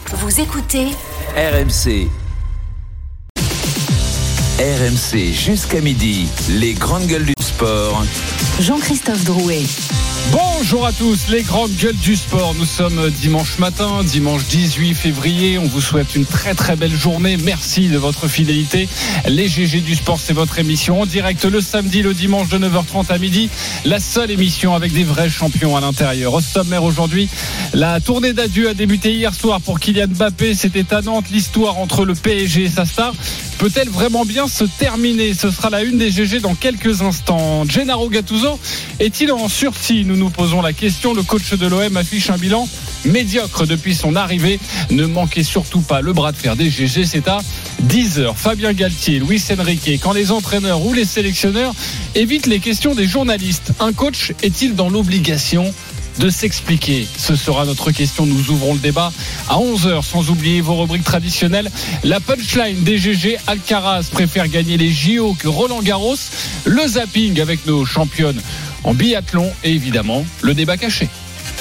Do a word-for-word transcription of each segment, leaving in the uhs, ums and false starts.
Vous écoutez R M C. R M C jusqu'à midi, les grandes gueules du sport. Jean-Christophe Drouet. Bonjour à tous, les grandes gueules du sport. Nous sommes dimanche matin, dimanche dix-huit février. On vous souhaite une très très belle journée. Merci de votre fidélité. Les G G du sport, c'est votre émission en direct le samedi, le dimanche de neuf heures trente à midi. La seule émission avec des vrais champions à l'intérieur. Au sommaire aujourd'hui, la tournée d'adieu a débuté hier soir pour Kylian Mbappé. C'était à Nantes. L'histoire entre le P S G et sa star peut-elle vraiment bien se terminer? Ce sera la une des G G dans quelques instants. Gennaro Gattuso est-il en sursis? Nous nous posons la question. Le coach de l'O M affiche un bilan médiocre depuis son arrivée. Ne manquez surtout pas le bras de fer des G G. C'est à dix heures. Fabien Galtier, Luis Enrique, quand les entraîneurs ou les sélectionneurs évitent les questions des journalistes, un coach est-il dans l'obligation de s'expliquer? Ce sera notre question. Nous ouvrons le débat à onze heures, sans oublier vos rubriques traditionnelles. La punchline des G G. Alcaraz préfère gagner les J O que Roland Garros. Le zapping avec nos championnes en biathlon et évidemment le débat caché.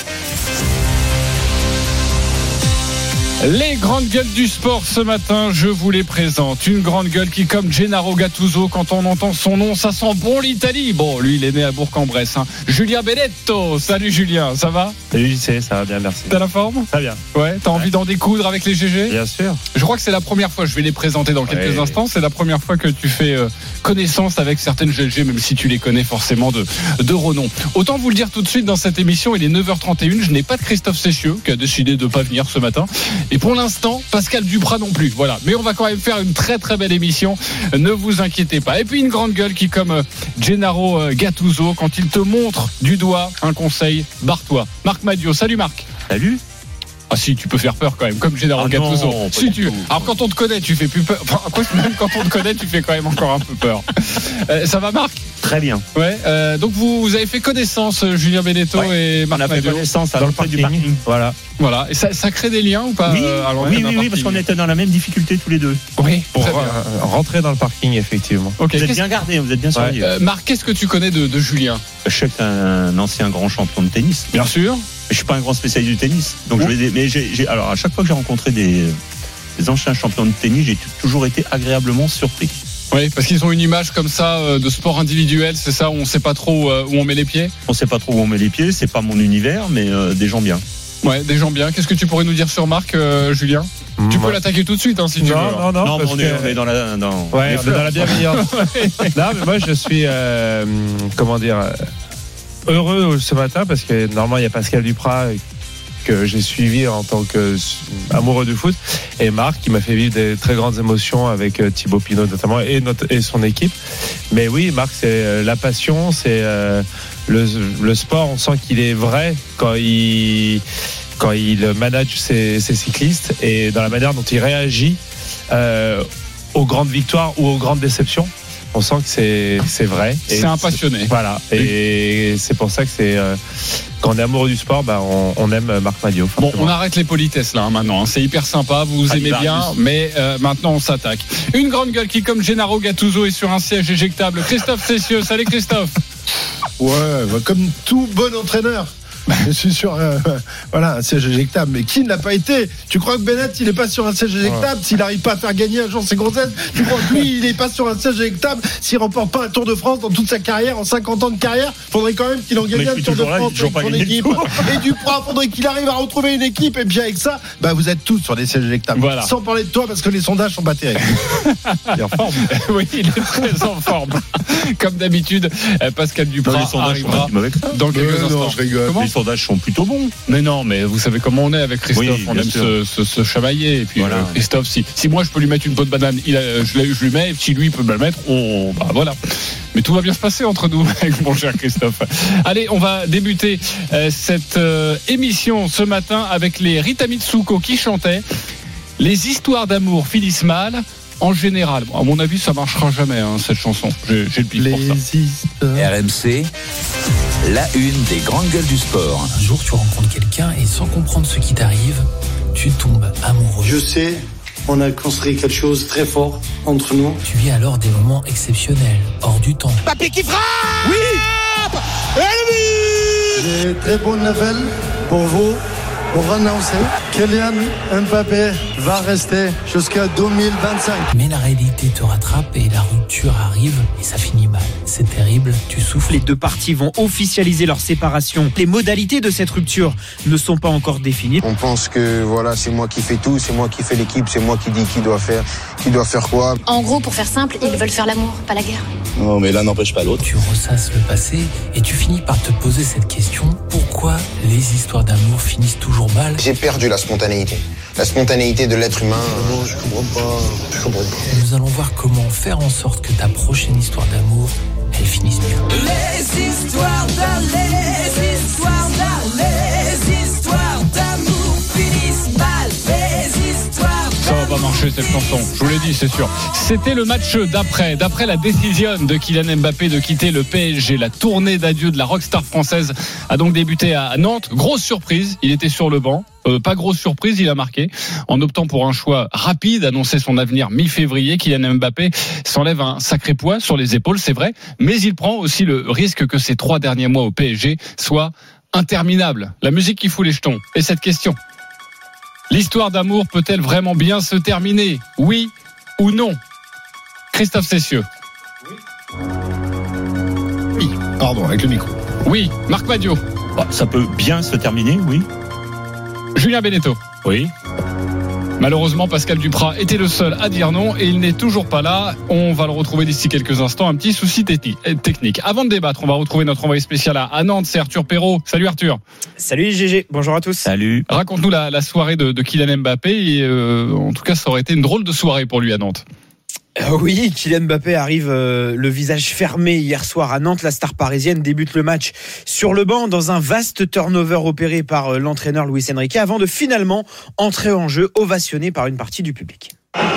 Les grandes gueules du sport ce matin, je vous les présente. Une grande gueule qui, comme Gennaro Gattuso, quand on entend son nom, ça sent bon l'Italie. Bon, lui, il est né à Bourg-en-Bresse. Hein. Julien Benedetto. Salut Julien, ça va? Salut J C, ça va bien, merci. T'as la forme? Très bien. Ouais, t'as ouais. envie d'en découdre avec les G G? Bien sûr. Je crois que c'est la première fois, je vais les présenter dans quelques ouais. instants, c'est la première fois que tu fais euh, connaissance avec certaines G G, même si tu les connais forcément de, de renom. Autant vous le dire tout de suite dans cette émission, il est neuf heures trente et une, je n'ai pas de Christophe Cessieux qui a décidé de ne pas venir ce matin. Et pour l'instant, Pascal Duprat non plus. Voilà. Mais on va quand même faire une très très belle émission. Ne vous inquiétez pas. Et puis une grande gueule qui, comme Gennaro Gattuso, quand il te montre du doigt un conseil, barre-toi. Marc Madio. Salut Marc. Salut. Ah si, tu peux faire peur quand même, comme Gennaro ah Gattuso. Non, si tu... Alors quand on te connaît, tu fais plus peur. Enfin, quoi, même quand on te connaît, tu fais quand même encore un peu peur. Euh, ça va Marc? Très bien. Ouais. Euh, donc vous, vous avez fait connaissance, Julien Benedetto ouais. et Marc On a fait Madio. connaissance à dans le parking. du parking. Voilà. Voilà. Et ça, ça crée des liens ou pas? Oui, euh, oui, oui, oui parce qu'on était dans la même difficulté tous les deux. Oui. Pour euh, rentrer dans le parking, effectivement. Okay. Vous êtes bien gardé, vous êtes bien surveillé. Ouais. Euh, Marc, qu'est-ce que tu connais de, de Julien? Je sais que c'est un ancien grand champion de tennis. Bien sûr. Je suis pas un grand spécialiste du tennis, donc oh. je vais. Mais j'ai, j'ai, alors à chaque fois que j'ai rencontré des, des anciens champions de tennis, j'ai toujours été agréablement surpris. Oui, parce qu'ils ont une image comme ça de sport individuel, c'est ça, où on sait pas trop où on met les pieds. On sait pas trop où on met les pieds, c'est pas mon univers, mais euh, des gens bien. Ouais, des gens bien. Qu'est-ce que tu pourrais nous dire sur Marc, euh, Julien? mmh, Tu peux ouais. l'attaquer tout de suite, hein, si non, tu veux. Non, non, non. Parce on, que... est, on est dans la, dans ouais, on est dans la bienveillance. Non, mais moi, je suis, euh, comment dire, heureux ce matin parce que normalement, il y a Pascal Duprat que j'ai suivi en tant qu'amoureux du foot, et Marc qui m'a fait vivre des très grandes émotions avec Thibaut Pinot notamment et, notre, et son équipe. Mais oui, Marc, c'est la passion, c'est euh, le, le sport, on sent qu'il est vrai quand il, quand il manage ses, ses cyclistes et dans la manière dont il réagit euh, aux grandes victoires ou aux grandes déceptions. On sent que c'est, c'est vrai. C'est un passionné. Voilà. Et oui. C'est pour ça que c'est, euh, quand on est amoureux du sport, bah, on, on aime Marc Madio. Bon, on arrête les politesses là, hein, maintenant. Hein. C'est hyper sympa, vous vous ah, aimez bien, mais euh, maintenant on s'attaque. Une grande gueule qui, comme Gennaro Gattuso, est sur un siège éjectable. Christophe Cessieux. Salut Christophe. Ouais, bah, comme tout bon entraîneur. Je suis sur euh, voilà, un siège éjectable. Mais qui ne l'a pas été? Tu crois que Bennett, il n'est pas sur un siège éjectable s'il n'arrive pas à faire gagner un jour ses grossesses? Tu crois que lui, il n'est pas sur un siège éjectable s'il ne remporte pas un Tour de France dans toute sa carrière, en cinquante ans de carrière? Faudrait quand même qu'il en gagne un Tour de France avec son équipe. Et Duprat, faudrait qu'il arrive à retrouver une équipe. Et puis avec ça, bah, vous êtes tous sur des sièges éjectables. Voilà. Sans parler de toi, parce que les sondages sont pas terribles. Il est en forme. Oui, il est très en forme. Comme d'habitude, Pascal Duprat arrivera dans quelques euh, instants. Non, je rigole. Comment? Les sondages sont plutôt bons. Mais non, mais vous savez comment on est avec Christophe. Oui, on aime se, se, se chamailler. Et puis voilà. euh, Christophe, si, si moi je peux lui mettre une peau de banane, il a, je, je lui mets. Et si lui il peut me la mettre, on, bah voilà. Mais tout va bien se passer entre nous avec mon cher Christophe. Allez, on va débuter euh, cette euh, émission ce matin avec les Rita Mitsuko qui chantaient les histoires d'amour finissent mal. En général, bon, à mon avis, ça marchera jamais, hein, cette chanson. J'ai, j'ai le pif pour ça. R M C, la une des grandes gueules du sport. Un jour, tu rencontres quelqu'un et sans comprendre ce qui t'arrive, tu tombes amoureux. Je sais, on a construit quelque chose de très fort entre nous. Tu vis alors des moments exceptionnels, hors du temps. Papy qui frappe! Oui! Et le but! J'ai très bonne nouvelle pour vous. pour annoncer que Kylian Mbappé va rester jusqu'à deux mille vingt-cinq. Mais la réalité te rattrape et la rupture arrive et ça finit mal. C'est terrible, tu souffles. Les deux parties vont officialiser leur séparation. Les modalités de cette rupture ne sont pas encore définies. On pense que voilà, c'est moi qui fais tout, c'est moi qui fais l'équipe, c'est moi qui dis qui doit faire, qui doit faire quoi. En gros, pour faire simple, ils veulent faire l'amour, pas la guerre. Non, mais l'un n'empêche pas l'autre. Tu ressasses le passé et tu finis par te poser cette question: pourquoi les histoires d'amour finissent toujours mal? J'ai perdu la spontanéité. La spontanéité de l'être humain. Non, je comprends pas. Je comprends pas. Nous allons voir comment faire en sorte que ta prochaine histoire d'amour, elle finisse bien. Les histoires d'amour, les histoires d'amour, les histoires d'amour finissent mal. Les histoires Ça va pas marcher cette chanson, je vous l'ai dit, c'est sûr. C'était le match d'après. D'après la décision de Kylian Mbappé de quitter le P S G, la tournée d'adieu de la rockstar française a donc débuté à Nantes. Grosse surprise, il était sur le banc. Euh, pas grosse surprise, il a marqué. En optant pour un choix rapide, annoncer son avenir mi-février, Kylian Mbappé s'enlève un sacré poids sur les épaules, c'est vrai. Mais il prend aussi le risque que ces trois derniers mois au P S G soient interminables. La musique qui fout les jetons. Et cette question: l'histoire d'amour peut-elle vraiment bien se terminer? Oui ou non? Christophe Cessieux. Oui. Pardon, avec le micro. Oui. Marc Madiot. Bah, ça peut bien se terminer, oui. Julien Beneteau. Oui. Malheureusement, Pascal Duprat était le seul à dire non et il n'est toujours pas là. On va le retrouver d'ici quelques instants. Un petit souci technique. Avant de débattre, on va retrouver notre envoyé spécial à Nantes, c'est Arthur Perrault. Salut Arthur. Salut G G, bonjour à tous. Salut. Raconte-nous la, la soirée de, de Kylian Mbappé. Et, euh, en tout cas, ça aurait été une drôle de soirée pour lui à Nantes. Oui, Kylian Mbappé arrive euh, le visage fermé hier soir à Nantes. La star parisienne débute le match sur le banc dans un vaste turnover opéré par euh, l'entraîneur Luis Enrique avant de finalement entrer en jeu, ovationné par une partie du public.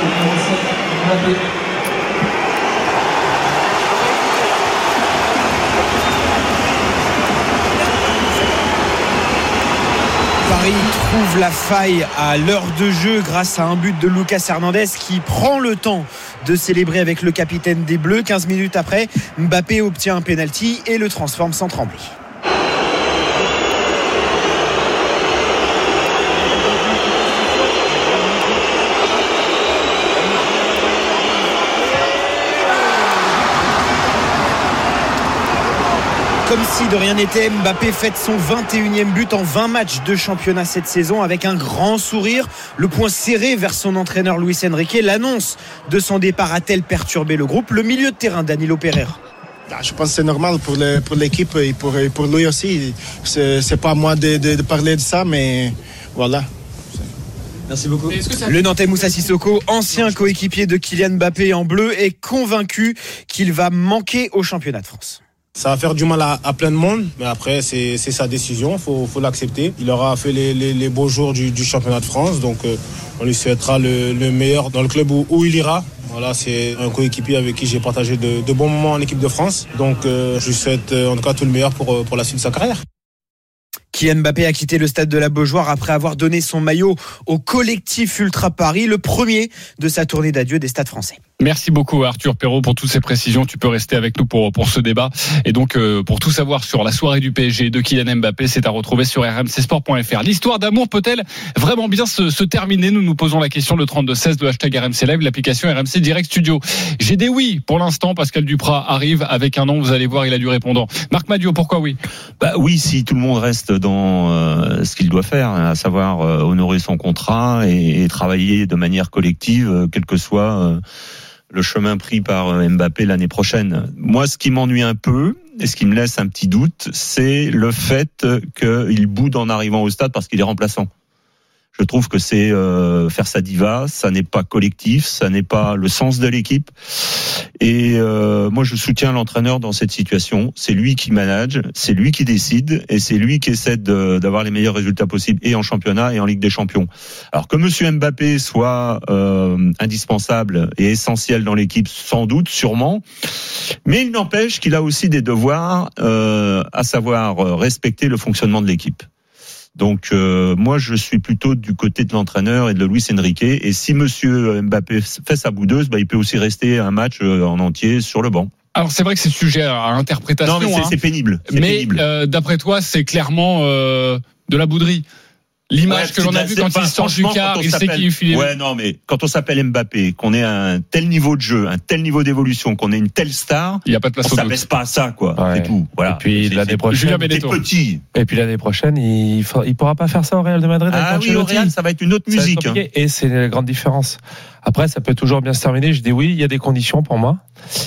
Paris trouve la faille à l'heure de jeu grâce à un but de Lucas Hernandez qui prend le temps de célébrer avec le capitaine des Bleus. quinze minutes après, Mbappé obtient un penalty et le transforme sans trembler. Comme si de rien n'était, Mbappé fête son vingt et unième but en vingt matchs de championnat cette saison avec un grand sourire, le poing serré vers son entraîneur Luis Enrique. L'annonce de son départ a-t-elle perturbé le groupe? Le milieu de terrain Danilo Pereira. Je pense que c'est normal pour, le, pour l'équipe et pour, pour lui aussi. C'est, c'est pas à moi de, de, de parler de ça, mais voilà. Merci beaucoup. Le Nantais Moussa Sissoko, ancien coéquipier de Kylian Mbappé en bleu, est convaincu qu'il va manquer au championnat de France. Ça va faire du mal à, à plein de monde, mais après c'est, c'est sa décision, faut, faut l'accepter. Il aura fait les, les, les beaux jours du, du championnat de France, donc euh, on lui souhaitera le, le meilleur dans le club où, où il ira. Voilà, c'est un coéquipier avec qui j'ai partagé de, de bons moments en équipe de France, donc euh, je lui souhaite euh, en tout cas tout le meilleur pour, pour la suite de sa carrière. Kylian Mbappé a quitté le stade de la Beaujoire après avoir donné son maillot au collectif Ultra Paris, le premier de sa tournée d'adieu des stades français. Merci beaucoup Arthur Perrault pour toutes ces précisions. Tu peux rester avec nous pour, pour ce débat. Et donc, euh, pour tout savoir sur la soirée du P S G de Kylian Mbappé, c'est à retrouver sur r m c sport point f r. L'histoire d'amour peut-elle vraiment bien se, se terminer? Nous nous posons la question, le trente-deux seize de hashtag R M C Live, l'application R M C Direct Studio. J'ai des oui pour l'instant. Pascal Duprat arrive avec un nom, vous allez voir, il a du répondant. Marc Madiot, pourquoi oui? Bah oui, si tout le monde reste dans euh, ce qu'il doit faire, à savoir euh, honorer son contrat et, et travailler de manière collective, euh, quel que soit euh, le chemin pris par Mbappé l'année prochaine. Moi, ce qui m'ennuie un peu, et ce qui me laisse un petit doute, c'est le fait qu'il boude en arrivant au stade parce qu'il est remplaçant. Je trouve que c'est euh, faire sa diva, ça n'est pas collectif, ça n'est pas le sens de l'équipe. Et euh, moi, je soutiens l'entraîneur dans cette situation. C'est lui qui manage, c'est lui qui décide, et c'est lui qui essaie de, d'avoir les meilleurs résultats possibles, et en championnat et en Ligue des Champions. Alors que Monsieur Mbappé soit euh, indispensable et essentiel dans l'équipe, sans doute, sûrement, mais il n'empêche qu'il a aussi des devoirs, euh, à savoir respecter le fonctionnement de l'équipe. Donc euh, moi je suis plutôt du côté de l'entraîneur et de Luis Enrique, et si Monsieur Mbappé fait sa boudeuse, bah, il peut aussi rester un match en entier sur le banc. Alors c'est vrai que c'est sujet à interprétation. Non mais c'est, hein, c'est pénible. C'est mais pénible. Euh, d'après toi c'est clairement euh, de la bouderie. L'image Ouais, que l'on a c'est- vue c'est quand pas- il sort du franchement, car, quand on il sait s'appelle- qu'il file. Ouais, non, mais quand on s'appelle Mbappé, qu'on est à un tel niveau de jeu, un tel niveau d'évolution, qu'on est une telle star, il n'y a pas de place on au doute. s'abaisse pas à ça, quoi. Ouais. C'est tout. Voilà. Et puis C'est- l'année c'est- prochaine, Julien T'es Benetton. petit. et puis l'année prochaine, il ne il pourra pas faire ça au Real de Madrid. avec Ah oui, au Ancelotti. Real, ça va être une autre Ça va être musique. hein. compliqué. Et c'est la grande différence. Après, ça peut toujours bien se terminer. Je dis oui, il y a des conditions pour moi.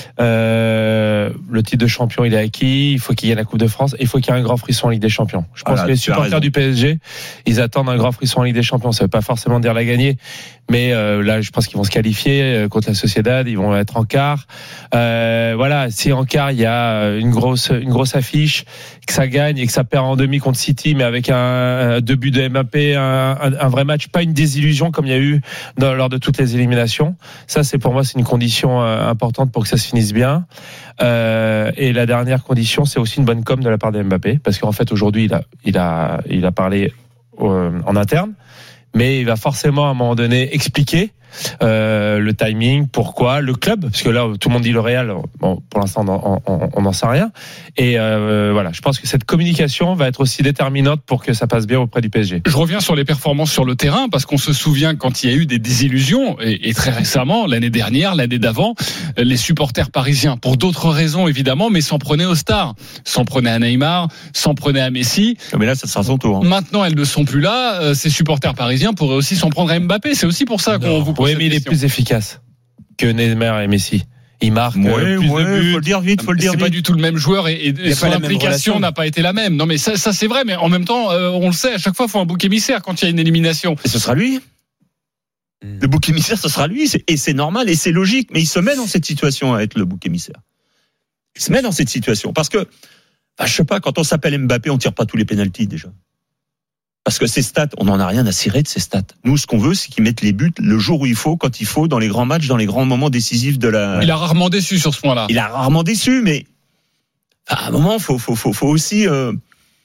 Euh, le titre de champion, il est acquis. Il faut qu'il y ait la Coupe de France. Il faut qu'il y ait un grand frisson en Ligue des Champions. Je pense Voilà, que les tu as supporters raison. du P S G, ils attendent un grand frisson en Ligue des Champions. Ça veut pas forcément dire la gagner, mais euh, là, je pense qu'ils vont se qualifier euh, contre la Sociedad. Ils vont être en quart. Euh, voilà, si en quart il y a une grosse, une grosse affiche, que ça gagne et que ça perd en demi contre City, mais avec un, un deux buts de Mbappé, un, un, un vrai match, pas une désillusion comme il y a eu dans, lors de toutes les éliminations. Ça, c'est pour moi, c'est une condition euh, importante pour que ça se finisse bien. Euh, et la dernière condition, c'est aussi une bonne com de la part de Mbappé, parce qu'en fait, aujourd'hui, il a, il a, il a parlé euh, en interne, mais il va forcément à un moment donné expliquer euh, le timing, pourquoi, le club, parce que là tout le monde dit le Real, bon, pour l'instant on n'en sait rien, et euh, voilà, je pense que cette communication va être aussi déterminante pour que ça passe bien auprès du P S G. Je reviens sur les performances sur le terrain parce qu'on se souvient quand il y a eu des désillusions et, et très récemment, l'année dernière, l'année d'avant, les supporters parisiens, pour d'autres raisons évidemment, mais s'en prenaient aux stars, s'en prenaient à Neymar, s'en prenaient à Messi. Mais là, ça sera son tour. hein. Maintenant, elles ne sont plus là. Euh, ces supporters parisiens pourraient aussi s'en prendre à Mbappé. C'est aussi pour ça qu'on vous pose Oui, cette mais il est question. plus efficace que Neymar et Messi. Il marque Ouais, euh, plus ouais, de buts. faut le dire vite, faut le dire C'est pas vite. du tout le même joueur et, et, Y a et pas son la même implication relation. n'a pas été la même. Non mais ça, ça c'est vrai, mais en même temps, euh, on le sait, à chaque fois, il faut un bouc émissaire quand il y a une élimination. Et ce sera lui. Le bouc émissaire, ce sera lui. C'est- Et c'est normal et c'est logique. Mais il se met dans cette situation à être le bouc émissaire. Il se met dans cette situation. Parce que, bah, je sais pas, quand on s'appelle Mbappé, on tire pas tous les pénaltys déjà. Parce que ces stats, on n'en a rien à cirer de ces stats. Nous, ce qu'on veut, c'est qu'ils mettent les buts le jour où il faut, quand il faut, dans les grands matchs, dans les grands moments décisifs de la. Il a rarement déçu sur ce point-là. Il a rarement déçu, mais à un moment, faut, faut, faut, faut aussi. Euh...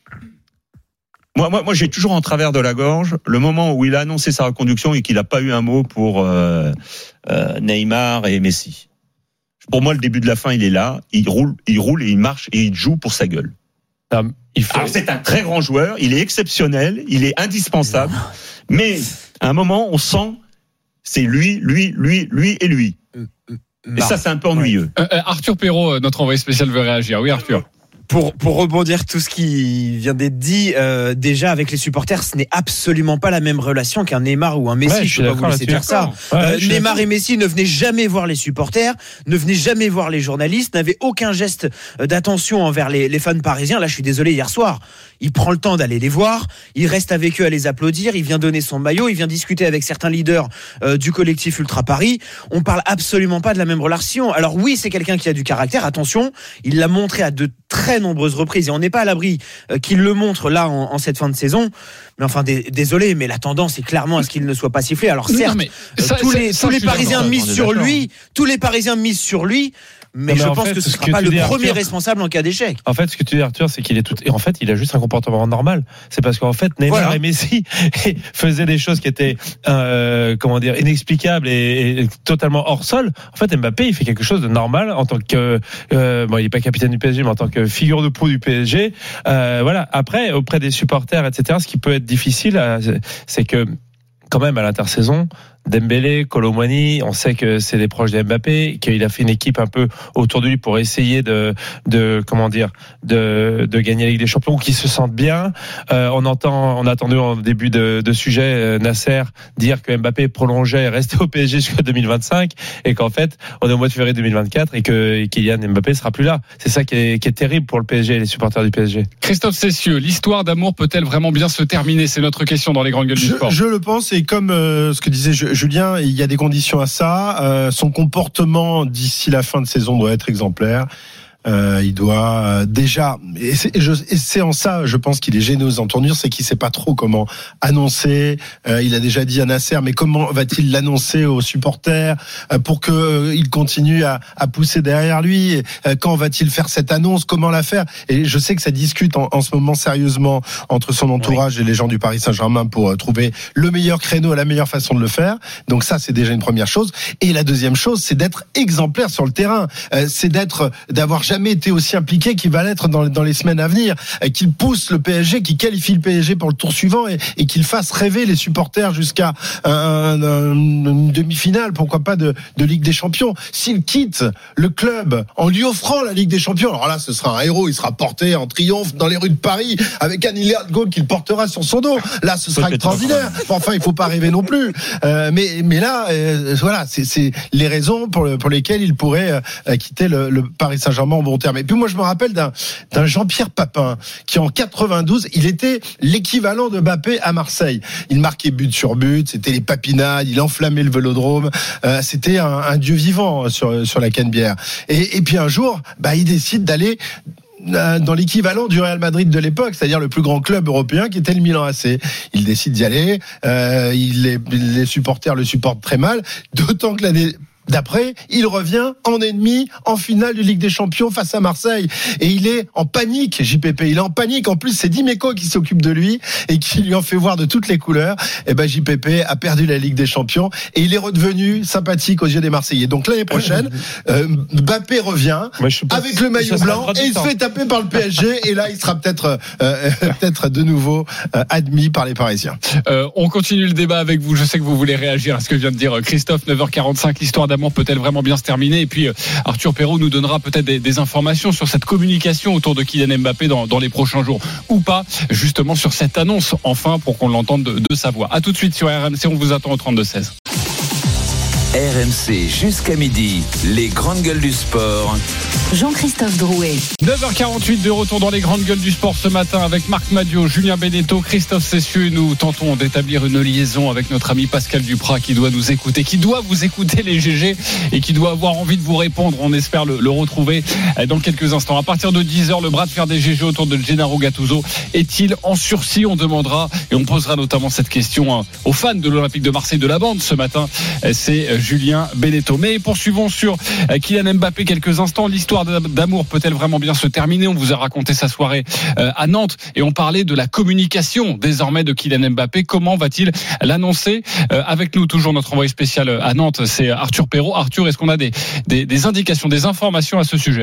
Moi, moi, moi, j'ai toujours en travers de la gorge le moment où il a annoncé sa reconduction et qu'il n'a pas eu un mot pour euh, euh, Neymar et Messi. Pour moi, le début de la fin, il est là. Il roule, il roule et il marche et il joue pour sa gueule. Non, il faut... Alors, c'est un très grand joueur. Il est exceptionnel. Il est indispensable. Mais à un moment, on sent c'est lui, lui, lui, lui et lui. Et ça, c'est un peu ennuyeux. Euh, euh, Arthur Perrault, euh, notre envoyé spécial, veut réagir. Oui, Arthur. Pour, pour rebondir tout ce qui vient d'être dit, euh, déjà avec les supporters, ce n'est absolument pas la même relation qu'un Neymar ou un Messi. Ouais, je je suis ne peux pas vous d'accord laisser dire ça. là-dessus. Ouais, Euh, je suis Neymar d'accord. et Messi ne venaient jamais voir les supporters, ne venaient jamais voir les journalistes, n'avaient aucun geste d'attention envers les, les fans parisiens. Là, je suis désolé, hier soir, il prend le temps d'aller les voir, il reste avec eux à les applaudir, il vient donner son maillot, il vient discuter avec certains leaders euh, du collectif Ultra Paris. On parle absolument pas de la même relation. Alors oui, c'est quelqu'un qui a du caractère, attention, il l'a montré à de très nombreuses reprises et on n'est pas à l'abri euh, qu'il le montre là en, en cette fin de saison. Mais enfin, dé- désolé, mais la tendance est clairement à ce qu'il ne soit pas sifflé. Alors certes, Non, mais euh, ça- tous ça- les, ça, tous je les suis Parisiens d'accord. misent On est sur d'accord. lui, tous les Parisiens misent sur lui, mais, Non, mais je en pense fait, que ce ne ce sera que pas tu le dis, premier Arthur- responsable en cas d'échec. En fait, ce que tu dis, Arthur, c'est qu'il est tout. Et en fait, il a juste un comportement normal. C'est parce qu'en fait, Neymar Voilà. et Messi faisaient des choses qui étaient, euh, comment dire, inexplicables et, et totalement hors sol. En fait, Mbappé, il fait quelque chose de normal en tant que. Euh, bon, il n'est pas capitaine du P S G, mais en tant que figure de proue du P S G. Euh, voilà. Après, auprès des supporters, et cetera, ce qui peut être difficile, euh, c'est que quand même à l'intersaison, Dembélé, Kolo Muani, on sait que c'est des proches de Mbappé, qu'il a fait une équipe un peu autour de lui pour essayer de, de comment dire, de, de gagner la Ligue des Champions, ou qu'ils se sentent bien. Euh, on entend, on a entendu en début de, de sujet euh, Nasser dire que Mbappé prolongeait et restait au P S G jusqu'à deux mille vingt-cinq, et qu'en fait, on est au mois de février deux mille vingt-quatre et que Kylian Mbappé sera plus là. C'est ça qui est, qui est terrible pour le P S G et les supporters du P S G. Christophe Cessieux, l'histoire d'amour peut-elle vraiment bien se terminer? C'est notre question dans les grandes gueules du Je, sport. je le pense, et comme euh, ce que disait Ju- Julien, il y a des conditions à ça. Euh, son comportement d'ici la fin de saison doit être exemplaire. Euh, il doit euh, déjà, et c'est, et je, et c'est en ça, je pense qu'il est gêné aux entournures, c'est qu'il sait pas trop comment annoncer. Euh, il a déjà dit à Nasser, mais comment va-t-il l'annoncer aux supporters euh, pour que euh, il continue à, à pousser derrière lui? euh, Quand va-t-il faire cette annonce? Comment la faire? Et je sais que ça discute en, en ce moment sérieusement entre son entourage oui. et les gens du Paris Saint-Germain pour euh, trouver le meilleur créneau, la meilleure façon de le faire. Donc ça, c'est déjà une première chose. Et la deuxième chose, c'est d'être exemplaire sur le terrain. Euh, c'est d'être, d'avoir jamais été aussi impliqué qu'il va l'être dans, dans les semaines à venir, et qu'il pousse le P S G, qu'il qualifie le P S G pour le tour suivant et, et qu'il fasse rêver les supporters jusqu'à un, un, un, une demi-finale, pourquoi pas de, de Ligue des Champions. S'il quitte le club en lui offrant la Ligue des Champions, alors là ce sera un héros, il sera porté en triomphe dans les rues de Paris avec un Hidalgo qu'il portera sur son dos. Là ce sera extraordinaire. Enfin, il faut pas rêver non plus. Euh, mais mais là euh, voilà, c'est, c'est les raisons pour, le, pour lesquelles il pourrait euh, quitter le, le Paris Saint-Germain en bon terme. Et puis moi je me rappelle d'un, d'un Jean-Pierre Papin qui en quatre-vingt-douze, il était l'équivalent de Mbappé à Marseille. Il marquait but sur but, c'était les papinades, il enflammait le Vélodrome, euh, c'était un, un dieu vivant sur sur la Canebière. Et, et puis un jour, bah il décide d'aller dans l'équivalent du Real Madrid de l'époque, c'est-à-dire le plus grand club européen qui était le Milan A C. Il décide d'y aller, euh, il les, les supporters le supportent très mal, d'autant que l'année d'après, il revient en ennemi en finale de Ligue des Champions face à Marseille. Et il est en panique, J P P. Il est en panique. En plus, c'est Dimeco qui s'occupe de lui et qui lui en fait voir de toutes les couleurs. Et ben, J P P a perdu la Ligue des Champions et il est redevenu sympathique aux yeux des Marseillais. Donc l'année prochaine, euh, Mbappé revient avec le maillot blanc et il se fait taper par le P S G. Et là, il sera peut-être, euh, peut-être de nouveau euh, admis par les Parisiens. Euh, on continue le débat avec vous. Je sais que vous voulez réagir à ce que vient de dire Christophe. neuf heures quarante-cinq, l'histoire d'amour peut-elle vraiment bien se terminer? Et puis Arthur Perrault nous donnera peut-être des, des informations sur cette communication autour de Kylian Mbappé dans, dans les prochains jours, ou pas, justement sur cette annonce, enfin, pour qu'on l'entende de, de sa voix. À tout de suite sur R M C, on vous attend au trente-deux seize. R M C jusqu'à midi, les grandes gueules du sport. Jean-Christophe Drouet. neuf heures quarante-huit de retour dans les grandes gueules du sport ce matin avec Marc Madiot, Julien Benetto, Christophe Cessieux. Nous tentons d'établir une liaison avec notre ami Pascal Duprat qui doit nous écouter, qui doit vous écouter les G G et qui doit avoir envie de vous répondre. On espère le, le retrouver dans quelques instants. À partir de dix heures, le bras de fer des G G autour de Gennaro Gattuso est-il en sursis? On demandera et on posera notamment cette question aux fans de l'Olympique de Marseille de la bande ce matin. C'est Julien Benetto. Mais poursuivons sur Kylian Mbappé quelques instants. L'histoire d'amour peut-elle vraiment bien se terminer? On vous a raconté sa soirée à Nantes et on parlait de la communication désormais de Kylian Mbappé. Comment va-t-il l'annoncer? Avec nous toujours notre envoyé spécial à Nantes, c'est Arthur Perrault. Arthur, est-ce qu'on a des, des, des indications, des informations à ce sujet?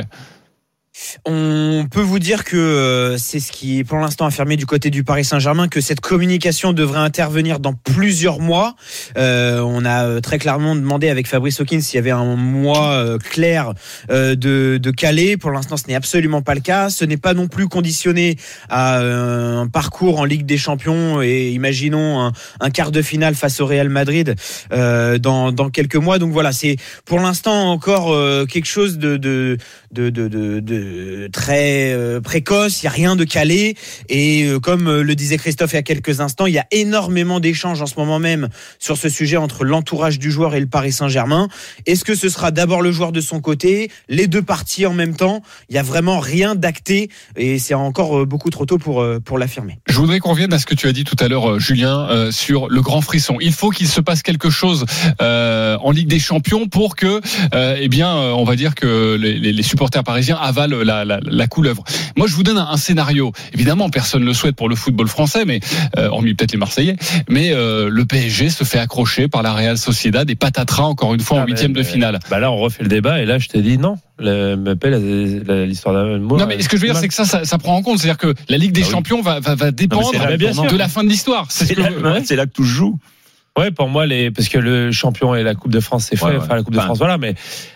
On peut vous dire que c'est ce qui est pour l'instant affirmé du côté du Paris Saint-Germain, que cette communication devrait intervenir dans plusieurs mois. Euh, on a très clairement demandé avec Fabrice Hawkins s'il y avait un mois clair de, de Calais. Pour l'instant, ce n'est absolument pas le cas. Ce n'est pas non plus conditionné à un parcours en Ligue des Champions et imaginons un, un quart de finale face au Real Madrid euh, dans, dans quelques mois. Donc voilà, c'est pour l'instant encore euh, quelque chose de, de, de, de, de, de très euh, précoce, il n'y a rien de calé et euh, comme euh, le disait Christophe il y a quelques instants, il y a énormément d'échanges en ce moment même sur ce sujet entre l'entourage du joueur et le Paris Saint-Germain. Est-ce que ce sera d'abord le joueur de son côté, les deux parties en même temps? Il n'y a vraiment rien d'acté et c'est encore euh, beaucoup trop tôt pour, euh, pour l'affirmer. Je voudrais qu'on revienne à ce que tu as dit tout à l'heure, Julien, euh, sur le grand frisson. Il faut qu'il se passe quelque chose euh, en Ligue des Champions pour que, euh, eh bien, euh, on va dire que les, les supporters parisiens avalent La, la, la couleuvre. Moi, je vous donne un, un scénario. Évidemment, personne ne le souhaite pour le football français, mais euh, hormis peut-être les Marseillais. Mais euh, le P S G se fait accrocher par la Real Sociedad et patatras encore une fois ah en huitième de finale. Bah là, on refait le débat et là, je t'ai dit non. Le, m'appelle l'histoire d'amour. Non, mais ce que je veux dire, c'est que ça, ça, ça prend en compte. C'est-à-dire que la Ligue des ah oui. Champions va, va, va dépendre non, la, de la fin de l'histoire. C'est, c'est, ce là, que, ouais. c'est là que tout se joue. Ouais, pour moi, les, parce que le champion et la Coupe de France, c'est fait. Ouais, ouais. Enfin, la Coupe de enfin, France, voilà, mais.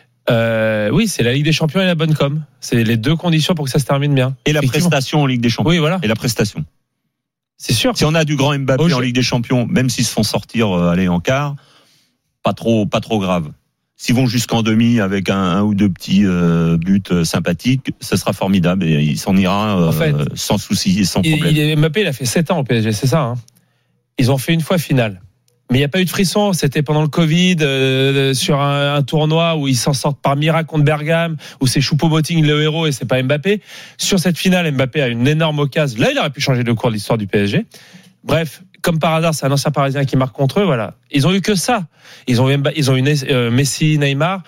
Euh, oui, c'est la Ligue des Champions et la bonne com. C'est les deux conditions pour que ça se termine bien. Et la prestation en Ligue des Champions. Oui, voilà. Et la prestation. C'est sûr. Si on a du grand Mbappé Au en Ligue des Champions, même s'ils se font sortir, euh, aller en quart, pas trop, pas trop grave. S'ils vont jusqu'en demi avec un, un ou deux petits euh, buts euh, sympathiques, ce sera formidable et il s'en ira euh, en fait, sans souci et sans il, problème. Il, Mbappé, il a fait sept ans au P S G, c'est ça. Hein. Ils ont fait une fois finale. Mais il n'y a pas eu de frisson, c'était pendant le Covid, euh, sur un, un tournoi où ils s'en sortent par miracle contre Bergame, où c'est Choupo-Moting le héros et c'est pas Mbappé. Sur cette finale, Mbappé a une énorme occasion. Là, il aurait pu changer de cours de l'histoire du P S G. Bref, comme par hasard, c'est un ancien Parisien qui marque contre eux, voilà. Ils ont eu que ça. Ils ont eu, ils ont eu euh, Messi, Neymar,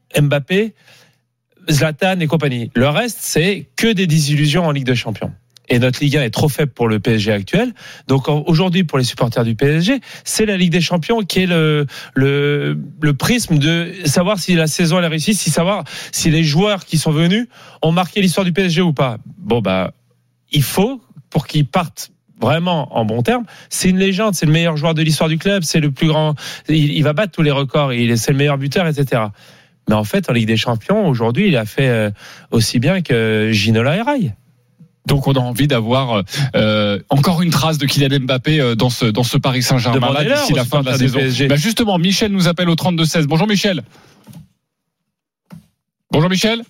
Mbappé, Zlatan et compagnie. Le reste, c'est que des désillusions en Ligue des Champions. Et notre Ligue un est trop faible pour le P S G actuel. Donc aujourd'hui, pour les supporters du P S G, c'est la Ligue des Champions qui est le, le, le prisme de savoir si la saison elle a réussi, si savoir si les joueurs qui sont venus ont marqué l'histoire du P S G ou pas. Bon, bah, il faut, pour qu'ils partent vraiment en bon terme, c'est une légende, c'est le meilleur joueur de l'histoire du club, c'est le plus grand, il, il va battre tous les records, il est, c'est le meilleur buteur, et cetera. Mais en fait, en Ligue des Champions, aujourd'hui, il a fait aussi bien que Ginola et Rai. Donc on a envie d'avoir euh, encore une trace de Kylian Mbappé dans ce, dans ce Paris Saint-Germain là, d'ici la fin de la saison. Bah justement, Michel nous appelle au trente-deux seize. Bonjour Michel. Bonjour Michel.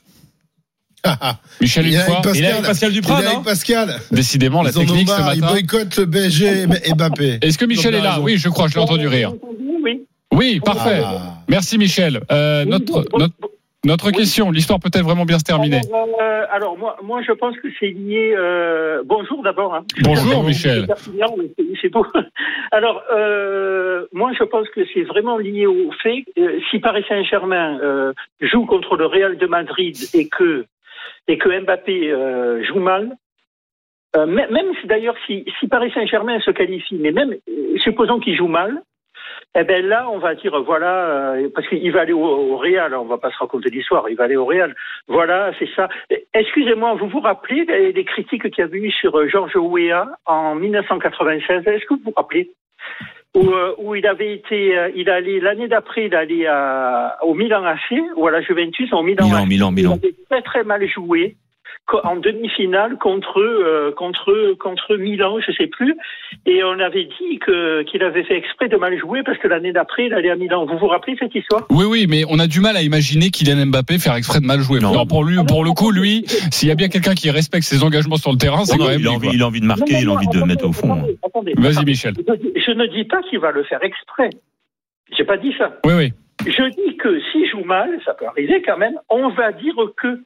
Michel une fois. Pascal, il est avec Pascal Duprat, non Pascal. Décidément, la Ils technique ce matin. Il boycotte le P S G et Mbappé. Est-ce que Michel est là? Oui, je crois, je l'ai entendu rire. Oui. Oui, parfait. Ah. Merci Michel. Euh, notre, notre, notre oui. question, l'histoire peut-elle vraiment bien se terminer? Alors, euh, alors moi, moi, je pense que c'est lié. Euh, bonjour d'abord. Hein. Bonjour Michel. C'est, c'est beau. Alors, euh, moi, je pense que c'est vraiment lié au fait euh, si Paris Saint-Germain euh, joue contre le Real de Madrid et que et que Mbappé euh, joue mal. Euh, même si d'ailleurs, si, si Paris Saint-Germain se qualifie, mais même euh, supposons qu'il joue mal. Eh ben là, on va dire voilà, euh, parce qu'il va aller au, au Real. On va pas se raconter l'histoire. Il va aller au Real. Voilà, c'est ça. Excusez-moi, vous vous rappelez des, des critiques qu'il y avait eu sur Georges Weah en dix-neuf cent quatre-vingt-seize? Est-ce que vous vous rappelez où, euh, où il avait été, euh, il allait l'année d'après, il allait à, au Milan A C ou à la Juventus en Milan. Milan, Milan, Milan. Il avait très très mal joué. En demi-finale contre euh, contre contre Milan, je sais plus, et on avait dit que qu'il avait fait exprès de mal jouer parce que l'année d'après il allait à Milan. Vous vous rappelez cette histoire? Oui, oui, mais on a du mal à imaginer Kylian Mbappé faire exprès de mal jouer. Non. Alors pour lui, pour le coup, lui, s'il y a bien quelqu'un qui respecte ses engagements sur le terrain, c'est non, quand même il a envie, il a envie de marquer, non, non, il a envie attendez, de mettre au fond. Attendez, attendez, Vas-y, attendez. Michel. Je ne dis pas qu'il va le faire exprès. J'ai pas dit ça. Oui, oui. Je dis que s'il joue mal, ça peut arriver quand même. On va dire que.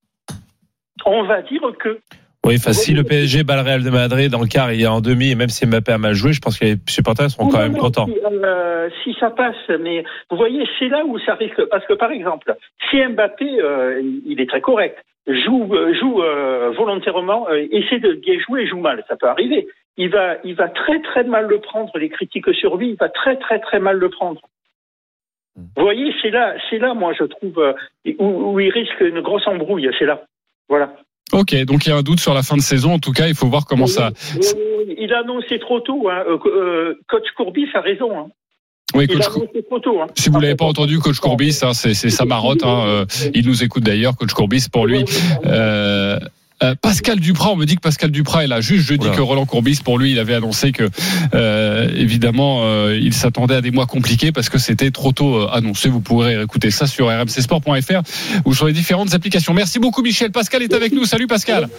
On va dire que. Oui, enfin, si le P S G bat le Real de Madrid en quart et en demi, et même si Mbappé a mal joué, je pense que les supporters seront quand même contents. Si, euh, si ça passe, mais vous voyez, c'est là où ça risque. Parce que par exemple, si Mbappé, euh, il est très correct, joue, joue euh, volontairement, euh, essaie de bien jouer et joue mal, ça peut arriver. Il va, il va très très mal le prendre. Les critiques sur lui, il va très très très mal le prendre. Vous voyez, c'est là, c'est là, moi, je trouve, euh, où, où il risque une grosse embrouille. C'est là. Voilà. Ok, donc il y a un doute sur la fin de saison. En tout cas, il faut voir comment oui, ça. Oui, il a annoncé trop tôt. Hein. Euh, coach Courbis a raison. Hein. Oui, il coach a annoncé trop tôt. Hein. Si vous l'avez pas entendu, coach Courbis, hein, c'est, c'est sa marotte. Hein. Il nous écoute d'ailleurs, coach Courbis, pour lui. Euh, Euh, Pascal Duprat, on me dit que Pascal Duprat est là. Juste, je dis voilà. que Roland Courbis, pour lui, il avait annoncé que, euh, évidemment, euh, il s'attendait à des mois compliqués parce que c'était trop tôt euh, annoncé. Vous pourrez écouter ça sur r m c sport point f r ou sur les différentes applications. Merci beaucoup, Michel. Pascal est avec nous. Salut, Pascal.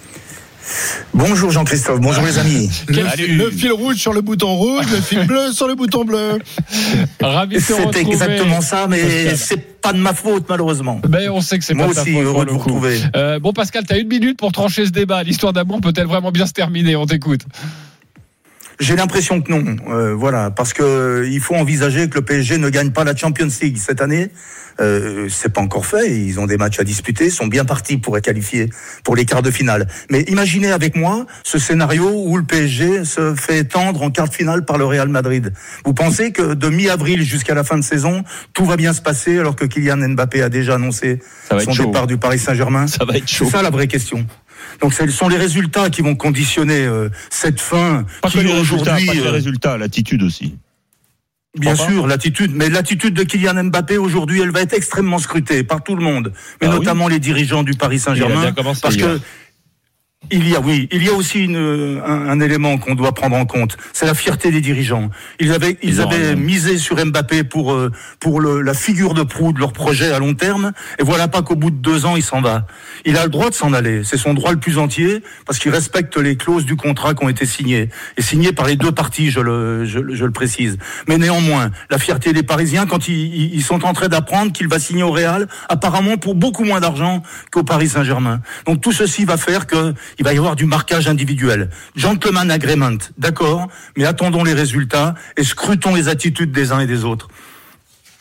Bonjour Jean-Christophe, bonjour les amis. Le, le fil rouge sur le bouton rouge, le fil bleu sur le bouton bleu. Ravi de te retrouver. C'est exactement ça, mais Pascal. C'est pas de ma faute malheureusement. Ben on sait que c'est Moi pas de ta aussi, faute. heureux de vous retrouver. Euh, bon Pascal, t'as une minute pour trancher ce débat. L'histoire d'amour peut-elle vraiment bien se terminer? On t'écoute. J'ai l'impression que non, euh, voilà, parce que il faut envisager que le P S G ne gagne pas la Champions League cette année. Euh, c'est pas encore fait, ils ont des matchs à disputer, ils sont bien partis pour être qualifiés pour les quarts de finale. Mais imaginez avec moi ce scénario où le P S G se fait étendre en quart de finale par le Real Madrid. Vous pensez que de mi-avril jusqu'à la fin de saison, tout va bien se passer alors que Kylian Mbappé a déjà annoncé son départ du Paris Saint-Germain? Ça va être chaud. C'est ça la vraie question. Donc ce sont les résultats qui vont conditionner euh, cette fin. Pas qui que les résultats, aujourd'hui, pas que les euh, résultats, l'attitude aussi. Bien sûr, l'attitude, mais l'attitude de Kylian Mbappé aujourd'hui, elle va être extrêmement scrutée par tout le monde, mais ah notamment oui. les dirigeants du Paris Saint-Germain, parce que il y a, oui, il y a aussi une, un, un élément qu'on doit prendre en compte, c'est la fierté des dirigeants. Ils avaient, ils, ils avaient misé sur Mbappé pour euh, pour le, la figure de proue de leur projet à long terme, et voilà pas qu'au bout de deux ans il s'en va. Il a le droit de s'en aller, c'est son droit le plus entier, parce qu'il respecte les clauses du contrat qui ont été signées et signées par les deux parties, je le je, je le précise. Mais néanmoins, la fierté des Parisiens quand ils, ils sont en train d'apprendre qu'il va signer au Real, apparemment pour beaucoup moins d'argent qu'au Paris Saint-Germain. Donc tout ceci va faire que il va y avoir du marquage individuel. Gentleman agreement, d'accord, mais attendons les résultats et scrutons les attitudes des uns et des autres.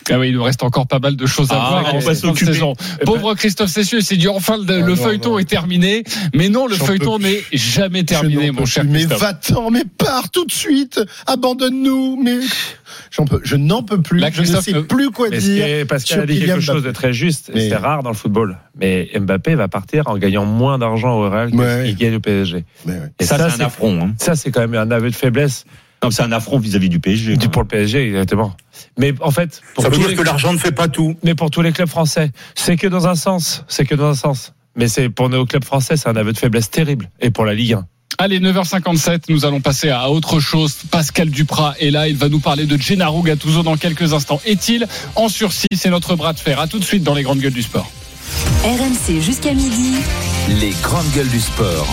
Ah oui, il nous reste encore pas mal de choses à ah, voir. On va s'occuper. Saison. Pauvre Christophe Cessieux, c'est dit enfin le, ah, le non, feuilleton non. est terminé. Mais non, le J'en feuilleton n'est jamais terminé, mon cher mais Christophe. Mais va-t'en, mais pars tout de suite, abandonne-nous, mais j'en peux, je n'en peux plus. Là, je ne sais plus quoi mais dire. Parce qu'il a dit quelque chose de très juste. Mais... C'est rare dans le football. Mais Mbappé va partir en gagnant moins d'argent au Real qu'il ouais. gagne au P S G. Ouais. Et ça, ça c'est un affront. Hein. Ça, c'est quand même un aveu de faiblesse. Non, c'est un affront vis-à-vis du P S G. Du pour le P S G, exactement. Mais en fait, pour ça veut dire que l'argent ne fait pas tout. Mais pour tous les clubs français, c'est que dans un sens, c'est que dans un sens. Mais c'est pour nos clubs français, c'est un aveu de faiblesse terrible. Et pour la Ligue un. Allez, neuf heures cinquante-sept, nous allons passer à autre chose. Pascal Duprat est là, il va nous parler de Gennaro Gattuso dans quelques instants. Est-il en sursis? C'est notre bras de fer. À tout de suite dans les grandes gueules du sport. R M C jusqu'à midi. Les grandes gueules du sport.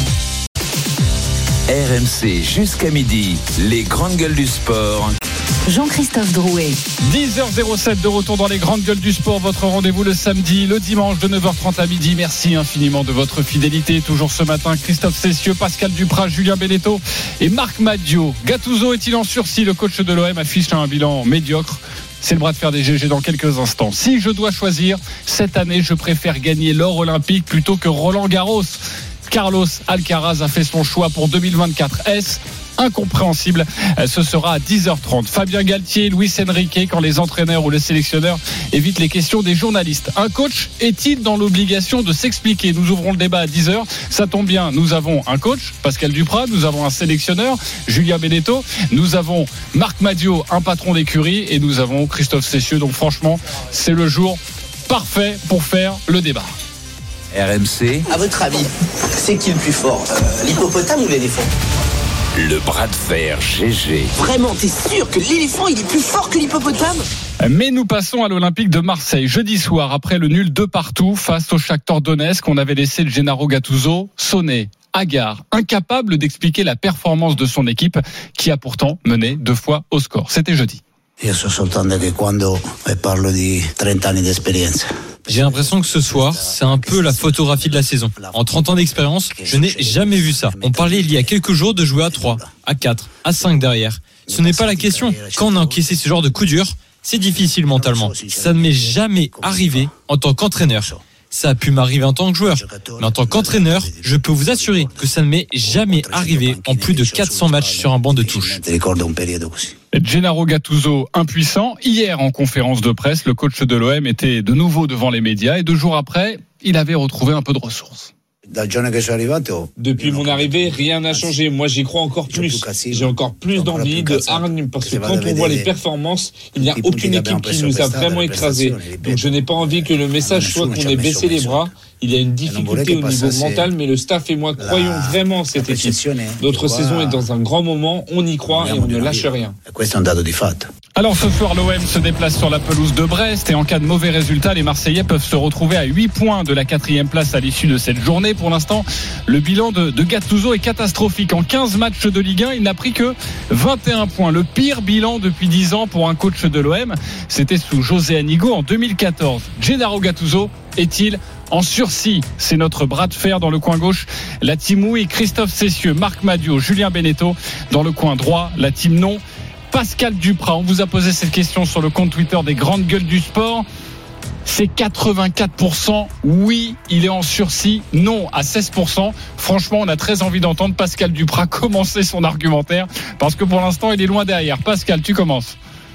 R M C jusqu'à midi, les grandes gueules du sport. Jean-Christophe Drouet. dix heures zéro sept de retour dans les grandes gueules du sport. Votre rendez-vous le samedi, le dimanche de neuf heures trente à midi. Merci infiniment de votre fidélité. Toujours ce matin, Christophe Cessieux, Pascal Duprat, Julien Beneteau et Marc Madio. Gattuso est-il en sursis? Le coach de l'O M affiche un bilan médiocre. C'est le bras de fer des G G dans quelques instants. Si je dois choisir, cette année, je préfère gagner l'or olympique plutôt que Roland Garros. Carlos Alcaraz a fait son choix pour deux mille vingt-quatre. Est-ce incompréhensible? Ce sera à dix heures trente. Fabien Galtier, Luis Enrique, quand les entraîneurs ou les sélectionneurs évitent les questions des journalistes. Un coach est-il dans l'obligation de s'expliquer? Nous ouvrons le débat à dix heures. Ça tombe bien, nous avons un coach, Pascal Duprat, nous avons un sélectionneur, Julien Beneteau, nous avons Marc Madio, un patron d'écurie, et nous avons Christophe Cessieux. Donc franchement, c'est le jour parfait pour faire le débat. R M C. À votre avis, c'est qui le plus fort, euh, l'hippopotame ou l'éléphant? Le bras de fer G G. Vraiment, t'es sûr que l'éléphant il est plus fort que l'hippopotame? Mais nous passons à l'Olympique de Marseille. Jeudi soir, après le nul de partout face au Shakhtar Donetsk, on avait laissé le Gennaro Gattuso sonner, hagard, incapable d'expliquer la performance de son équipe qui a pourtant mené deux fois au score. C'était jeudi. Io so soltanto che quando parlo di trenta anni d'esperienza. J'ai l'impression que ce soir, c'est un peu la photographie de la saison. En trente ans d'expérience, je n'ai jamais vu ça. On parlait il y a quelques jours de jouer à trois, à quatre, à cinq derrière. Ce n'est pas la question. Quand on a encaissé ce genre de coup dur, c'est difficile mentalement. Ça ne m'est jamais arrivé en tant qu'entraîneur. Ça a pu m'arriver en tant que joueur, mais en tant qu'entraîneur, je peux vous assurer que ça ne m'est jamais arrivé en plus de quatre cents matchs sur un banc de touche. Gennaro Gattuso impuissant. Hier, en conférence de presse, le coach de l'O M était de nouveau devant les médias et deux jours après, il avait retrouvé un peu de ressources. Depuis mon arrivée, rien n'a changé. Moi, j'y crois encore plus. J'ai encore plus d'envie, de hargne, parce que quand on voit les performances, il n'y a aucune équipe qui nous a vraiment écrasés. Donc, je n'ai pas envie que le message soit qu'on ait baissé les bras. Il y a une difficulté au niveau mental, mais le staff et moi croyons vraiment cette équipe. Notre saison est dans un grand moment, on y croit et on ne lâche rien. Alors ce soir, l'O M se déplace sur la pelouse de Brest et en cas de mauvais résultat, les Marseillais peuvent se retrouver à huit points de la quatrième place à l'issue de cette journée. Pour l'instant, le bilan de, de Gattuso est catastrophique. En quinze matchs de Ligue un, il n'a pris que vingt et un points. Le pire bilan depuis dix ans pour un coach de l'O M. C'était sous José Anigo en deux mille quatorze. Gennaro Gattuso est-il en sursis? C'est notre bras de fer dans le coin gauche. La team oui, Christophe Cessieux, Marc Madio, Julien Beneteau. Dans le coin droit, la team non, Pascal Duprat. On vous a posé cette question sur le compte Twitter des grandes gueules du sport. C'est quatre-vingt-quatre pour cent oui, il est en sursis, non à seize pour cent. Franchement, on a très envie d'entendre Pascal Duprat commencer son argumentaire parce que pour l'instant, il est loin derrière. Pascal, tu commences.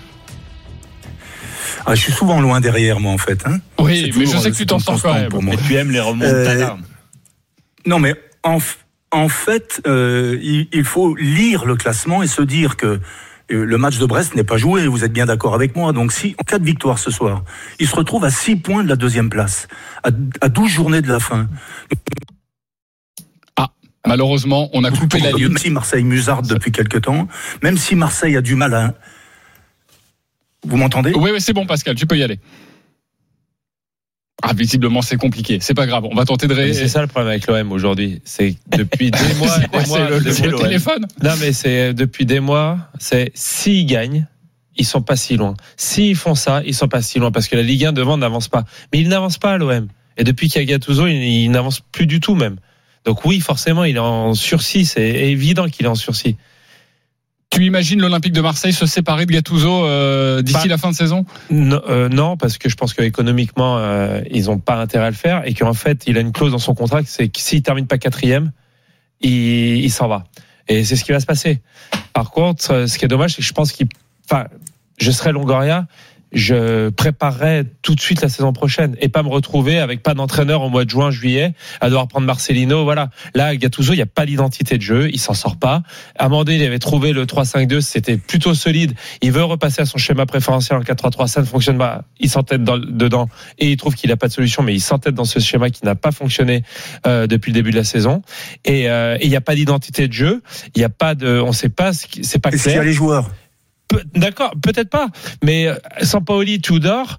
Ah, je suis souvent loin derrière, moi, en fait. Hein. Oui, mais je sais que tu t'en sors quand même. Pour moi. Et tu aimes les remontadas. Euh, non, mais en, en fait, euh, il, il faut lire le classement et se dire que euh, le match de Brest n'est pas joué. Vous êtes bien d'accord avec moi. Donc, si, en cas de victoire ce soir, il se retrouve à six points de la deuxième place, à, à douze journées de la fin. Ah, malheureusement, on a coupé la ligne. Même si Marseille musarde depuis quelque temps, même si Marseille a du mal à... Vous m'entendez ? Oui, oui, c'est bon, Pascal, tu peux y aller. Ah, visiblement, c'est compliqué. C'est pas grave, on va tenter de ré... C'est ça le problème avec l'O M aujourd'hui. C'est depuis des mois. C'est quoi, des c'est mois le, le, le téléphone ? Non, mais c'est depuis des mois. C'est s'ils gagnent, ils sont pas si loin. S'ils font ça, ils sont pas si loin parce que la Ligue un devant n'avance pas. Mais il n'avance pas à l'O M. Et depuis qu'il y a Gattuso, il, il n'avance plus du tout même. Donc oui, forcément, il est en sursis. C'est évident qu'il est en sursis. Tu imagines l'Olympique de Marseille se séparer de Gattuso euh, d'ici bah, la fin de saison ? non, euh, non, parce que je pense qu'économiquement, euh, ils n'ont pas intérêt à le faire et qu'en fait, il a une clause dans son contrat, c'est que s'il ne termine pas quatrième, il, il s'en va. Et c'est ce qui va se passer. Par contre, ce qui est dommage, c'est que je pense qu'il... Enfin, je serais Longoria, je préparerais tout de suite la saison prochaine et pas me retrouver avec pas d'entraîneur au mois de juin, juillet, à devoir prendre Marcelino. Voilà. Là, Gattuso, il n'y a pas d'identité de jeu, il s'en sort pas. Amandé, il avait trouvé le trois cinq deux, c'était plutôt solide. Il veut repasser à son schéma préférentiel en quatre trois trois, ça ne fonctionne pas. Il s'entête dans, dedans et il trouve qu'il n'a pas de solution, mais il s'entête dans ce schéma qui n'a pas fonctionné euh, depuis le début de la saison. Et euh, il n'y a pas d'identité de jeu, il n'y a pas de, on sait pas, c'est pas clair. Est-ce qu'il y a les joueurs? D'accord, peut-être pas, mais Sampaoli, Tudor,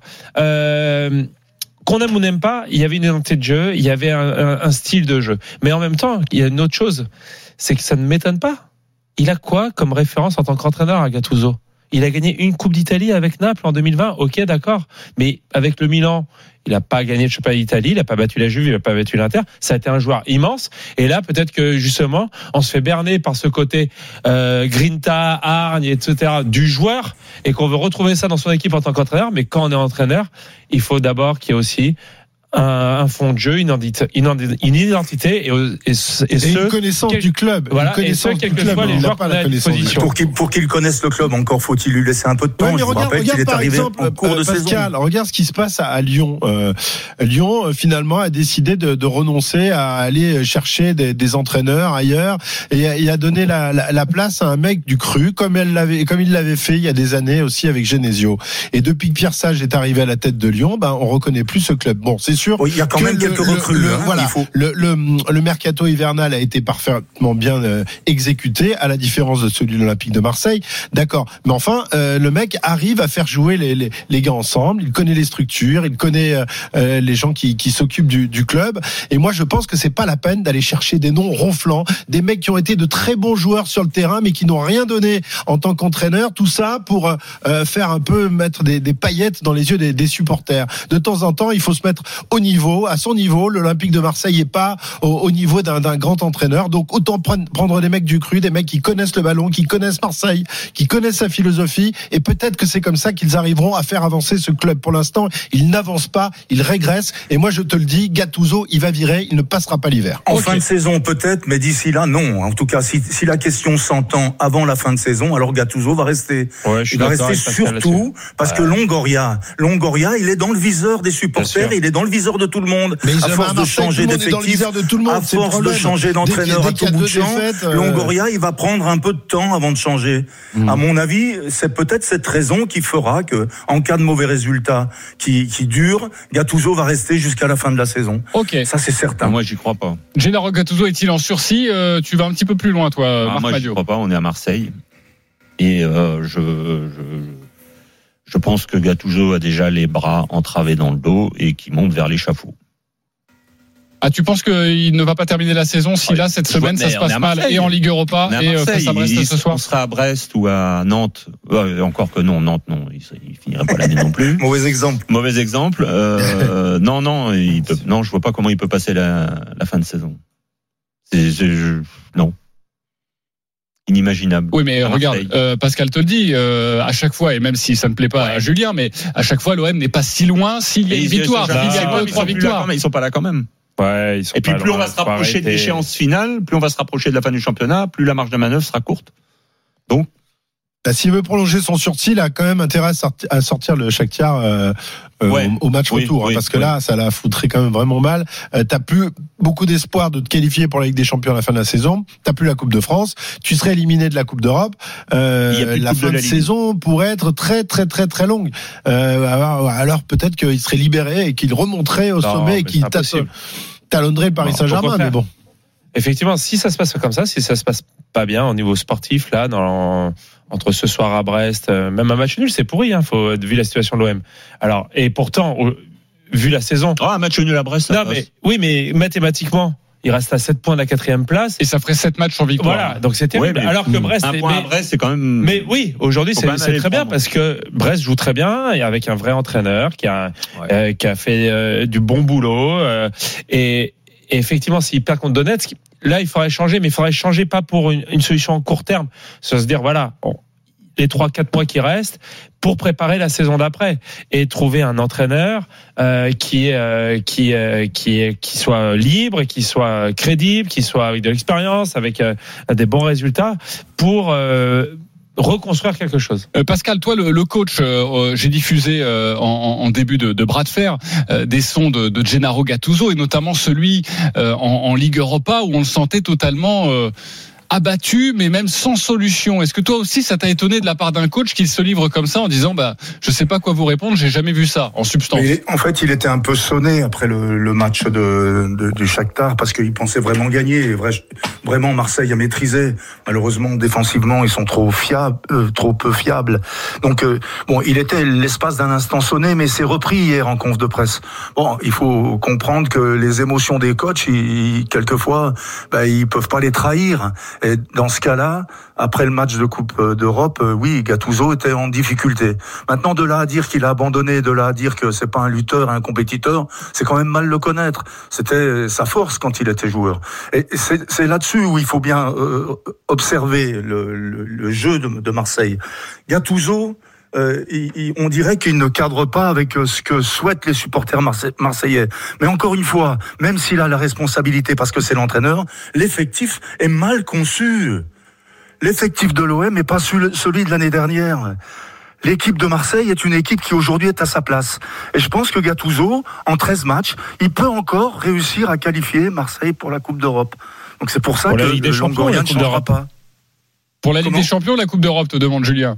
euh, qu'on aime ou n'aime pas, il y avait une identité de jeu, il y avait un, un, un style de jeu. Mais en même temps, il y a une autre chose, c'est que ça ne m'étonne pas. Il a quoi comme référence en tant qu'entraîneur à Gattuso ? Il a gagné une Coupe d'Italie avec Naples en deux mille vingt, ok, d'accord, mais avec le Milan, il n'a pas gagné le championnat d'Italie, il n'a pas battu la Juve, il n'a pas battu l'Inter. Ça a été un joueur immense. Et là, peut-être que justement, on se fait berner par ce côté euh, grinta, hargne, et cetera du joueur, et qu'on veut retrouver ça dans son équipe en tant qu'entraîneur. Mais quand on est entraîneur, il faut d'abord qu'il y ait aussi un, un fond de jeu, une identité, une identité et, et, et, et ce, une connaissance quel, du club. Voilà, une connaissance et ce, quel que soit les joueurs qu'on a à disposition. Pour qu'il, pour qu'il connaisse le club, encore faut-il lui laisser un peu de temps. Ouais, Je regarde, vous rappelle qu'il est arrivé exemple, en cours euh, de Pascal, saison. Regarde ce qui se passe à, à Lyon. Euh, Lyon, euh, finalement, a décidé de, de renoncer à aller chercher des, des entraîneurs ailleurs et a, et a donné la, la, la place à un mec du cru, comme elle l'avait, comme il l'avait fait il y a des années aussi avec Genesio. Et depuis que Pierre Sage est arrivé à la tête de Lyon, ben on reconnaît plus ce club. Bon, c'est sûr. Oui, il y a quand même quelques recrues. Le, hein, voilà, il faut... le, le, le mercato hivernal a été parfaitement bien euh, exécuté, à la différence de celui de l'Olympique de Marseille. D'accord, mais enfin, euh, le mec arrive à faire jouer les, les, les gars ensemble. Il connaît les structures, il connaît euh, les gens qui, qui s'occupent du, du club. Et moi, je pense que c'est pas la peine d'aller chercher des noms ronflants, des mecs qui ont été de très bons joueurs sur le terrain, mais qui n'ont rien donné en tant qu'entraîneur. Tout ça pour euh, faire un peu mettre des, des paillettes dans les yeux des, des supporters. De temps en temps, il faut se mettre au niveau, à son niveau. L'Olympique de Marseille est pas au, au niveau d'un, d'un grand entraîneur. Donc autant prendre, prendre des mecs du cru, des mecs qui connaissent le ballon, qui connaissent Marseille, qui connaissent sa philosophie. Et peut-être que c'est comme ça qu'ils arriveront à faire avancer ce club. Pour l'instant, il n'avance pas, il régresse. Et moi, je te le dis, Gattuso, il va virer, il ne passera pas l'hiver. En okay. fin de saison, peut-être, mais d'ici là, non. En tout cas, si, si la question s'entend avant la fin de saison, alors Gattuso va rester. Ouais, je suis il va rester surtout parce ouais. que Longoria, Longoria, il est dans le viseur des supporters, il est dans le viseur de tout le monde. Mais à force de changer d'effectif, de tout le monde, à force de changer d'entraîneur dès, dès à tout bout de champ, euh... Longoria, il va prendre un peu de temps avant de changer. Mmh. À mon avis, c'est peut-être cette raison qui fera que, en cas de mauvais résultats qui, qui durent, Gattuso va rester jusqu'à la fin de la saison. Ok. Ça, c'est certain. Moi, j'y crois pas. Gennaro Gattuso est-il en sursis ? euh, Tu vas un petit peu plus loin, toi, ah, Marc Moi, Madio. j'y crois pas. On est à Marseille. Et euh, je, je, je pense que Gattuso a déjà les bras entravés dans le dos et qui monte vers l'échafaud. Ah, tu penses qu'il ne va pas terminer la saison si là, cette semaine, ça se passe mal et en Ligue Europa et face à Brest il, ce soir? On sera à Brest ou à Nantes. Euh, encore que non, Nantes, non. Il, il finirait pas l'année non plus. Mauvais exemple. Mauvais exemple. Euh, non, non, il peut, non, je vois pas comment il peut passer la, la fin de saison. C'est, c'est je, non. Inimaginable. Oui, mais regarde, euh, Pascal te le dit, euh, à chaque fois, et même si ça ne plaît pas ouais. à Julien, mais à chaque fois, l'O M n'est pas si loin s'il y a une victoire, s'il y a deux, trois victoires. Ils sont pas là quand même. Ouais, ils sont et puis pas plus loin, on va se rapprocher de l'échéance finale, plus on va se rapprocher de la fin du championnat, plus la marge de manœuvre sera courte. Donc, bah, s'il veut prolonger son sursis, il a quand même intérêt à sortir, à sortir le Shakhtar euh, euh, ouais. au, au match oui, retour, oui, hein, parce que oui. là, ça la foutrait quand même vraiment mal. Euh, t'as plus beaucoup d'espoir de te qualifier pour la Ligue des Champions à la fin de la saison. T'as plus la Coupe de France. Tu serais éliminé de la Coupe d'Europe. Euh, la fin de, de saison pourrait être très, très, très, très longue. Euh, alors, alors peut-être qu'il serait libéré et qu'il remonterait au non, sommet et qu'il talonnerait le Paris non, Saint-Germain. Mais bon. Effectivement, si ça se passe comme ça, si ça se passe pas bien au niveau sportif, là, dans, entre ce soir à Brest, même un match nul, c'est pourri, hein, faut, vu la situation de l'O M. Alors, et pourtant, vu la saison. Oh, un match nul à Brest. Non, mais, oui, mais mathématiquement, il reste à sept points de la quatrième place. Et ça ferait sept matchs en victoire. Voilà, donc c'est terrible. Ouais, alors que Brest, un c'est, point mais, à Brest, c'est quand même. Mais oui, aujourd'hui, c'est, c'est très bien parce que Brest joue très bien et avec un vrai entraîneur qui a, ouais. euh, qui a fait euh, du bon boulot. Euh, et, et effectivement, s'il perd contre Donetsk, là, il faudrait changer, mais il faudrait changer pas pour une, une solution en court terme. C'est se dire, voilà, bon, les trois quatre mois qui restent pour préparer la saison d'après et trouver un entraîneur euh, qui euh, qui euh, qui qui soit libre et qui soit crédible, qui soit avec de l'expérience, avec euh, des bons résultats pour euh, reconstruire quelque chose. Euh, Pascal, toi, le, le coach, euh, j'ai diffusé euh, en, en début de, de bras de fer euh, des sons de, de Gennaro Gattuso et notamment celui euh, en, en Ligue Europa où on le sentait totalement euh, abattu, mais même sans solution. Est-ce que toi aussi, ça t'a étonné de la part d'un coach qui se livre comme ça en disant, bah, je sais pas quoi vous répondre, j'ai jamais vu ça, en substance. Et en fait, il était un peu sonné après le, le match de, de, du Shakhtar parce qu'il pensait vraiment gagner. Et vrai, vraiment, Marseille a maîtrisé. Malheureusement, défensivement, ils sont trop fiables, euh, trop peu fiables. Donc, euh, bon, il était l'espace d'un instant sonné, mais c'est repris hier en conf de presse. Bon, il faut comprendre que les émotions des coachs, ils, quelquefois, bah, ils peuvent pas les trahir. Et dans ce cas-là, après le match de Coupe d'Europe, euh, oui, Gattuso était en difficulté. Maintenant, de là à dire qu'il a abandonné, de là à dire que c'est pas un lutteur, un compétiteur, c'est quand même mal le connaître. C'était sa force quand il était joueur. Et c'est, c'est là-dessus où il faut bien euh, observer le, le, le jeu de, de Marseille. Gattuso, Euh, il, il, on dirait qu'il ne cadre pas avec ce que souhaitent les supporters marseillais. Mais encore une fois, même s'il a la responsabilité parce que c'est l'entraîneur, l'effectif est mal conçu. L'effectif de l'O M n'est pas celui de l'année dernière. L'équipe de Marseille est une équipe qui aujourd'hui est à sa place. Et je pense que Gattuso, en treize matchs, il peut encore réussir à qualifier Marseille pour la Coupe d'Europe. Donc c'est pour ça pour que Longoria ne changera pas. Pour la Ligue Comment des Champions, la Coupe d'Europe, te demande Julien.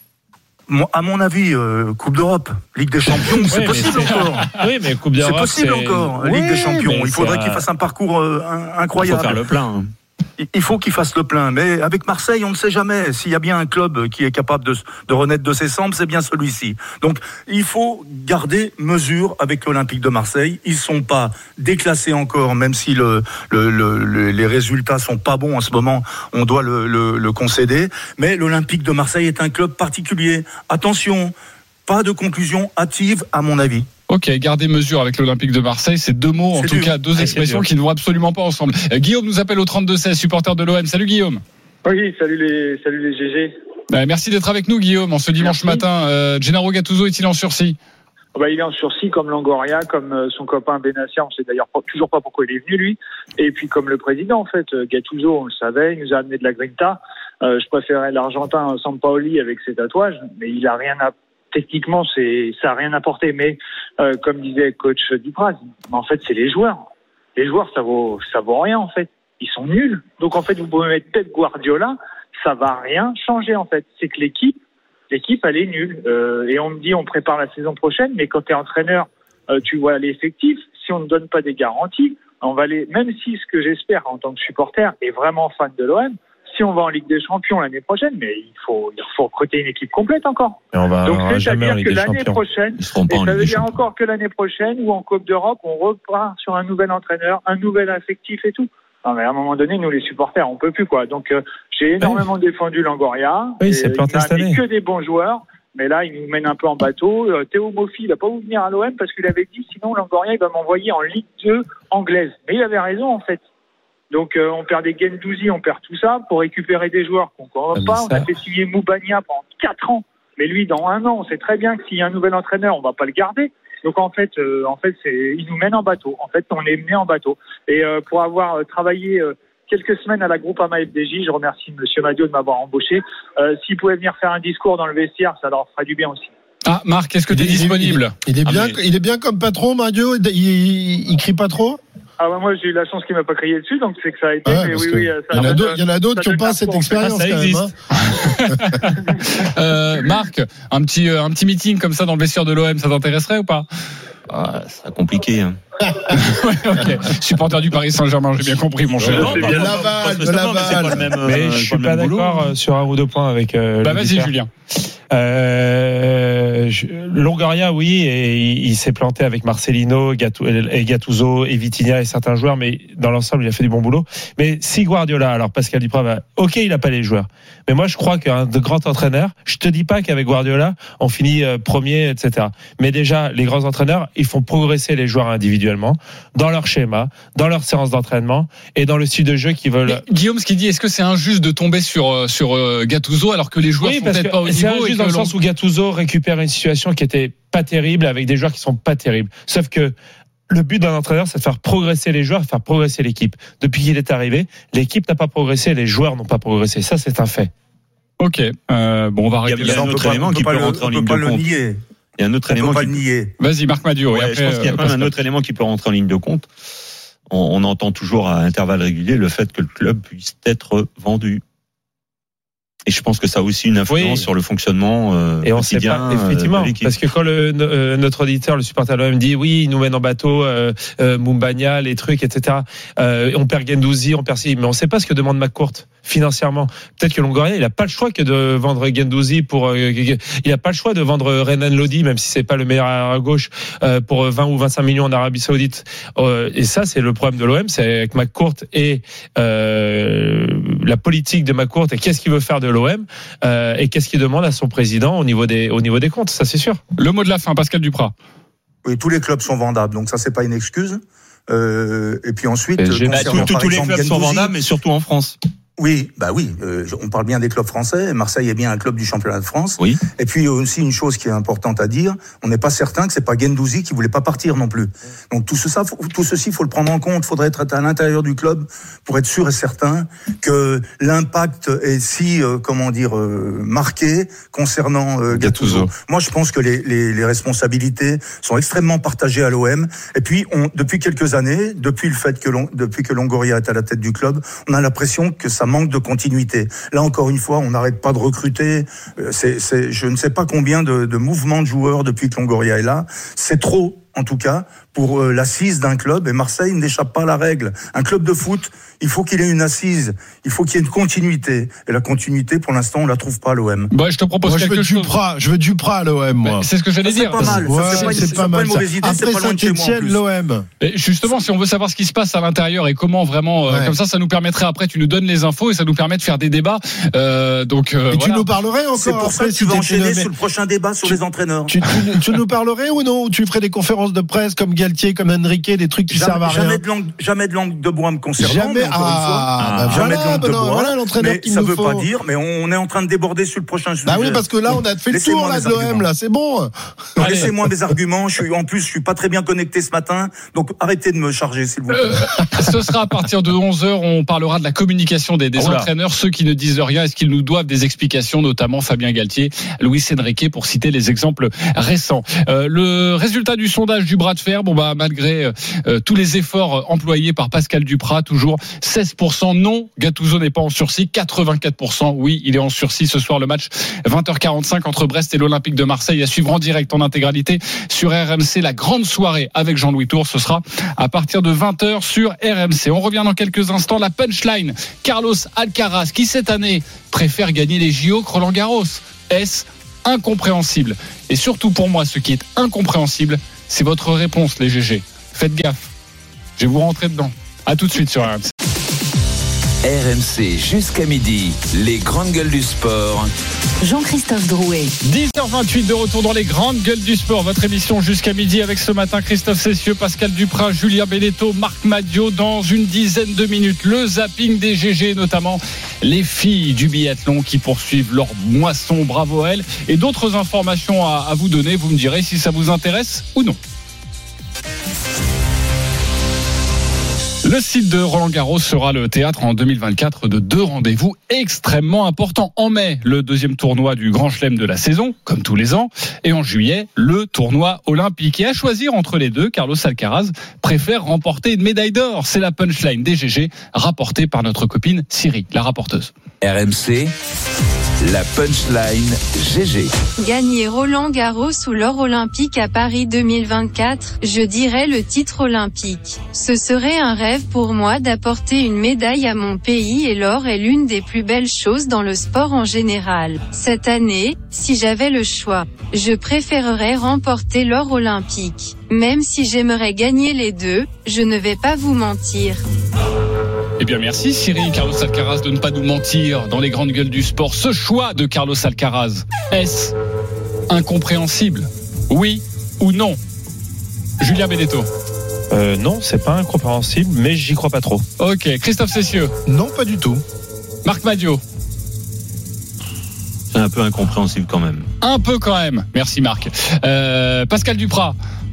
À mon avis, euh, Coupe d'Europe, Ligue des Champions, c'est oui, possible c'est... encore. Oui, mais Coupe d'Europe, c'est possible c'est... encore. Oui, Ligue des Champions, il faudrait qu'il fasse un parcours euh, incroyable. Il faut faire le plein. Il faut qu'il fasse le plein. Mais avec Marseille, on ne sait jamais. S'il y a bien un club qui est capable de, de renaître de ses cendres, c'est bien celui-ci. Donc, il faut garder mesure avec l'Olympique de Marseille. Ils sont pas déclassés encore, même si le, le, le, le, les résultats sont pas bons en ce moment. On doit le, le, le concéder. Mais l'Olympique de Marseille est un club particulier. Attention, pas de conclusion hâtive, à mon avis. Ok, gardez mesure avec l'Olympique de Marseille. C'est deux mots, en c'est tout dur. cas, deux expressions qui ne vont absolument pas ensemble. Euh, Guillaume nous appelle au trente-deux seize, supporter de l'O M. Salut Guillaume. Oui, salut les, salut les G G. Bah, merci d'être avec nous Guillaume, en ce dimanche merci. matin. Euh, Gennaro Gattuso est-il en sursis ? Bah, il est en sursis comme Longoria, comme euh, son copain Benassia. On sait d'ailleurs pas, toujours pas pourquoi il est venu lui. Et puis comme le président en fait, Gattuso, on le savait, il nous a amené de la grinta. Euh, je préférais l'Argentin Sampaoli avec ses tatouages, mais il a rien à techniquement, c'est, ça n'a rien apporté. Mais euh, comme disait coach Dupraz, en fait, c'est les joueurs. Les joueurs, ça vaut, ça vaut rien en fait. Ils sont nuls. Donc en fait, vous pouvez mettre Pep Guardiola, ça va rien changer en fait. C'est que l'équipe, l'équipe, elle est nulle. Euh, et on me dit, on prépare la saison prochaine, mais quand tu es entraîneur, euh, tu vois les effectifs. Si on ne donne pas des garanties, on va les. Même si ce que j'espère en tant que supporter est vraiment fan de l'O M. Si on va en Ligue des Champions l'année prochaine, mais il faut, il faut recruter une équipe complète encore. Et on va, Donc on c'est-à-dire que l'année prochaine, et ça veut dire encore que l'année prochaine ou en Coupe d'Europe, on repart sur un nouvel entraîneur, un nouvel effectif et tout. Non mais à un moment donné, nous les supporters, on peut plus quoi. Donc euh, j'ai énormément oui. défendu Longoria. Oui, c'est planté cette année. Que des bons joueurs. Mais là, il nous mène un peu en bateau. Euh, Théo Moffi, il n'a pas voulu venir à l'O M parce qu'il avait dit sinon Longoria, il va m'envoyer en Ligue deux anglaise. Mais il avait raison en fait. Donc euh, on perd des Guendouzi, on perd tout ça pour récupérer des joueurs qu'on ne connaît pas. On a fait signer Moubania pendant quatre ans, mais lui dans un an, on sait très bien que s'il y a un nouvel entraîneur, on ne va pas le garder. Donc en fait, euh, en fait, c'est, il nous mène en bateau. En fait, on est mené en bateau. Et euh, pour avoir euh, travaillé euh, quelques semaines à la Groupama F D J, je remercie Monsieur Madio de m'avoir embauché. Euh, s'il pouvait venir faire un discours dans le vestiaire, ça leur ferait du bien aussi. Ah Marc, est-ce que tu es disponible ? Il est, il est bien, ah, mais... il est bien comme patron, Madio. Il, il, il crie pas trop ? Ah bah moi j'ai eu la chance qu'il m'a pas crié dessus, donc c'est que ça a été. Ouais, mais oui, oui, ça, il y en a d'autres, il y en a d'autres qui n'ont pas cette expérience ça quand existe. même. Hein. euh, Marc, un petit un petit meeting comme ça dans le vestiaire de l'O M, ça t'intéresserait ou pas ? Ah, ça sera compliqué. Hein. ouais, ok. Supporter du Paris Saint-Germain, j'ai bien compris, mon cher. De Laval, de Laval. Mais je suis pas d'accord boulot. sur un ou deux points avec. Euh, bah vas-y, Julien. Euh, je, Longoria, oui, et il, il s'est planté avec Marcelino, et Gattuso, et Vitinha et certains joueurs, mais dans l'ensemble, il a fait du bon boulot. Mais si Guardiola, alors Pascal Duprat va, ok, il n'a pas les joueurs, mais moi je crois qu'un grand entraîneur, je te dis pas qu'avec Guardiola, on finit premier, et cetera. Mais déjà, les grands entraîneurs, ils font progresser les joueurs individuellement, dans leur schéma, dans leur séance d'entraînement, et dans le style de jeu qu'ils veulent. Mais Guillaume, ce qu'il dit, est-ce que c'est injuste de tomber sur, sur Gattuso alors que les joueurs oui, sont peut-être pas au niveau? C'est injuste dans le sens où Gattuso récupère une situation qui était pas terrible avec des joueurs qui sont pas terribles. Sauf que le but d'un entraîneur, c'est de faire progresser les joueurs, de faire progresser l'équipe. Depuis qu'il est arrivé, l'équipe n'a pas progressé, les joueurs n'ont pas progressé. Ça, c'est un fait. Ok. Euh, bon, on va arrêter. Il y a, il y a un autre élément qui peut rentrer en ligne de compte. Il y a un autre élément qui peut nier. Vas-y, Marc Madiot. Ouais, je pense qu'il y a quand même un autre élément qui peut rentrer en ligne de compte. On, on entend toujours à intervalles réguliers le fait que le club puisse être vendu. Et je pense que ça a aussi une influence oui. sur le fonctionnement euh, et on sait pas, effectivement, de l'équipe. Parce que quand le, euh, notre auditeur, le supporter de l'O M dit oui, il nous mène en bateau, euh, euh, Moumbagna, les trucs, et cetera. Euh, on perd Guendouzi, on perd si, mais on ne sait pas ce que demande McCourt financièrement. Peut-être que Longoria, il n'a pas le choix que de vendre Guendouzi pour, euh, il n'a pas le choix de vendre Renan Lodi, même si c'est pas le meilleur à gauche, euh, pour vingt ou vingt-cinq millions en Arabie Saoudite. Euh, et ça, c'est le problème de l'O M, c'est avec McCourt et euh, la politique de McCourt et qu'est-ce qu'il veut faire de l'O M euh, et qu'est-ce qu'il demande à son président au niveau des au niveau des comptes, ça c'est sûr. Le mot de la fin, Pascal Duprat. Oui, tous les clubs sont vendables, donc ça c'est pas une excuse. Euh, et puis ensuite, bah, tout, tout, tous les clubs Gendouzi, sont vendables, mais surtout en France. Oui, bah oui, euh, on parle bien des clubs français. Marseille est bien un club du championnat de France. Oui. Et puis aussi une chose qui est importante à dire, on n'est pas certain que c'est pas Guendouzi qui voulait pas partir non plus. Donc tout ça, tout ceci, faut le prendre en compte. Faudrait être à l'intérieur du club pour être sûr et certain que l'impact est si, euh, comment dire, euh, marqué concernant euh, Gattuso. Moi, je pense que les, les, les responsabilités sont extrêmement partagées à l'O M. Et puis, on, depuis quelques années, depuis le fait que l'on, depuis que Longoria est à la tête du club, on a l'impression que ça manque de continuité. Là, encore une fois, on n'arrête pas de recruter. C'est, c'est, je ne sais pas combien de, de mouvements de joueurs depuis que Longoria est là. C'est trop, en tout cas, pour euh, l'assise d'un club. Et Marseille n'échappe pas à la règle. Un club de foot, il faut qu'il ait une assise. Il faut qu'il y ait une continuité. Et la continuité, pour l'instant, on la trouve pas à l'O M. Bah, je te propose moi, quelque je veux chose. Duprat, je veux Duprat à l'O M, moi. Mais c'est ce que j'allais ça, dire. C'est pas mal. Ouais, ça, c'est pas, c'est c'est pas, pas mal, une mauvaise idée. Après, c'est pas loin de chez moi, en plus. l'O M. Et justement, si on veut savoir ce qui se passe à l'intérieur et comment vraiment, ouais. euh, comme ça, ça nous permettrait après, tu nous donnes les infos et ça nous permet de faire des débats. Euh, donc, euh, et voilà. tu nous parlerais encore. C'est pour après, ça que si tu vas enchaîner nommé... sur le prochain débat sur tu, les entraîneurs. Tu, tu, tu nous parlerais ou non? Ou tu ferais des conférences de presse comme Galtier, comme Enrique, des trucs qui jamais, servent à rien? Jamais de langue, jamais de langue de bois me concernant. Jamais. Encore ah, une fois, bah jamais voilà, de langue bah de non, bois. voilà l'entraîneur mais qu'il ça nous veut faut. pas dire, mais on est en train de déborder sur le prochain sujet. Bah oui, parce que là, on a fait le tour là, de l'O M, là, c'est bon. Allez. Laissez-moi mes arguments. Je suis, en plus, je suis pas très bien connecté ce matin, donc arrêtez de me charger, s'il vous plaît. Euh, ce sera à partir de onze heures. On parlera de la communication des, des oh entraîneurs, ceux qui ne disent rien. Est-ce qu'ils nous doivent des explications, notamment Fabien Galtier, Luis Enrique, pour citer les exemples récents. Euh, le résultat du sondage du bras de fer, bon bah malgré euh, tous les efforts employés par Pascal Duprat, toujours seize pour cent non, Gattuso n'est pas en sursis, quatre-vingt-quatre pour cent oui, il est en sursis. Ce soir, le match vingt heures quarante-cinq entre Brest et l'Olympique de Marseille à suivre en direct en intégralité sur R M C. La grande soirée avec Jean-Louis Tour, ce sera à partir de vingt heures sur R M C. On revient dans quelques instants. La punchline, Carlos Alcaraz, qui cette année préfère gagner les J O que Roland Garros. Est-ce incompréhensible? Et surtout pour moi, ce qui est incompréhensible, c'est votre réponse, les G G. Faites gaffe, je vais vous rentrer dedans. À tout de suite sur R M C. R M C jusqu'à midi, les grandes gueules du sport. Jean-Christophe Drouet. dix heures vingt-huit de retour dans les grandes gueules du sport. Votre émission jusqu'à midi avec ce matin Christophe Cessieux, Pascal Duprat, Julien Belletto, Marc Madiot. Dans une dizaine de minutes, le zapping des G G, notamment les filles du biathlon qui poursuivent leur moisson. Bravo à elles. Et d'autres informations à, à vous donner. Vous me direz si ça vous intéresse ou non. Le site de Roland Garros sera le théâtre en deux mille vingt-quatre de deux rendez-vous extrêmement importants. En mai, le deuxième tournoi du Grand Chelem de la saison, comme tous les ans. Et en juillet, le tournoi olympique. Et à choisir entre les deux, Carlos Alcaraz préfère remporter une médaille d'or. C'est la punchline des G G, rapportée par notre copine Siri, la rapporteuse. R M C, La punchline G G. Gagner Roland Garros ou l'or olympique à Paris deux mille vingt-quatre, je dirais le titre olympique. Ce serait un rêve pour moi d'apporter une médaille à mon pays et l'or est l'une des plus belles choses dans le sport en général. Cette année, si j'avais le choix, je préférerais remporter l'or olympique. Même si j'aimerais gagner les deux, je ne vais pas vous mentir. Eh bien merci Cyril Carlos Alcaraz de ne pas nous mentir dans les grandes gueules du sport. Ce choix de Carlos Alcaraz, est-ce incompréhensible? Oui ou non? Julien Benedetto. Euh, non, c'est pas incompréhensible, mais j'y crois pas trop. Ok, Christophe Cessieux. Non, pas du tout. Marc Madiot. C'est un peu incompréhensible quand même. Un peu quand même. Merci Marc. Euh, Pascal Duprat.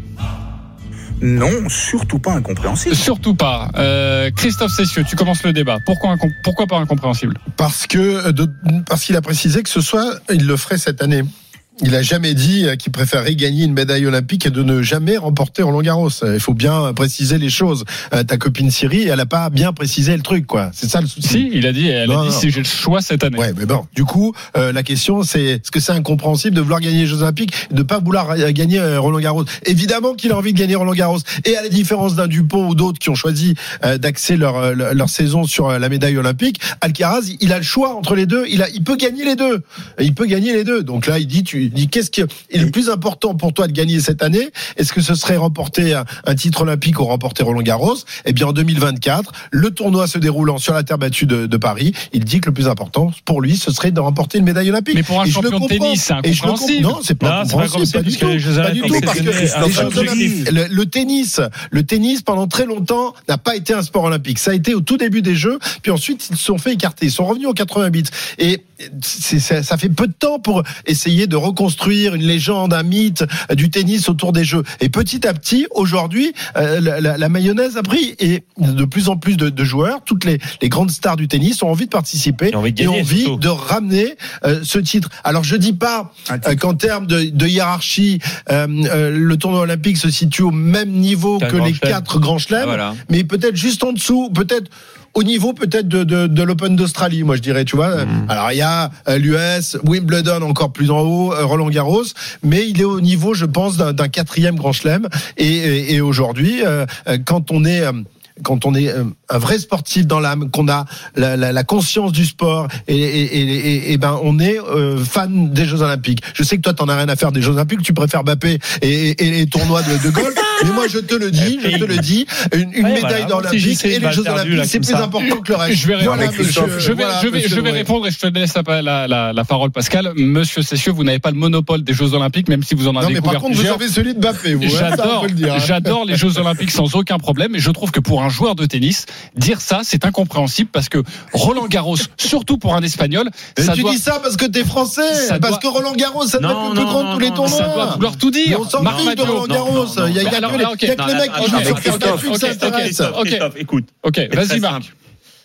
Non, surtout pas incompréhensible. Surtout pas. Euh, Christophe Cessieux, tu commences le débat. Pourquoi, incom- pourquoi pas incompréhensible? Parce que de, parce qu'il a précisé que ce soit, il le ferait cette année. Il a jamais dit qu'il préférerait gagner une médaille olympique et de ne jamais remporter Roland Garros. Il faut bien préciser les choses. Euh, ta copine Siri, elle a pas bien précisé le truc, quoi. C'est ça le souci. Si, il a dit, elle non, a dit non. si j'ai le choix cette année. Ouais, mais bon. Du coup, euh, la question, c'est est-ce que c'est incompréhensible de vouloir gagner les Jeux Olympiques et de pas vouloir gagner euh, Roland Garros? Évidemment qu'il a envie de gagner Roland Garros. Et à la différence d'un Dupont ou d'autres qui ont choisi euh, d'axer leur, euh, leur saison sur euh, la médaille olympique, Alcaraz, il a le choix entre les deux. Il a, il peut gagner les deux. Il peut gagner les deux. Donc là, il dit, tu dis, qu'est-ce qui est le plus important pour toi de gagner cette année? Est-ce que ce serait remporter un, un titre olympique ou remporter Roland Garros? Eh bien, en deux mille vingt-quatre, le tournoi se déroulant sur la terre battue de, de Paris, il dit que le plus important pour lui, ce serait de remporter une médaille olympique. Mais pour un et champion de tennis, c'est incompréhensible. Non, c'est pas incompréhensible, pas du tout. Pas du tout, parce que les Jeux Olympiques, le, le tennis, le tennis pendant très longtemps n'a pas été un sport olympique. Ça a été au tout début des Jeux, puis ensuite ils se sont fait écarter. Ils sont revenus en quatre-vingt-huit. Et c'est, ça, ça fait peu de temps pour essayer de reconstruire une légende, un mythe du tennis autour des Jeux. Et petit à petit, aujourd'hui, euh, la, la, la mayonnaise a pris et de plus en plus de, de joueurs, toutes les, les grandes stars du tennis ont envie de participer et, envie de, gagner, et envie de ramener euh, ce titre. Alors je dis pas euh, qu'en termes de, de hiérarchie, euh, euh, le tournoi olympique se situe au même niveau que les quatre grands chelems, ah, voilà. Mais peut-être juste en dessous, peut-être au niveau peut-être de, de, de l'Open d'Australie, moi je dirais, tu vois. Mmh. Alors il y a euh, l'U S, Wimbledon encore plus en haut, euh, Roland Garros, mais il est au niveau, je pense, d'un, d'un quatrième grand chelem. Et, et, et aujourd'hui, euh, quand on est... Euh, quand on est un vrai sportif dans l'âme, qu'on a la, la, la conscience du sport, et, et, et, et, et ben on est euh, fan des Jeux Olympiques. Je sais que toi t'en as rien à faire des Jeux Olympiques, tu préfères Mbappé et, et, et les tournois de, de golf, mais moi je te le dis, je te le dis, une, une ouais, médaille voilà. d'Olympique et les Jeux Olympiques, c'est plus ça. important que le reste. Je vais, voilà, monsieur, je vais, voilà, je vais, je vais répondre et je te laisse la, la, la, la parole, Pascal. Monsieur Cessieux, vous n'avez pas le monopole des Jeux Olympiques, même si vous en avez découvert. Non, mais par contre, plusieurs. Vous avez celui de Mbappé. Vous, j'adore, ça, on peut le dire, hein. J'adore les Jeux Olympiques sans aucun problème, et je trouve que pour un joueur de tennis, dire ça, c'est incompréhensible parce que Roland Garros, surtout pour un Espagnol, ça tu doit... dis ça parce que t'es français, ça parce doit... que Roland Garros, ça doit être le plus grand de tous les tournois. Ça doit vouloir tout dire. Mais on s'en fout de Roland Garros. Il y a, y a alors, que, alors, okay. y a que les mecs qui jouent sur Christophe qui s'intéressent. Christophe, écoute. Ok, vas-y Marc.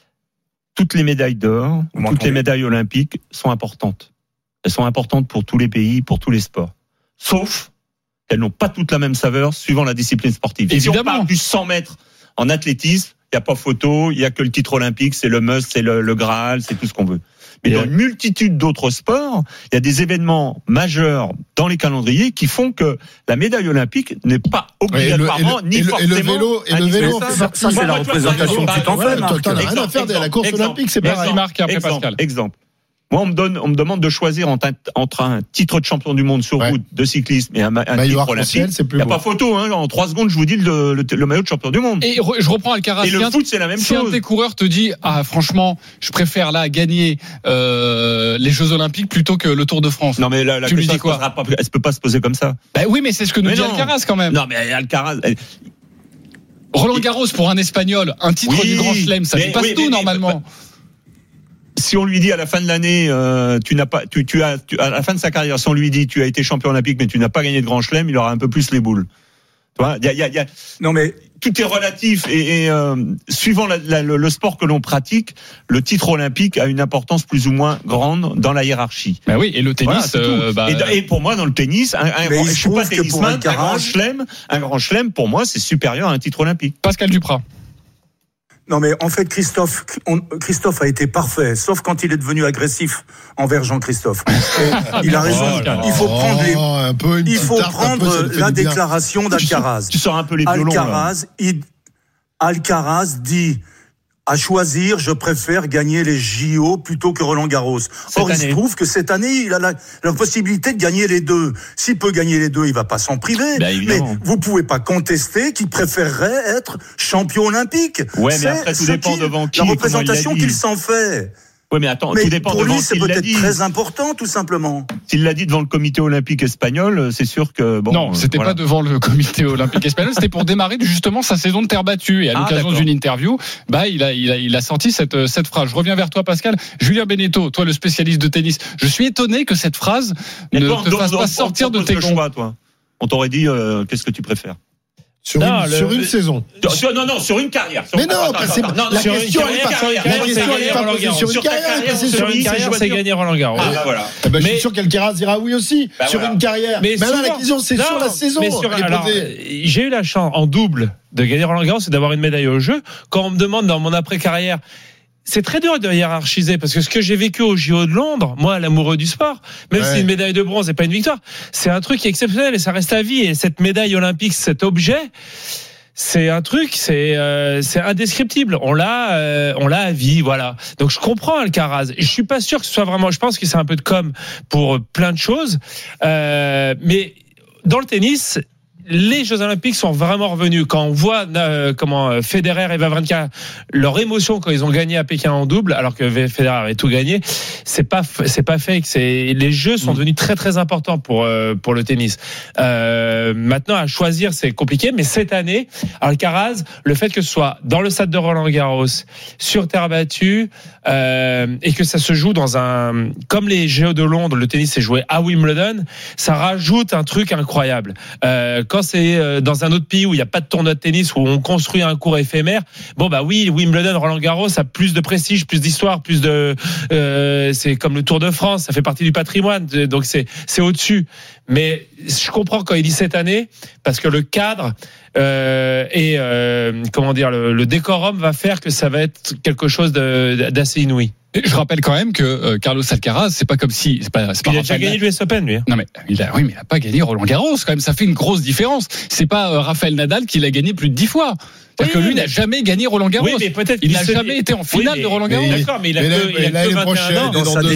Toutes les médailles d'or, toutes les médailles olympiques sont importantes. Elles sont importantes pour tous les pays, pour tous les sports. Sauf qu'elles n'ont pas toutes la même saveur suivant la discipline sportive. Et si on parle du cent mètres en athlétisme, il n'y a pas photo, il n'y a que le titre olympique, c'est le must, c'est le, le Graal, c'est tout ce qu'on veut. Mais dans une multitude d'autres sports, il y a des événements majeurs dans les calendriers qui font que la médaille olympique n'est pas obligatoirement ni forcément. Et le vélo, et le vélo, ça, ça c'est la représentation que tu t'en fais. T'en as rien à faire de la course olympique, c'est pareil. Marc, après Pascal. Exemple. Moi, on me donne, on me demande de choisir entre un, entre un titre de champion du monde sur ouais. route de cyclisme et un, un titre olympique. Il n'y a pas photo, hein. En trois secondes, je vous dis le, le, le maillot de champion du monde. Et re, je reprends Alcaraz. Et le foot, c'est la même si chose. Si un de tes coureurs te dit, ah, franchement, je préfère là gagner euh, les Jeux Olympiques plutôt que le Tour de France. Non, mais la, la tu lui dis quoi? Pas, elle ne peut pas se poser comme ça. Bah oui, mais c'est ce que nous mais dit non. Alcaraz quand même. Non, mais Alcaraz. Elle... Roland Garros pour un Espagnol, un titre oui, du Grand Chelem, ça dépasse oui, tout mais, normalement. Mais, si on lui dit à la fin de l'année, euh, tu n'as pas, tu, tu as, tu, à la fin de sa carrière, si on lui dit tu as été champion olympique mais tu n'as pas gagné de Grand Chelem, il aura un peu plus les boules. Tu vois, il y a, il y a, il y a, non mais tout est relatif et, et euh, suivant la, la, le, le sport que l'on pratique, le titre olympique a une importance plus ou moins grande dans la hiérarchie. Ben oui, et le tennis. Voilà, euh, bah, et, et pour moi, dans le tennis, un, un grand, je suis pas tennisman, un grand chelem, un grand chelem, pour moi, c'est supérieur à un titre olympique. Pascal Duprat. Non mais en fait Christophe, on, Christophe a été parfait, sauf quand il est devenu agressif envers Jean-Christophe. Il a raison. Oh il faut prendre les, oh, un peu il faut tarte, prendre la déclaration d'Alcaraz. Tu sors un peu les violons. Alcaraz, il, Alcaraz dit à choisir, je préfère gagner les J O plutôt que Roland Garros. Cette Or, année. il se trouve que cette année, il a la, la possibilité de gagner les deux. S'il peut gagner les deux, il va pas s'en priver. Ben, mais vous pouvez pas contester qu'il préférerait être champion olympique. Ouais, mais après, tout dépend qui, devant qui. La représentation qu'il s'en fait. Oui, mais attends, mais tout dépend pour devant lui, c'est qui peut-être très important, tout simplement. S'il l'a dit devant le comité olympique espagnol, c'est sûr que bon. Non, c'était euh, voilà. pas devant le comité olympique espagnol, c'était pour démarrer justement sa saison de terre battue. Et à ah, l'occasion d'accord. d'une interview, bah il a, il a, il a sorti cette cette phrase. Je reviens vers toi, Pascal. Julien Beneteau, toi le spécialiste de tennis. Je suis étonné que cette phrase mais ne toi, te fasse pas sortir de tes gonds. Toi, on t'aurait dit, euh, qu'est-ce que tu préfères? Sur, non, une, le, sur une saison. Sur, non, non, sur une carrière. Sur mais une, non, attends, parce que attends, la sur question elle n'est pas sur une carrière. Sur une carrière, sur une carrière, c'est gagner Roland Garros. Ah, bah, voilà. Eh ben, mais, je suis sûr qu'Alcaraz dira oui aussi. Bah, sur voilà. une carrière. Mais, mais souvent, là, la question, c'est non, sur la saison. Mais sur, alors, j'ai eu la chance en double de gagner Roland Garros et d'avoir une médaille au jeu. Quand on me demande dans mon après-carrière, c'est très dur de hiérarchiser parce que ce que j'ai vécu au J O de Londres, moi, l'amoureux du sport, même ouais. si c'est une médaille de bronze et pas une victoire, c'est un truc exceptionnel et ça reste à vie. Et cette médaille olympique, cet objet, c'est un truc, c'est euh, c'est indescriptible. On l'a, euh, on l'a à vie, voilà. Donc je comprends Alcaraz. Je suis pas sûr que ce soit vraiment. Je pense que c'est un peu de com pour plein de choses, euh, mais dans le tennis. Les Jeux Olympiques sont vraiment revenus. Quand on voit euh, comment Federer et Wawrinka, leur émotion quand ils ont gagné à Pékin en double, alors que Federer avait tout gagné, c'est pas c'est pas fake. C'est les Jeux sont devenus très très importants pour euh, pour le tennis. Euh, maintenant à choisir c'est compliqué, mais cette année Alcaraz, le fait que ce soit dans le stade de Roland-Garros, sur terre battue, euh, et que ça se joue dans un comme les Jeux de Londres, le tennis s'est joué à Wimbledon, ça rajoute un truc incroyable. Euh, quand c'est dans un autre pays où il n'y a pas de tournoi de tennis, où on construit un cours éphémère, bon bah oui, Wimbledon, Roland-Garros, ça a plus de prestige, plus d'histoire, plus de, euh, c'est comme le Tour de France, ça fait partie du patrimoine, donc c'est c'est au-dessus. Mais je comprends quand il dit cette année, parce que le cadre euh, et euh, comment dire, le, le décorum va faire que ça va être quelque chose de, d'assez inouï. Je rappelle quand même que euh, Carlos Alcaraz, c'est pas comme si, c'est pas, c'est pas il a déjà gagné l'U S Open, lui. Hein. Non mais il a, oui, mais il a pas gagné Roland Garros. Quand même, ça fait une grosse différence. C'est pas euh, Rafael Nadal qui l'a gagné plus de dix fois. C'est-à-dire oui, que lui n'a jamais gagné Roland Garros. Oui, mais peut-être il n'a jamais été en finale oui, mais, de Roland Garros. D'accord, mais il a que, il a que vingt et un ans. Dans sa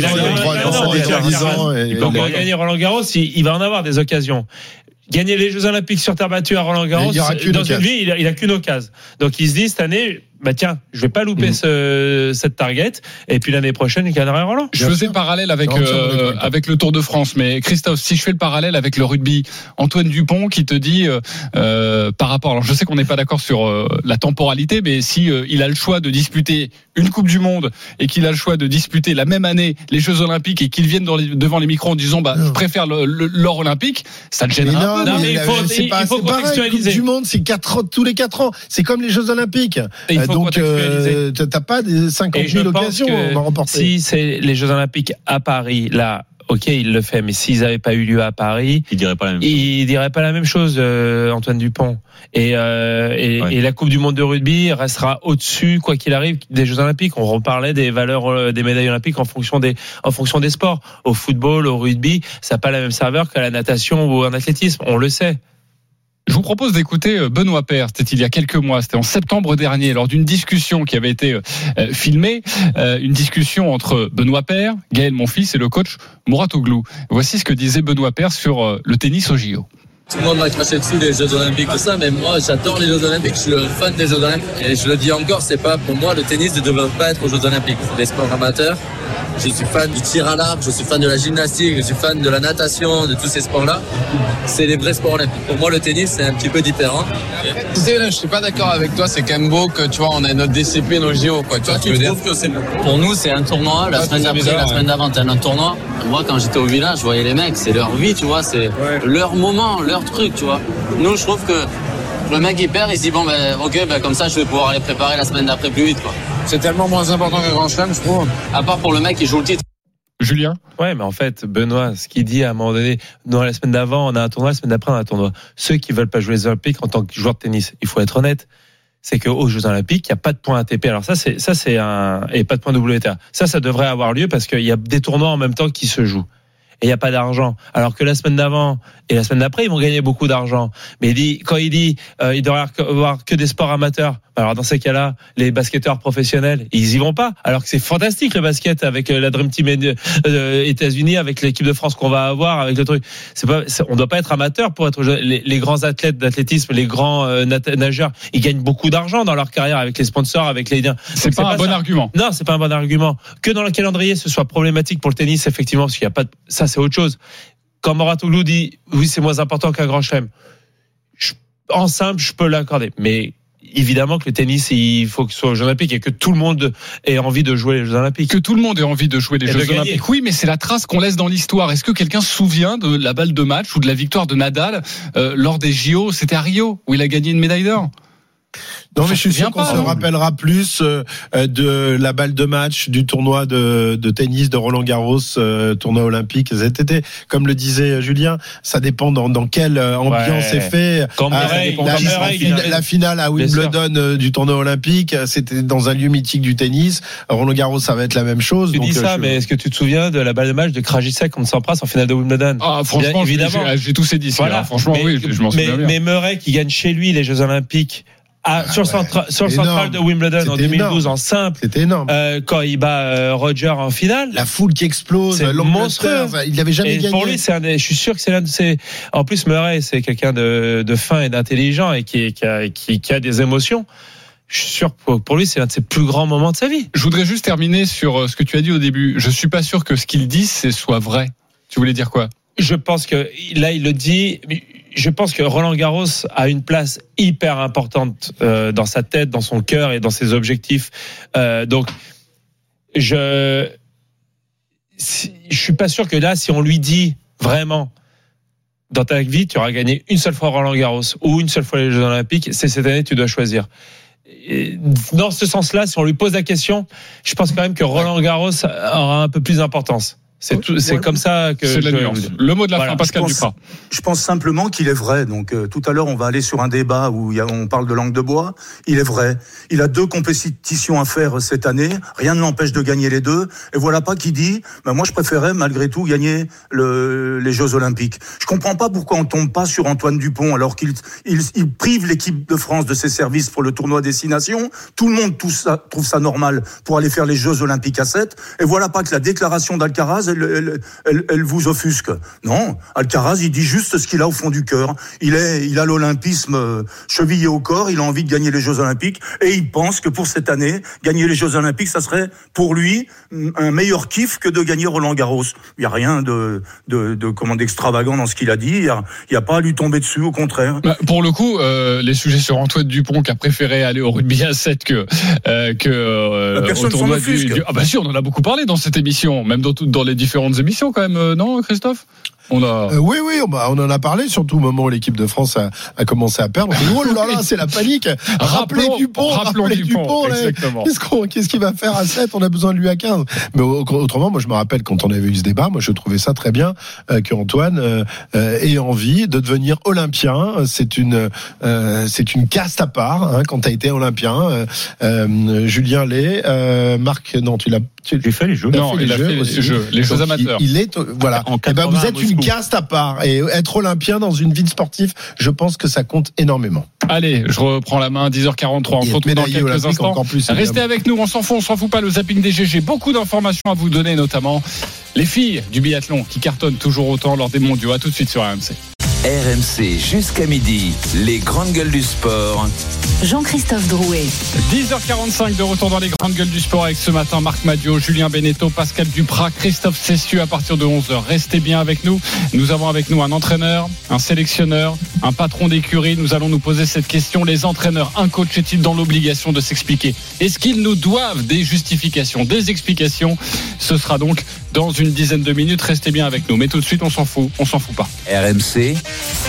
dix ans. Il va gagner Roland Garros, il va en avoir des occasions. Gagner les Jeux Olympiques sur terre battue à Roland Garros, dans une vie, il a, il a qu'une occasion. Donc il se dit cette année, bah tiens, je vais pas louper mmh. ce, cette target. Et puis l'année prochaine, il gagnerait Roland. Je faisais le parallèle avec euh, avec le Tour de France, mais Christophe, si je fais le parallèle avec le rugby, Antoine Dupont qui te dit euh, euh, par rapport, alors je sais qu'on n'est pas d'accord sur euh, la temporalité, mais si euh, il a le choix de disputer une Coupe du Monde et qu'il a le choix de disputer la même année les Jeux Olympiques et qu'il vienne dans les, devant les micros en disant bah je préfère le, le, l'or olympique, ça te gêne un peu. Non, mais il faut, c'est il, pas, il faut c'est contextualiser. Coupe du Monde, c'est quatre ans, tous les quatre ans. C'est comme les Jeux Olympiques. Et il faut donc euh, t'as pas des cinquante mille occasions à remporter. Si c'est les Jeux Olympiques à Paris, là. Ok, il le fait, mais s'ils n'avaient pas eu lieu à Paris, il dirait pas la même chose. Il dirait pas la même chose, euh, Antoine Dupont. Et, euh, et, ouais. et la Coupe du Monde de rugby restera au-dessus, quoi qu'il arrive, des Jeux Olympiques. On reparlait des valeurs euh, des médailles olympiques en fonction des en fonction des sports. Au football, au rugby, ça n'a pas la même saveur qu'à la natation ou en athlétisme. On le sait. Je vous propose d'écouter Benoît Paire, c'était il y a quelques mois, c'était en septembre dernier, lors d'une discussion qui avait été euh, filmée, euh, une discussion entre Benoît Paire, Gaël Monfils et le coach Mouratoglou. Voici ce que disait Benoît Paire sur euh, le tennis au J O. Tout le monde m'a craché dessus les Jeux Olympiques, tout ça, mais moi j'adore les Jeux Olympiques, je suis le fan des Jeux Olympiques. Et je le dis encore, c'est pas pour moi, le tennis ne devrait pas être aux Jeux Olympiques. C'est des sports amateurs. Je suis fan du tir à l'arc, je suis fan de la gymnastique, je suis fan de la natation, de tous ces sports-là. C'est des vrais sports olympiques. Pour moi, le tennis, c'est un petit peu différent. Tu sais, là, je suis pas d'accord avec toi, c'est quand même beau que, tu vois, on a notre discipline au J O, quoi. Tu vois, tu, tu trouves que c'est... Pour nous, c'est un tournoi. La ah, semaine d'après, bizarre, la semaine ouais. d'avant, t'as un tournoi. Moi, quand j'étais au village, je voyais les mecs, c'est leur vie, tu vois, c'est ouais. leur moment, leur truc, tu vois. Nous, je trouve que le mec, il perd, il se dit, bon, ben, ok, ben, comme ça, je vais pouvoir aller préparer la semaine d'après plus vite, quoi. C'est tellement moins important qu'un grand chelem, je trouve. À part pour le mec qui joue le titre. Julien ? Ouais, mais en fait, Benoît, ce qu'il dit à un moment donné, dans la semaine d'avant, on a un tournoi, la semaine d'après, on a un tournoi. Ceux qui veulent pas jouer les Olympiques en tant que joueur de tennis, il faut être honnête. c'est qu'aux Jeux Olympiques, il n'y a pas de points A T P. Alors ça, c'est ça, c'est un et pas de points W T A. Ça, ça devrait avoir lieu parce qu'il y a des tournois en même temps qui se jouent. Et il n'y a pas d'argent. Alors que la semaine d'avant et la semaine d'après, ils vont gagner beaucoup d'argent. Mais il dit, quand il dit euh, il devrait y avoir que des sports amateurs, alors dans ces cas-là, les basketteurs professionnels, ils y vont pas. Alors que c'est fantastique le basket avec la Dream Team euh, États-Unis, avec l'équipe de France qu'on va avoir, avec le truc. C'est pas, c'est, on doit pas être amateur pour être les, les grands athlètes d'athlétisme, les grands euh, nageurs. Ils gagnent beaucoup d'argent dans leur carrière avec les sponsors, avec les liens. C'est Donc, pas, c'est pas un bon ça. argument. Non, c'est pas un bon argument. Que dans le calendrier, ce soit problématique pour le tennis, effectivement, parce qu'il y a pas. De, ça, c'est autre chose. Quand Mouratoglou dit oui, c'est moins important qu'un grand chelem. Je, en simple, je peux l'accorder, mais évidemment que le tennis, il faut qu'il soit aux Jeux Olympiques et que tout le monde ait envie de jouer les Jeux Olympiques. Que tout le monde ait envie de jouer les et Jeux Olympiques. Oui, mais c'est la trace qu'on laisse dans l'histoire. Est-ce que quelqu'un se souvient de la balle de match ou de la victoire de Nadal euh, lors des J O? C'était à Rio où il a gagné une médaille d'or. Non, mais je suis sûr qu'on se rappellera plus euh, de la balle de match du tournoi de, de tennis de Roland Garros, euh, tournoi olympique cet été. Comme le disait Julien, ça dépend dans, dans quelle ambiance ouais. c'est fait. Quand ah, Murray, la, la, la, finale, la finale à Wimbledon euh, du tournoi olympique, c'était dans un lieu mythique du tennis. Roland Garros, ça va être la même chose. Tu donc, dis ça, je... mais est-ce que tu te souviens de la balle de match de Krajicek contre Sampras en finale de Wimbledon? Ah, franchement, Bien, évidemment, j'ai, j'ai tous ces disques. Voilà. Franchement, mais, oui, je m'en souviens mais, bien. Mais Murray qui gagne chez lui les Jeux Olympiques. Ah, ah, sur, ouais, centra, sur le central de Wimbledon c'était en deux mille douze énorme. En simple. C'était énorme. Euh, quand il bat euh, Roger en finale. La foule qui explose. C'est monstrueux. Il n'avait jamais et gagné. Pour lui, c'est un des, je suis sûr que c'est l'un de ses. En plus, Murray, c'est quelqu'un de, de fin et d'intelligent et qui, qui, a, qui, qui a des émotions. Je suis sûr que pour lui, c'est l'un de ses plus grands moments de sa vie. Je voudrais juste terminer sur ce que tu as dit au début. Je suis pas sûr que ce qu'il dit, c'est soit vrai. Tu voulais dire quoi? Je pense que là, il le dit. Je pense que Roland Garros a une place hyper importante euh, dans sa tête, dans son cœur et dans ses objectifs. Euh, donc, je si, je suis pas sûr que là, si on lui dit vraiment dans ta vie, tu auras gagné une seule fois Roland Garros ou une seule fois les Jeux Olympiques, c'est cette année tu dois choisir. Et dans ce sens-là, si on lui pose la question, je pense quand même que Roland Garros aura un peu plus d'importance. C'est, tout, c'est ouais, comme ça que c'est je, la nuance. Le mot de la voilà, fin, Pascal je pense, Duprat. Je pense simplement qu'il est vrai. Donc euh, tout à l'heure, on va aller sur un débat où il y a, on parle de langue de bois. Il est vrai. Il a deux compétitions à faire cette année. Rien ne l'empêche de gagner les deux. Et voilà pas qui dit, ben moi je préférais malgré tout gagner le, les Jeux Olympiques. Je comprends pas pourquoi on tombe pas sur Antoine Dupont alors qu'il il, il prive l'équipe de France de ses services pour le tournoi Destination. Tout le monde tout ça, trouve ça normal pour aller faire les Jeux Olympiques à sept. Et voilà pas que la déclaration d'Alcaraz Elle, elle, elle, elle vous offusque. Non, Alcaraz, il dit juste ce qu'il a au fond du cœur. Il est, il a l'olympisme chevillé au corps. Il a envie de gagner les Jeux Olympiques et il pense que pour cette année, gagner les Jeux Olympiques, ça serait pour lui un meilleur kiff que de gagner Roland Garros. Il y a rien de, de, de comment d'extravagant dans ce qu'il a dit. Il y a, il y a pas à lui tomber dessus, au contraire. Bah, pour le coup, euh, les sujets sur Antoine Dupont qui a préféré aller au rugby à sept que euh, que euh, au tournoi du, du. Ah bah si, on en a beaucoup parlé dans cette émission, même dans dans les différentes émissions quand même, euh, non, Christophe? On a... euh, oui, oui, on, bah, on en a parlé, surtout au moment où l'équipe de France a, a commencé à perdre. On dit, oh là là, c'est la panique. Rappelez rappelons, Dupont, rappelez Dupont. Dupont là, qu'est-ce, qu'on, qu'est-ce qu'il va faire à sept? On a besoin de lui à quinze. Mais autrement, moi, je me rappelle quand on avait eu ce débat, moi, je trouvais ça très bien euh, qu'Antoine euh, euh, ait envie de devenir olympien. C'est une, euh, c'est une caste à part, hein, quand tu as été olympien. Euh, euh, Julien Lay, euh, Marc, non, tu l'as. Tu J'ai fait les jeux. Non, il a fait les jeux, les jeux amateurs. Il, il est, voilà. Et ben, vous êtes une caste à part. Et être olympien dans une ville sportive, je pense que ça compte énormément. Allez, je reprends la main, dix heures quarante-trois. On se retrouve dans quelques instants. Plus, Restez avec nous, on s'en fout, on s'en fout pas. Le zapping des G G, beaucoup d'informations à vous donner, notamment les filles du biathlon qui cartonnent toujours autant lors des mondiaux. À tout de suite sur R M C. R M C jusqu'à midi, les grandes gueules du sport. Jean-Christophe Drouet. dix heures quarante-cinq de retour dans les grandes gueules du sport avec ce matin Marc Madiot, Julien Beneteau, Pascal Duprat, Christophe Cessieux à partir de onze heures. Restez bien avec nous. Nous avons avec nous un entraîneur, un sélectionneur, un patron d'écurie. Nous allons nous poser cette question. Les entraîneurs, un coach est-il dans l'obligation de s'expliquer? Est-ce qu'ils nous doivent des justifications, des explications? Ce sera donc dans une dizaine de minutes. Restez bien avec nous. Mais tout de suite, on s'en fout. On s'en fout pas. R M C.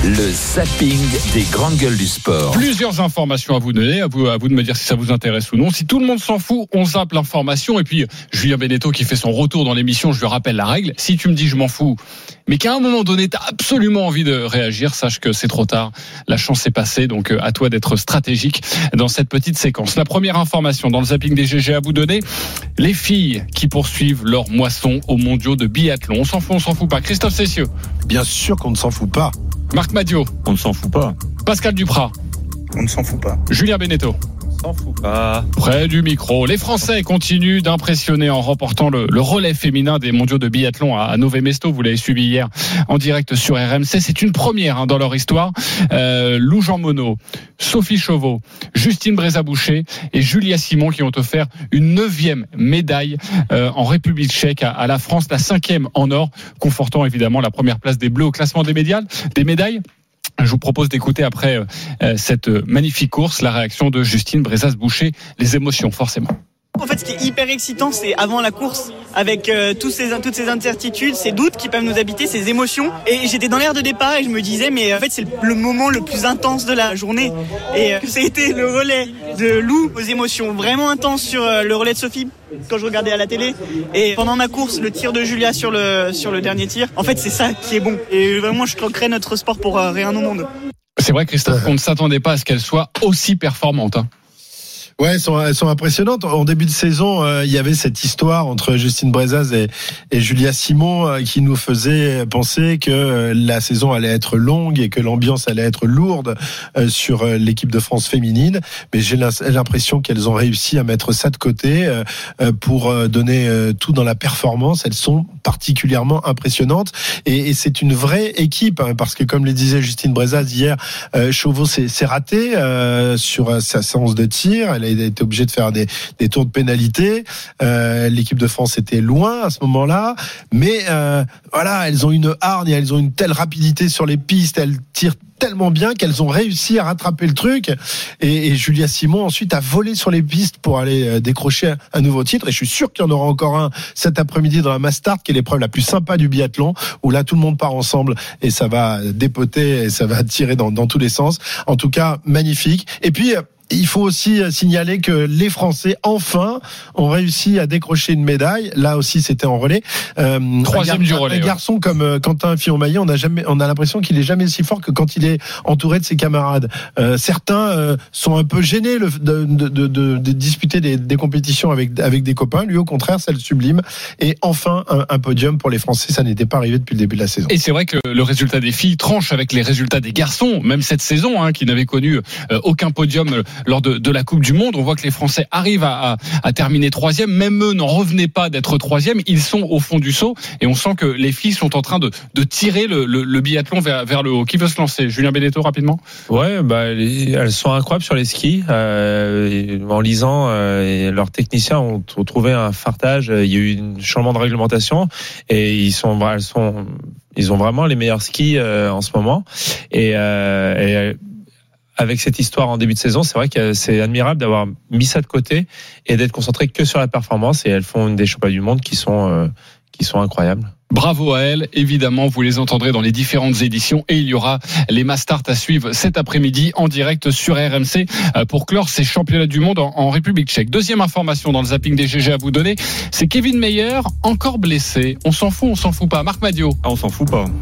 Le zapping des grandes gueules du sport. Plusieurs informations à vous donner, à vous, à vous de me dire si ça vous intéresse ou non. Si tout le monde s'en fout, on zappe l'information. Et puis, Julien Beneteau qui fait son retour dans l'émission, je lui rappelle la règle. Si tu me dis je m'en fous, mais qu'à un moment donné, tu as absolument envie de réagir, sache que c'est trop tard. La chance est passée, donc à toi d'être stratégique dans cette petite séquence. La première information dans le zapping des G G à vous donner, les filles qui poursuivent leur moisson aux mondiaux de biathlon. On s'en fout, on s'en fout pas. Christophe Cessieux. Bien sûr qu'on ne s'en fout pas. Marc Madiot. On ne s'en fout pas. Pascal Duprat. On ne s'en fout pas. Julien Beneteau. S'en fout pas. Près du micro. Les Français continuent d'impressionner en remportant le, le relais féminin des mondiaux de biathlon à, à Nové Mesto. Vous l'avez suivi hier en direct sur R M C. C'est une première hein, dans leur histoire. Euh, Lou Jean Monod, Sophie Chauveau, Justine Brézaboucher et Julia Simon qui ont offert une neuvième médaille euh, en République tchèque à, à la France, la cinquième en or, confortant évidemment la première place des Bleus au classement des médailles. Des médailles. Je vous propose d'écouter après euh, cette magnifique course la réaction de Justine Brézaboucher, les émotions forcément. En fait, ce qui est hyper excitant, c'est avant la course, avec euh, tous ces, toutes ces incertitudes, ces doutes qui peuvent nous habiter, ces émotions. Et j'étais dans l'air de départ et je me disais, mais en fait, c'est le moment le plus intense de la journée. Et euh, ça a été le relais de Lou, aux émotions vraiment intenses sur euh, le relais de Sophie, quand je regardais à la télé. Et pendant ma course, le tir de Julia sur le, sur le dernier tir. En fait, c'est ça qui est bon. Et vraiment, je troquerais notre sport pour euh, rien au monde. C'est vrai, Christophe, qu'on ne s'attendait pas à ce qu'elle soit aussi performante, hein. Ouais, elles sont, elles sont impressionnantes. En début de saison, euh, il y avait cette histoire entre Justine Brezaz et, et Julia Simon euh, qui nous faisait penser que euh, la saison allait être longue et que l'ambiance allait être lourde euh, sur euh, l'équipe de France féminine. Mais j'ai l'impression qu'elles ont réussi à mettre ça de côté euh, pour euh, donner euh, tout dans la performance. Elles sont particulièrement impressionnantes et, et c'est une vraie équipe hein, parce que comme le disait Justine Brezaz hier, euh, Chauveau s'est, s'est raté euh, sur euh, sa séance de tir. Elle a été obligée de faire des, des tours de pénalité. Euh, l'équipe de France était loin à ce moment-là, mais euh, voilà, elles ont une hargne, elles ont une telle rapidité sur les pistes, elles tirent tellement bien qu'elles ont réussi à rattraper le truc. Et, et Julia Simon ensuite a volé sur les pistes pour aller décrocher un nouveau titre. Et je suis sûr qu'il y en aura encore un cet après-midi dans la Mastart, qui est l'épreuve la plus sympa du biathlon, où là tout le monde part ensemble et ça va dépoter et ça va tirer dans, dans tous les sens. En tout cas, magnifique. Et puis il faut aussi signaler que les Français, enfin, ont réussi à décrocher une médaille. Là aussi, c'était en relais. Euh, Troisième un, du relais. Un garçon ouais. comme euh, Quentin Fillon-Maillet, on a jamais, on a l'impression qu'il est jamais si fort que quand il est entouré de ses camarades. Euh, certains euh, sont un peu gênés le, de, de, de, de, de disputer des, des compétitions avec, avec des copains. Lui, au contraire, ça le sublime. Et enfin, un, un podium pour les Français. Ça n'était pas arrivé depuis le début de la saison. Et c'est vrai que le résultat des filles tranche avec les résultats des garçons, même cette saison, hein, qui n'avait connu euh, aucun podium lors de, de la Coupe du Monde. On voit que les Français arrivent à, à, à terminer troisième. Même eux n'en revenaient pas d'être troisième. Ils sont au fond du seau et on sent que les filles sont en train de, de tirer le, le, le biathlon vers, vers le haut. Qui veut se lancer? Julien Beneteau, rapidement. Ouais, bah, elles sont incroyables sur les skis. Euh, en lisant, euh, leurs techniciens ont, ont trouvé un fartage. Il y a eu un changement de réglementation et ils sont, elles sont, ils ont vraiment les meilleurs skis euh, en ce moment. Et, euh, et avec cette histoire en début de saison, c'est vrai que c'est admirable d'avoir mis ça de côté et d'être concentré que sur la performance. Et elles font une des championnats du monde qui sont euh, qui sont incroyables. Bravo à elles, évidemment, vous les entendrez dans les différentes éditions et il y aura les Mastart à suivre cet après-midi en direct sur R M C pour clore ces championnats du monde en, en République tchèque. Deuxième information dans le zapping des G G à vous donner, c'est Kevin Mayer, encore blessé. On s'en fout, on s'en fout pas. Marc Madiot. Ah, on s'en fout pas.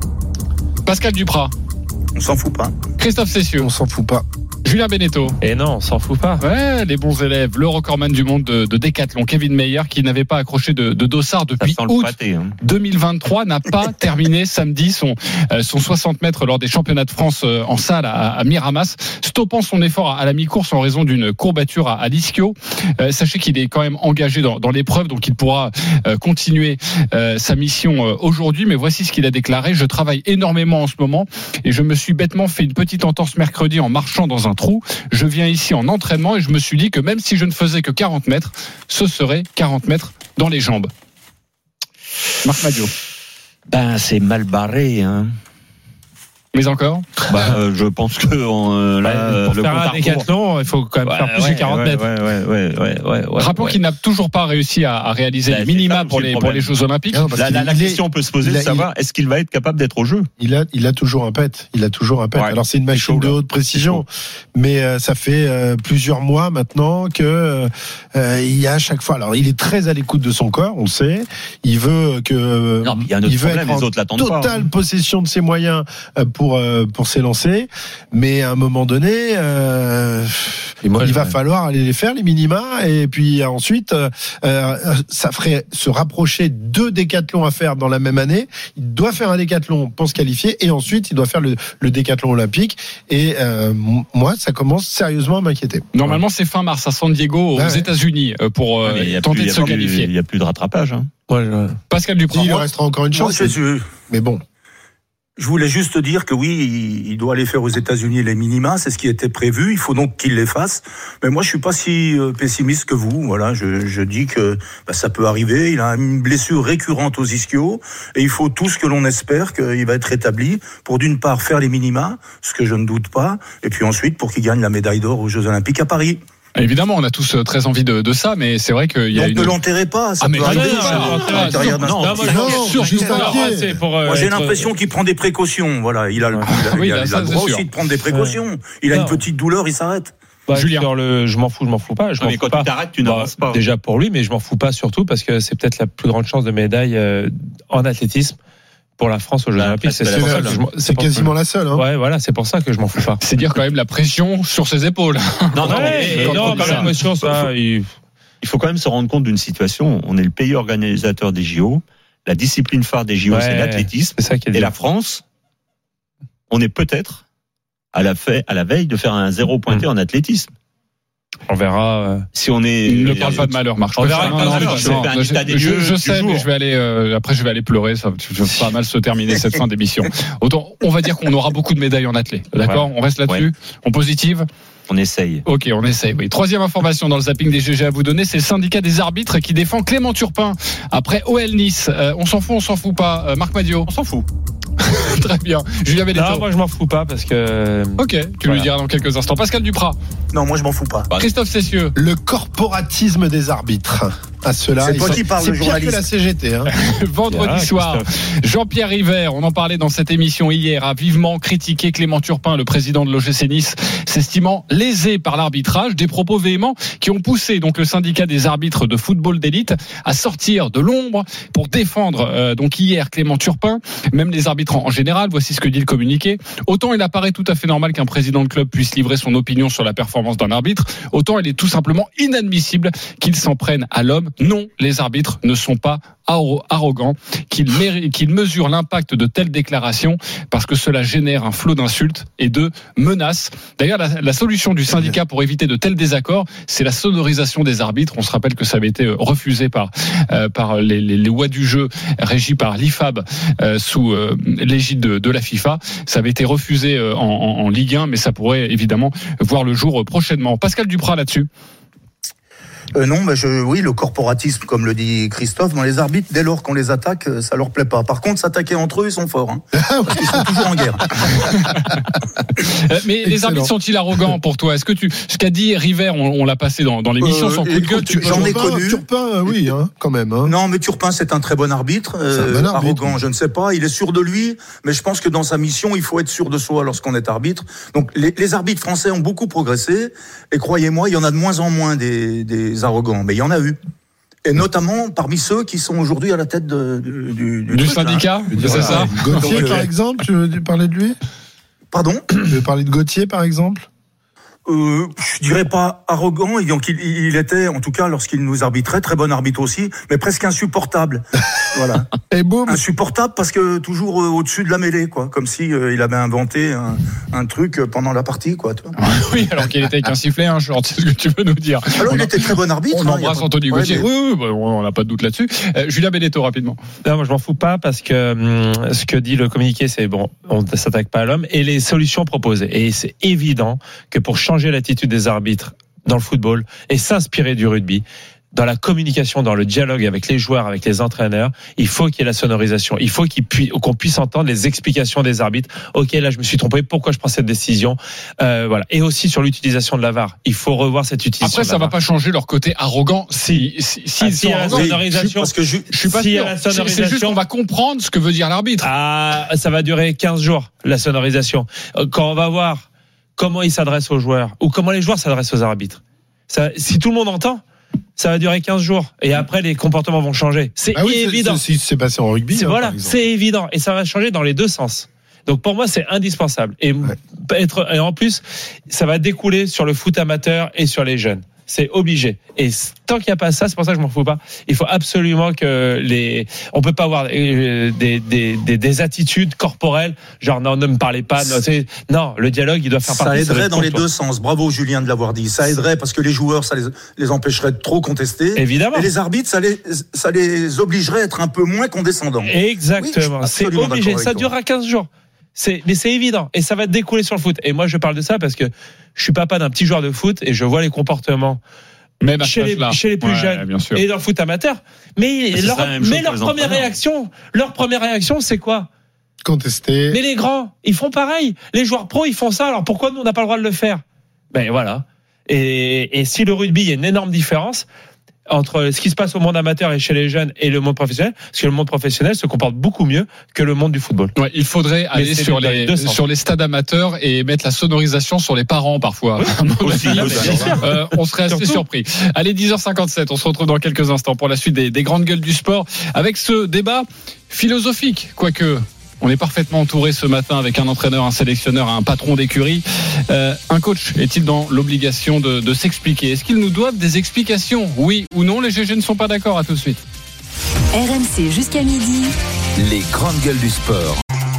Pascal Duprat. On s'en fout pas. Christophe Cessieux. On s'en fout pas. Julien Beneteau. Et non, on s'en fout pas. Ouais, les bons élèves. Le recordman du monde de, de décathlon, Kevin Mayer, qui n'avait pas accroché de, de dossard depuis août pâté, hein. deux mille vingt-trois, n'a pas terminé samedi son, euh, son soixante mètres lors des championnats de France euh, en salle à, à Miramas, stoppant son effort à, à la mi-course en raison d'une courbature à, à l'ischio. Euh, sachez qu'il est quand même engagé dans, dans l'épreuve, donc il pourra euh, continuer euh, sa mission euh, aujourd'hui. Mais voici ce qu'il a déclaré. Je travaille énormément en ce moment et je me suis bêtement fait une petite entorse mercredi en marchant dans un trou. Je viens ici en entraînement et je me suis dit que même si je ne faisais que quarante mètres, ce serait quarante mètres dans les jambes. Marc Madiot. Ben, c'est mal barré, hein. Mais encore bah, euh, Je pense que euh, là, ouais, pour le faire un décathlon, il faut quand même ouais, faire plus ouais, de quarante ouais, mètres. Ouais, ouais, ouais, ouais, ouais, ouais, Rappelons ouais. qu'il n'a toujours pas réussi à, à réaliser bah, les minima pour les, pour les Jeux Olympiques. Non, la la, la question peut se poser de savoir est-ce qu'il va être capable d'être au jeu. Il a, il a toujours un pet. Il a toujours un pet. Ouais, alors c'est une machine chaud, de haute précision, mais euh, ça fait euh, plusieurs mois maintenant que euh, il y a à chaque fois. Alors il est très à l'écoute de son corps, on sait. Il veut que non, mais il y a un autre il veut problème, être les autres l'attendent totale pas, hein. possession de ses moyens pour euh, pour s'élancer, mais à un moment donné, euh, moi, il va ouais. falloir aller les faire les minima, et puis ensuite, euh, ça ferait se rapprocher deux décathlons à faire dans la même année. Il doit faire un décathlon pour se qualifier, et ensuite il doit faire le, le décathlon olympique. Et euh, moi, ça commence sérieusement à m'inquiéter. Normalement, c'est fin mars à San Diego, aux ouais. États-Unis, pour euh, ouais, tenter plus, de se qualifier. Il n'y a plus de rattrapage. Hein. Ouais, ouais. Pascal Duprat. Il restera encore une chance. Moi, je... Mais bon. Je voulais juste dire que oui, il doit aller faire aux États-Unis les minima, c'est ce qui était prévu. Il faut donc qu'il les fasse. Mais moi, je suis pas si pessimiste que vous. Voilà, je, je dis que bah, ça peut arriver. Il a une blessure récurrente aux ischios et il faut tout ce que l'on espère qu'il va être rétabli pour d'une part faire les minima, ce que je ne doute pas, et puis ensuite pour qu'il gagne la médaille d'or aux Jeux Olympiques à Paris. Évidemment, on a tous très envie de, de ça, mais c'est vrai qu'il y a Donc une... ne l'enterrez pas, ça ah, mais peut arriver. Moi, j'ai l'impression qu'il prend des précautions. Voilà, il a le, il a, oui, il a, là, il a le droit aussi de prendre des précautions. Ouais. Il a non. une petite douleur, il s'arrête. Bah, Julien, sur le, je m'en fous, je m'en fous pas. Je non, m'en mais fous quand pas. tu t'arrêtes, tu n'avances bah, pas. Déjà pour lui, mais je m'en fous pas surtout parce que c'est peut-être la plus grande chance de médaille euh, en athlétisme pour la France aux Jeux bah, Olympiques. C'est, c'est, la, je, c'est quasiment que, la seule. Hein. Ouais, voilà, c'est pour ça que je m'en fous pas. C'est dire quand même la pression sur ses épaules. Non, non, ouais, mais, mais non, quand même, pression, ça, il... il faut quand même se rendre compte d'une situation. On est le pays organisateur des J O. La discipline phare des J O, ouais, c'est l'athlétisme. C'est ça qui est et la France, on est peut-être à la, fait, à la veille de faire un zéro pointé mmh. en athlétisme. On verra. Euh... Si on est. Il ne parle pas de malheur, Marc. On verra. Non, non, non, je, je, je sais, mais je vais aller. Euh, après, je vais aller pleurer. Ça va pas mal se terminer cette fin d'émission. Autant, on va dire qu'on aura beaucoup de médailles en athlé. D'accord, ouais. On reste là-dessus. Ouais. On positive. On essaye. Ok, on essaye. Oui. Troisième information dans le zapping des G G à vous donner, c'est le syndicat des arbitres qui défend Clément Turpin après O L Nice. Euh, on s'en fout, on s'en fout pas. Euh, Marc Madiot. On s'en fout. Très bien. Julien Belletto. Non, moi je m'en fous pas parce que. Ok, tu voilà. lui diras dans quelques instants. Pascal Duprat. Non, moi je m'en fous pas. Christophe Cessieux. Le corporatisme des arbitres. À cela, c'est toi qui parles, c'est pire que la C G T. Hein. Vendredi ah, soir, Jean-Pierre River, on en parlait dans cette émission hier, a vivement critiqué Clément Turpin, le président de l'O G C Nice, s'estimant lésé par l'arbitrage, des propos véhéments qui ont poussé donc le syndicat des arbitres de football d'élite à sortir de l'ombre pour défendre euh, donc hier Clément Turpin, même les arbitres en général. Voici ce que dit le communiqué. Autant il apparaît tout à fait normal qu'un président de club puisse livrer son opinion sur la performance d'un arbitre, autant il est tout simplement inadmissible qu'il s'en prenne à l'homme. Non, les arbitres ne sont pas arrogants, qu'ils, méri- qu'ils mesurent l'impact de telles déclarations parce que cela génère un flot d'insultes et de menaces. D'ailleurs, la, la solution du syndicat pour éviter de tels désaccords, c'est la sonorisation des arbitres. On se rappelle que ça avait été refusé par, euh, par les, les, les lois du jeu régies par l'I F A B euh, sous euh, l'égide de, de la FIFA. Ça avait été refusé euh, en, en, en Ligue un, mais ça pourrait évidemment voir le jour prochainement. Pascal Duprat là-dessus. Euh, non, bah je, oui, le corporatisme, comme le dit Christophe, dans les arbitres, dès lors qu'on les attaque, ça leur plaît pas. Par contre, s'attaquer entre eux, ils sont forts, hein, parce qu'ils sont toujours en guerre. Mais excellent. Les arbitres sont-ils arrogants pour toi? Est-ce que tu, ce qu'a dit River, on, on l'a passé dans, dans l'émission, euh, son coup de gueule, tu j'en ai connu. Turpin, oui, hein, quand même. Hein. Non, mais Turpin, c'est un très bon arbitre. Euh, bon arbitre. Arrogant, je ne sais pas. Il est sûr de lui, mais je pense que dans sa mission, il faut être sûr de soi lorsqu'on est arbitre. Donc, les, les arbitres français ont beaucoup progressé, et croyez-moi, il y en a de moins en moins des, des arrogants, mais il y en a eu. Et notamment parmi ceux qui sont aujourd'hui à la tête de, de, du, du, du truc, syndicat, hein. C'est voilà. ça. Gauthier, Donc, par euh, exemple, tu veux parler de lui? Pardon? Tu veux parler de Gauthier, par exemple? Euh, je dirais pas arrogant, donc il, il était, en tout cas, lorsqu'il nous arbitrait, très bon arbitre aussi, mais presque insupportable. Voilà. Et boum. Insupportable parce que toujours euh, au-dessus de la mêlée, quoi. Comme si euh, il avait inventé un, un truc pendant la partie, quoi. Tu vois. Ah, oui, alors qu'il était avec un sifflet, hein, je sais ce que tu veux nous dire. Alors on il a... était très bon arbitre. On hein, embrasse pas... Anthony Gauthier. Ouais, mais... Oui, oui, bah, on n'a pas de doute là-dessus. Euh, Julien Belletto, rapidement. Non, moi je m'en fous pas parce que hum, ce que dit le communiqué, c'est bon, on ne s'attaque pas à l'homme et les solutions proposées. Et c'est évident que pour changer l'attitude des arbitres dans le football et s'inspirer du rugby, dans la communication, dans le dialogue avec les joueurs, avec les entraîneurs, il faut qu'il y ait la sonorisation. Il faut qu'il puisse, qu'on puisse entendre les explications des arbitres. Ok, là je me suis trompé. Pourquoi je prends cette décision? euh, Voilà. Et aussi sur l'utilisation de la V A R. Il faut revoir cette utilisation. Après, ça va pas changer leur côté arrogant. Si si si, ah, si si la sonorisation, parce que je, je suis pas si sûr. La sonorisation, c'est juste qu'on va comprendre ce que veut dire l'arbitre. Ah, ça va durer quinze jours la sonorisation. Quand on va voir comment ils s'adressent aux joueurs ou comment les joueurs s'adressent aux arbitres. Ça, si tout le monde entend, ça va durer quinze jours et après les comportements vont changer. C'est ah oui, évident. C'est, c'est, c'est passé en rugby. C'est, hein, voilà, c'est évident et ça va changer dans les deux sens. Donc pour moi c'est indispensable et ouais. être et en plus ça va découler sur le foot amateur et sur les jeunes. C'est obligé. Et tant qu'il n'y a pas ça, c'est pour ça que je m'en fous pas. Il faut absolument que les, on peut pas avoir des, des, des, des attitudes corporelles, genre non, ne me parlez pas. Non, c'est, non le dialogue, il doit faire ça partie. Ça aiderait dans les deux sens. Bravo Julien de l'avoir dit. Ça aiderait parce que les joueurs, ça les, les empêcherait de trop contester. Évidemment. Et les arbitres, ça les, ça les obligerait à être un peu moins condescendants. Exactement. Oui, c'est obligé. Ça durera quinze jours. C'est, mais c'est évident et ça va découler sur le foot. Et moi, je parle de ça parce que je suis papa d'un petit joueur de foot et je vois les comportements même chez les, chez les plus ouais, jeunes et dans le foot amateur. Mais, mais leur, mais leur première réaction, leur première réaction, c'est quoi? Contester. Mais les grands, ils font pareil. Les joueurs pros, ils font ça. Alors pourquoi nous, on n'a pas le droit de le faire? Ben voilà. Et, et si le rugby, il y a une énorme différence entre ce qui se passe au monde amateur et chez les jeunes et le monde professionnel, parce que le monde professionnel se comporte beaucoup mieux que le monde du football. Ouais, il faudrait aller sur les, les sur les stades amateurs et mettre la sonorisation sur les parents parfois. Oui, aussi, euh, on serait assez Surtout. surpris. Allez, dix heures cinquante-sept, on se retrouve dans quelques instants pour la suite des, des grandes gueules du sport avec ce débat philosophique, quoique on est parfaitement entouré ce matin avec un entraîneur, un sélectionneur, un patron d'écurie. Euh, un coach est-il dans l'obligation de, de s'expliquer? Est-ce qu'ils nous doivent des explications? Oui ou non? Les G G ne sont pas d'accord. À tout de suite. R M C jusqu'à midi. Les grandes gueules du sport.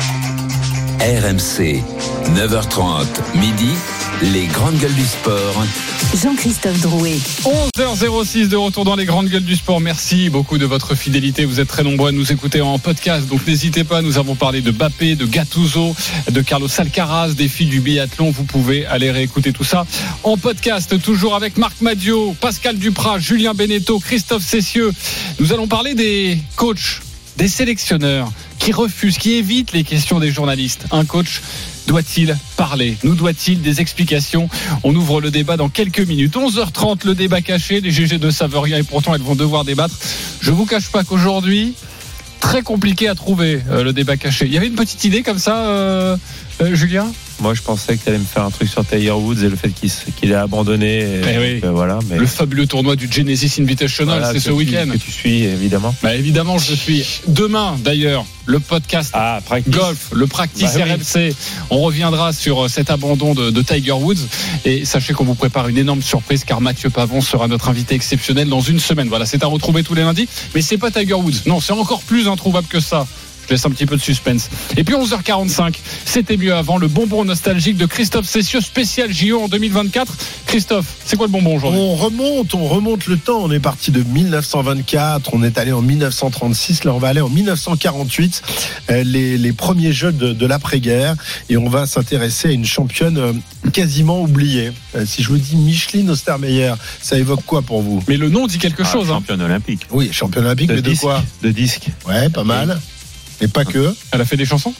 R M C, neuf heures trente, midi. Les grandes gueules du sport. Jean-Christophe Drouet. onze heures six de retour dans les grandes gueules du sport. Merci beaucoup de votre fidélité. Vous êtes très nombreux à nous écouter en podcast. Donc n'hésitez pas. Nous avons parlé de Mbappé, de Gattuso, de Carlos Alcaraz, des filles du biathlon. Vous pouvez aller réécouter tout ça en podcast. Toujours avec Marc Madiot, Pascal Duprat, Julien Beneteau, Christophe Cessieux. Nous allons parler des coachs, des sélectionneurs qui refusent, qui évitent les questions des journalistes. Un coach doit-il parler? Nous doit-il des explications? On ouvre le débat dans quelques minutes. onze heures trente, le débat caché. Les G G ne savent rien et pourtant elles vont devoir débattre. Je vous cache pas qu'aujourd'hui, très compliqué à trouver euh, le débat caché. Il y avait une petite idée comme ça, euh, euh, Julien? Moi, je pensais que tu allais me faire un truc sur Tiger Woods et le fait qu'il, qu'il ait abandonné. Et eh oui. euh, voilà, mais... Le fabuleux tournoi du Genesis Invitational, voilà, c'est ce week-end. Que tu suis, évidemment. Bah, évidemment, je suis. Demain, d'ailleurs, le podcast ah, golf, le practice bah, R M C. Oui. On reviendra sur cet abandon de, de Tiger Woods. Et sachez qu'on vous prépare une énorme surprise car Mathieu Pavon sera notre invité exceptionnel dans une semaine. Voilà, c'est à retrouver tous les lundis. Mais c'est pas Tiger Woods. Non, c'est encore plus introuvable que ça. Je laisse un petit peu de suspense. Et puis onze heures quarante-cinq, c'était mieux avant, le bonbon nostalgique de Christophe Cessieux, spécial J O en deux mille vingt-quatre. Christophe, c'est quoi le bonbon aujourd'hui? On remonte, on remonte le temps. On est parti de dix-neuf cent vingt-quatre, on est allé en dix-neuf cent trente-six, là on va aller en dix-neuf cent quarante-huit, euh, les, les premiers jeux de, de l'après-guerre. Et on va s'intéresser à une championne euh, quasiment oubliée. Euh, si je vous dis Micheline Ostermeyer, ça évoque quoi pour vous? Mais le nom dit quelque ah, chose. Championne hein. olympique. Oui, championne olympique, de mais disque, de quoi? De disque. Ouais, pas mal. Et pas que. Elle a fait des chansons?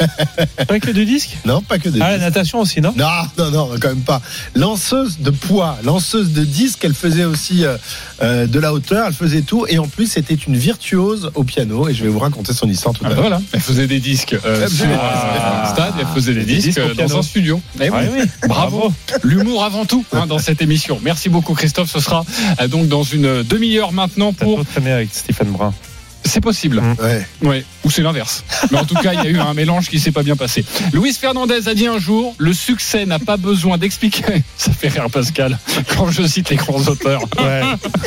Pas que de disques? Non, pas que de ah, disques. La natation aussi, non? Non, non, non, quand même pas. Lanceuse de poids, lanceuse de disques, elle faisait aussi euh, euh, de la hauteur, elle faisait tout. Et en plus, c'était une virtuose au piano. Et je vais vous raconter son histoire tout à l'heure. Ah, voilà, elle faisait des disques euh, sur un stade, elle faisait des, des disques, disques dans un studio. Eh oui. Oui. Bravo. L'humour avant tout hein, dans cette émission. Merci beaucoup, Christophe. Ce sera euh, donc dans une demi-heure maintenant pour. T'as traîné avec Stephen Brun. C'est possible. Mmh. Ouais. Ouais. Ou c'est l'inverse. Mais en tout cas, il y a eu un mélange qui s'est pas bien passé. Luis Fernandez a dit un jour, le succès n'a pas besoin d'expliquer. Ça fait rire Pascal quand je cite les grands auteurs. Ouais.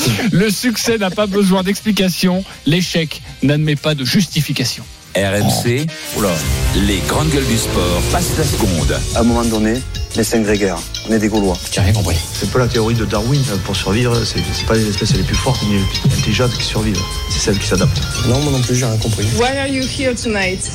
Le succès n'a pas besoin d'explication. L'échec n'admet pas de justification. R M C, oh. Les grandes gueules du sport passent la seconde. À un moment donné, les cinq grégaires, on est des Gaulois. J'ai rien compris. C'est un peu la théorie de Darwin. Pour survivre, c'est, c'est pas les espèces les plus fortes ni les plus intelligentes qui survivent. C'est celles qui s'adaptent. Non, moi non plus, j'ai rien compris. Why are you here tonight?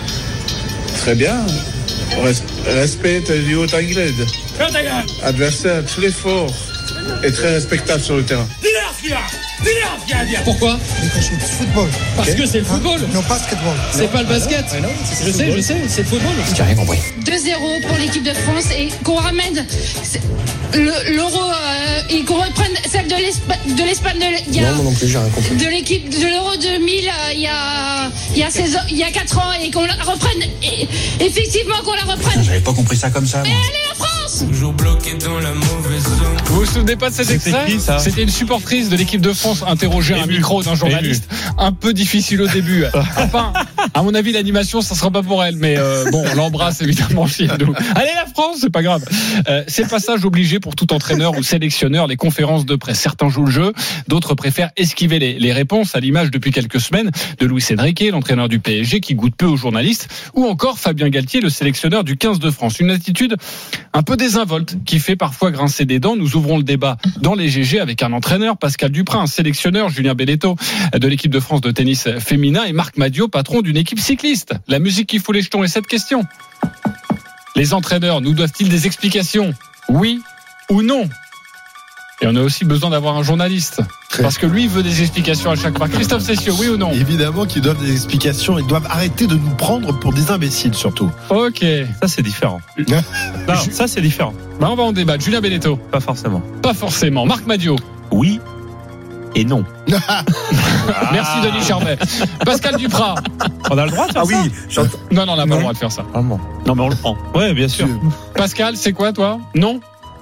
Très bien. Res- respect du haut Anglais. Adversaire très fort. est très respectable sur le terrain. Dis-leur ce qu'il a Dis-leur ce qu'il a à dire. Pourquoi? Football. Parce okay. que c'est le football. Non, basketball. C'est non, pas le basket. Non, non, je sais, je sais, c'est le football. J'ai rien compris. deux zéro pour l'équipe de France et qu'on ramène le, l'euro euh, et qu'on reprenne celle de l'Espagne. De l'Espagne de, y a, non, non plus, j'ai rien compris. De l'équipe de l'euro deux mille, il y a, il y a seize ans, il y a quatre ans et qu'on la reprenne. Et, effectivement, qu'on la reprenne. J'avais pas compris ça comme ça. Mais allez la France! Toujours bloqué dans la mauvaise zone. Vous vous souvenez pas de cet extrait? Qui, C'était une supportrice de l'équipe de France interrogée à un micro d'un journaliste. Un peu difficile au début. Enfin, à mon avis, l'animation, ça sera pas pour elle. Mais euh, bon, on l'embrasse évidemment chez nous. Allez la France, c'est pas grave. Euh, c'est le passage obligé pour tout entraîneur ou sélectionneur, les conférences de presse. Certains jouent le jeu, d'autres préfèrent esquiver les, les réponses, à l'image depuis quelques semaines de Luis Enrique, l'entraîneur du P S G, qui goûte peu aux journalistes, ou encore Fabien Galtier, le sélectionneur du quinze de France. Une attitude un peu désinvolte qui fait parfois grincer des dents. Nous ouvrons le débat dans les G G avec un entraîneur, Pascal Duprat, un sélectionneur, Julien Belletto, de l'équipe de France de tennis féminin, et Marc Madiot, patron d'une équipe cycliste. La musique qui fout les jetons est cette question. Les entraîneurs nous doivent-ils des explications? Oui ou non? Et on a aussi besoin d'avoir un journaliste. Parce que lui veut des explications à chaque fois. Christophe Cessieux, oui ou non? Évidemment qu'ils doivent des explications. Ils doivent arrêter de nous prendre pour des imbéciles, surtout. Ok. Ça, c'est différent. non, ça, c'est différent. Bah, on va en débattre. Julien Belletto? Pas forcément. Pas forcément. Marc Madiot? Oui et non. Merci Denis Charvet. Pascal Duprat? On a le droit de faire ah ça? Oui, j'entends. Non, non, on n'a pas le droit de faire ça. Ah bon. Non, mais on le prend. Ouais, bien sûr. Pascal, c'est quoi, toi? Non?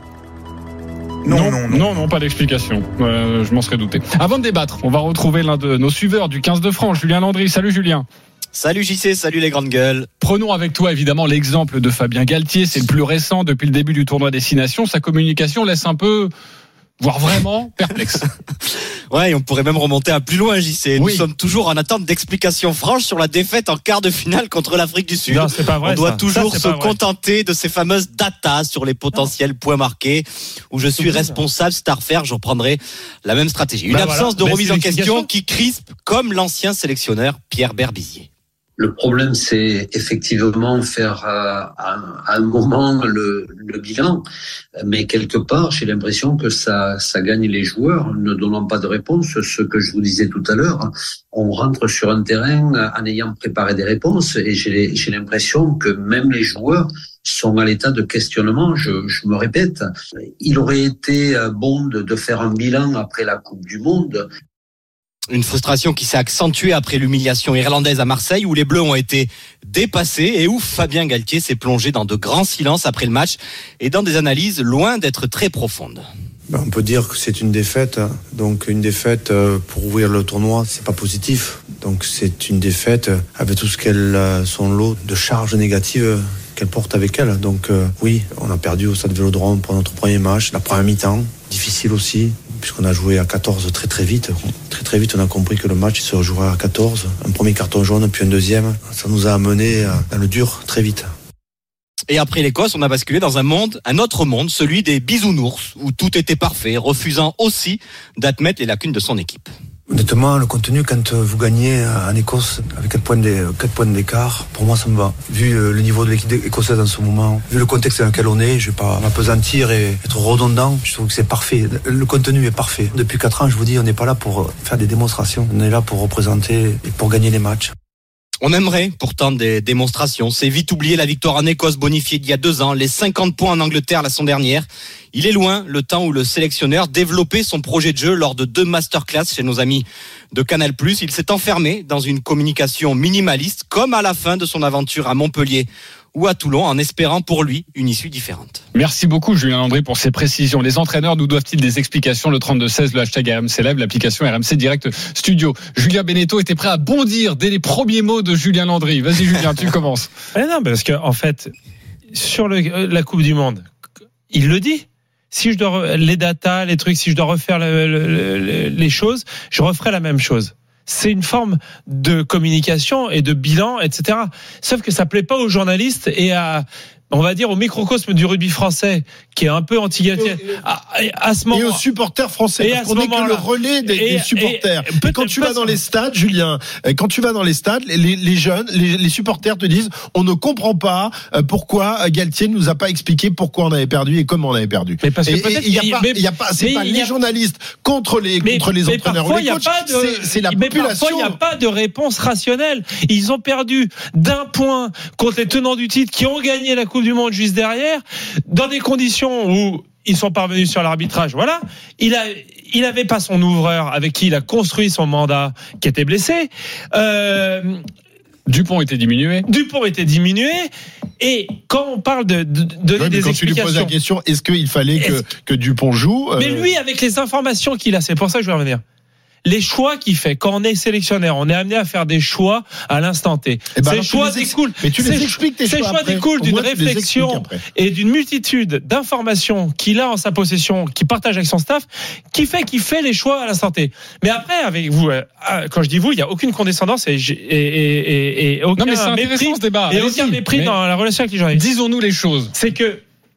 Non, non, non, non, non, non, pas d'explication. Euh, je m'en serais douté. Avant de débattre, on va retrouver l'un de nos suiveurs du quinze de France, Julien Landry. Salut Julien. Salut J C, salut les grandes gueules. Prenons avec toi évidemment l'exemple de Fabien Galtier. C'est le plus récent depuis le début du tournoi Destination. Sa communication laisse un peu, voire vraiment, perplexe. Ouais, et on pourrait même remonter à plus loin, J C. Nous oui. sommes toujours en attente d'explications franches sur la défaite en quart de finale contre l'Afrique du Sud. Non, c'est pas vrai, on doit ça. toujours ça, se contenter de ces fameuses datas sur les potentiels non. points marqués, où je suis responsable, c'est à refaire, je reprendrai la même stratégie. Une bah absence voilà. de remise en question qui crispe comme l'ancien sélectionneur Pierre Berbizier. Le problème, c'est effectivement faire à, à, à un moment le, le bilan, mais quelque part, j'ai l'impression que ça, ça gagne les joueurs, ne donnant pas de réponse. Ce que je vous disais tout à l'heure, on rentre sur un terrain en ayant préparé des réponses, et j'ai, j'ai l'impression que même les joueurs sont à l'état de questionnement. Je, je me répète, il aurait été bon de, de faire un bilan après la Coupe du Monde. Une frustration qui s'est accentuée après l'humiliation irlandaise à Marseille, où les Bleus ont été dépassés et où Fabien Galtier s'est plongé dans de grands silences après le match et dans des analyses loin d'être très profondes. On peut dire que c'est une défaite. Donc une défaite pour ouvrir le tournoi, c'est pas positif. Donc c'est une défaite avec tout ce qu'elle, son lot de charges négatives qu'elle porte avec elle. Donc euh, oui, on a perdu au Stade Vélodrome pour notre premier match, la première mi-temps, difficile aussi, puisqu'on a joué à quatorze très très vite. Très très vite, on a compris que le match se rejouerait à quatorze. Un premier carton jaune, puis un deuxième. Ça nous a amené dans le dur très vite. Et après l'Écosse, on a basculé dans un monde, un autre monde, celui des bisounours, où tout était parfait, refusant aussi d'admettre les lacunes de son équipe. Honnêtement, le contenu, quand vous gagnez en Écosse avec quatre points d'écart, pour moi ça me va. Vu le niveau de l'équipe écossaise en ce moment, vu le contexte dans lequel on est, je ne vais pas m'apesantir et être redondant, je trouve que c'est parfait. Le contenu est parfait. Depuis quatre ans, je vous dis, on n'est pas là pour faire des démonstrations, on est là pour représenter et pour gagner les matchs. On aimerait pourtant des démonstrations. C'est vite oublié la victoire en Écosse bonifiée d'il y a deux ans, les cinquante points en Angleterre la saison dernière. Il est loin le temps où le sélectionneur développait son projet de jeu lors de deux masterclass chez nos amis de Canal plus. Il s'est enfermé dans une communication minimaliste, comme à la fin de son aventure à Montpellier ou à Toulon, en espérant pour lui une issue différente. Merci beaucoup Julien Landry pour ces précisions. Les entraîneurs nous doivent-ils des explications? Le trente-deux seize, le hashtag R M C Live, l'application R M C Direct Studio. Julien Belletto était prêt à bondir dès les premiers mots de Julien Landry. Vas-y Julien, tu commences. Eh non, parce que en fait, sur le, la Coupe du Monde, il le dit. Si je dois les datas, les trucs, si je dois refaire le, le, le, les choses, je referai la même chose. C'est une forme de communication et de bilan, et cetera. Sauf que ça plaît pas aux journalistes et à on va dire, au microcosme du rugby français, qui est un peu anti-Galtier, à, à ce moment, et aux supporters français, et parce qu'on n'est que le relais des, et, des supporters. Et, et quand tu vas dans les stades, Julien, quand tu vas dans les stades, les, les jeunes, les, les supporters te disent, on ne comprend pas pourquoi Galtier nous a pas expliqué pourquoi on avait perdu et comment on avait perdu. Mais parce que peut-être il y a pas, il y a pas, c'est pas les journalistes contre les mais, contre les entraîneurs ou les coachs, de, c'est, c'est la mais population. Parfois, il n'y a pas de réponse rationnelle. Ils ont perdu d'un point contre les tenants du titre qui ont gagné la Coupe du Monde juste derrière, dans des conditions où ils sont parvenus sur l'arbitrage. Voilà. Il a, il avait pas son ouvreur avec qui il a construit son mandat, qui était blessé. Euh, Dupont était diminué. Dupont était diminué. Et quand on parle de, de, de donner oui, des quand explications, tu lui poses la question, est-ce qu'il fallait que, est-ce... que Dupont joue euh... Mais lui, avec les informations qu'il a, c'est pour ça que je vais revenir. Les choix qu'il fait, quand on est sélectionneur, on est amené à faire des choix à l'instant T. Eh ben ces choix ex... découlent, mais tu les expliques tes ces choix, choix après. découlent d'une moins, réflexion et d'une multitude d'informations qu'il a en sa possession, qu'il partage avec son staff, qui fait qu'il fait les choix à l'instant T. Mais après, avec vous, quand je dis vous, il n'y a aucune condescendance et, et, et, et, et aucun non mais c'est mépris, ce débat. et aucun mépris mais dans la relation avec les journalistes. Disons-nous les choses. C'est que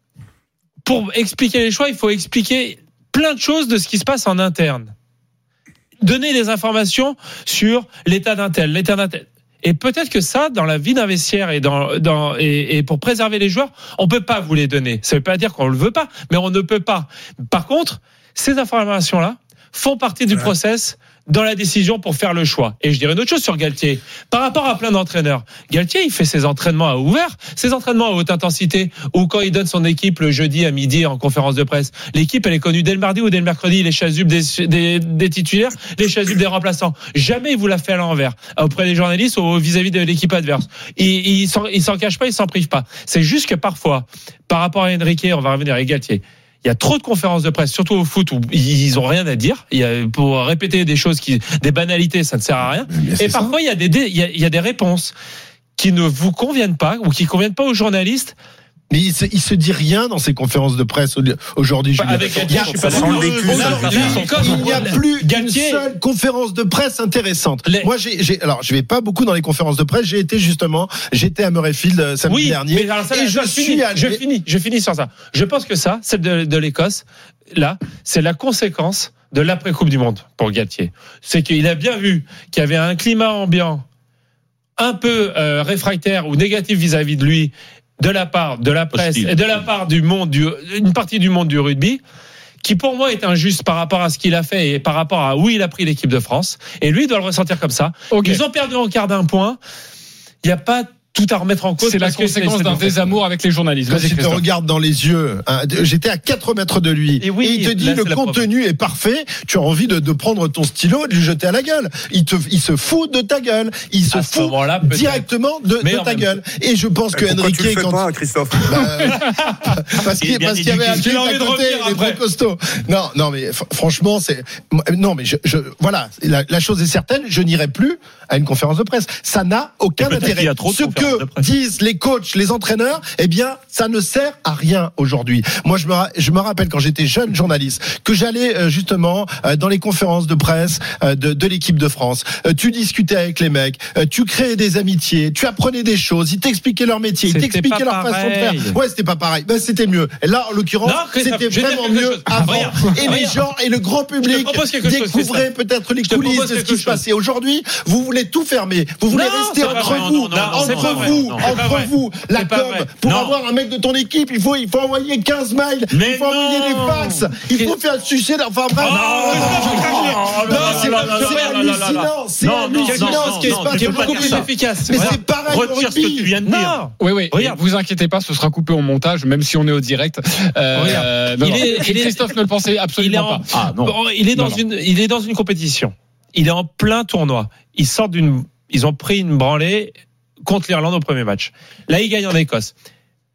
pour expliquer les choix, il faut expliquer plein de choses de ce qui se passe en interne. Donner des informations sur l'état d'un tel, l'état d'un tel. Et peut-être que ça, dans la vie d'un vestiaire et, dans, dans, et, et pour préserver les joueurs, on peut pas vous les donner. Ça veut pas dire qu'on le veut pas, mais on ne peut pas. Par contre, ces informations-là font partie du ouais. process dans la décision pour faire le choix. Et je dirais une autre chose sur Galtier. Par rapport à plein d'entraîneurs, Galtier, il fait ses entraînements à ouvert, ses entraînements à haute intensité, ou quand il donne son équipe le jeudi à midi en conférence de presse. L'équipe, elle est connue dès le mardi ou dès le mercredi, les chasubes des, des, des titulaires, les chasubes des remplaçants. Jamais il vous l'a fait à l'envers, auprès des journalistes ou vis-à-vis de l'équipe adverse. Il, il, s'en, il s'en cache pas, il s'en prive pas. C'est juste que parfois, par rapport à Enrique, on va revenir avec Galtier, il y a trop de conférences de presse, surtout au foot, où ils ont rien à dire. Il y a, pour répéter des choses qui, des banalités, ça ne sert à rien. Et parfois, il y a des, il y a, il y a des réponses qui ne vous conviennent pas ou qui conviennent pas aux journalistes. Mais il se, il se dit rien dans ces conférences de presse aujourd'hui, Julien. Avec Galtier, je suis pas sans le vécu, il n'y a plus une seule conférence de presse intéressante. Les... Moi, j'ai, j'ai, alors, je vais pas beaucoup dans les conférences de presse. J'ai été justement, j'étais à Murrayfield samedi oui, dernier. Mais alors ça, et je, je suis, suis allé... je finis, je finis sur ça. Je pense que ça, celle de, de l'Écosse, là, c'est la conséquence de l'après Coupe du Monde pour Galtier. C'est qu'il a bien vu qu'il y avait un climat ambiant un peu euh, réfractaire ou négatif vis-à-vis de lui, de la part de la presse hostile. Et de la part du monde, du, une partie du monde du rugby, qui pour moi est injuste par rapport à ce qu'il a fait et par rapport à où il a pris l'équipe de France. Et lui, il doit le ressentir comme ça. Okay. Ils ont perdu en quart d'un point. Il n'y a pas tout à remettre en cause. C'est la conséquence d'un désamour avec les journalistes. Quand il te regarde dans les yeux, hein, j'étais à quatre mètres de lui, et, oui, et il te dit là, le contenu est parfait, tu as envie de, de prendre ton stylo et de lui jeter à la gueule. Il, te, il se fout de ta gueule. Il se fout directement de, de ta gueule. Et je pense que Enrique... tu le fais quand... pas, Christophe bah, Parce qu'il, parce qu'il y avait un truc à côté, il est trop costaud. Non, non, mais franchement, c'est... Non, mais je, je, voilà, la, la chose est certaine, je n'irai plus à une conférence de presse. Ça n'a aucun intérêt. Ce que disent les coachs, les entraîneurs, eh bien, ça ne sert à rien aujourd'hui. Moi, je me, je me rappelle quand j'étais jeune journaliste, que j'allais euh, justement euh, dans les conférences de presse euh, de, de l'équipe de France. Euh, tu discutais avec les mecs, euh, tu créais des amitiés, tu apprenais des choses, ils t'expliquaient leur métier, c'était ils t'expliquaient leur pareil. façon de faire. Ouais, c'était pas pareil. Ben, c'était mieux. Et là, en l'occurrence, non, c'était vraiment mieux chose. avant. Rien, et rien. les gens et le grand public découvraient peut-être les coulisses de ce qui se passait. Aujourd'hui, vous voulez tout fermer. Vous voulez non, rester entre vrai, vous, non, non, non, entre vous. Non, entre vous, la com, pour non. avoir un mec de ton équipe, il faut, il faut envoyer quinze mails, mais il faut non. envoyer des fax, il faut faire sucer, enfin bref. Non, c'est hallucinant, c'est hallucinant ce qui se passe. C'est beaucoup plus efficace. Mais c'est pareil au Retire ce que tu viens de dire. Oui, oui. Regarde, vous inquiétez pas, ce sera coupé au montage, même si on est au direct. Euh, non, il est, il est, Christophe ne le pensait absolument pas. Ah, non. Il est dans une, il est dans une compétition. Il est en plein tournoi. Ils sortent d'une, ils ont pris une branlée contre l'Irlande au premier match. Là, ils gagnent en Écosse.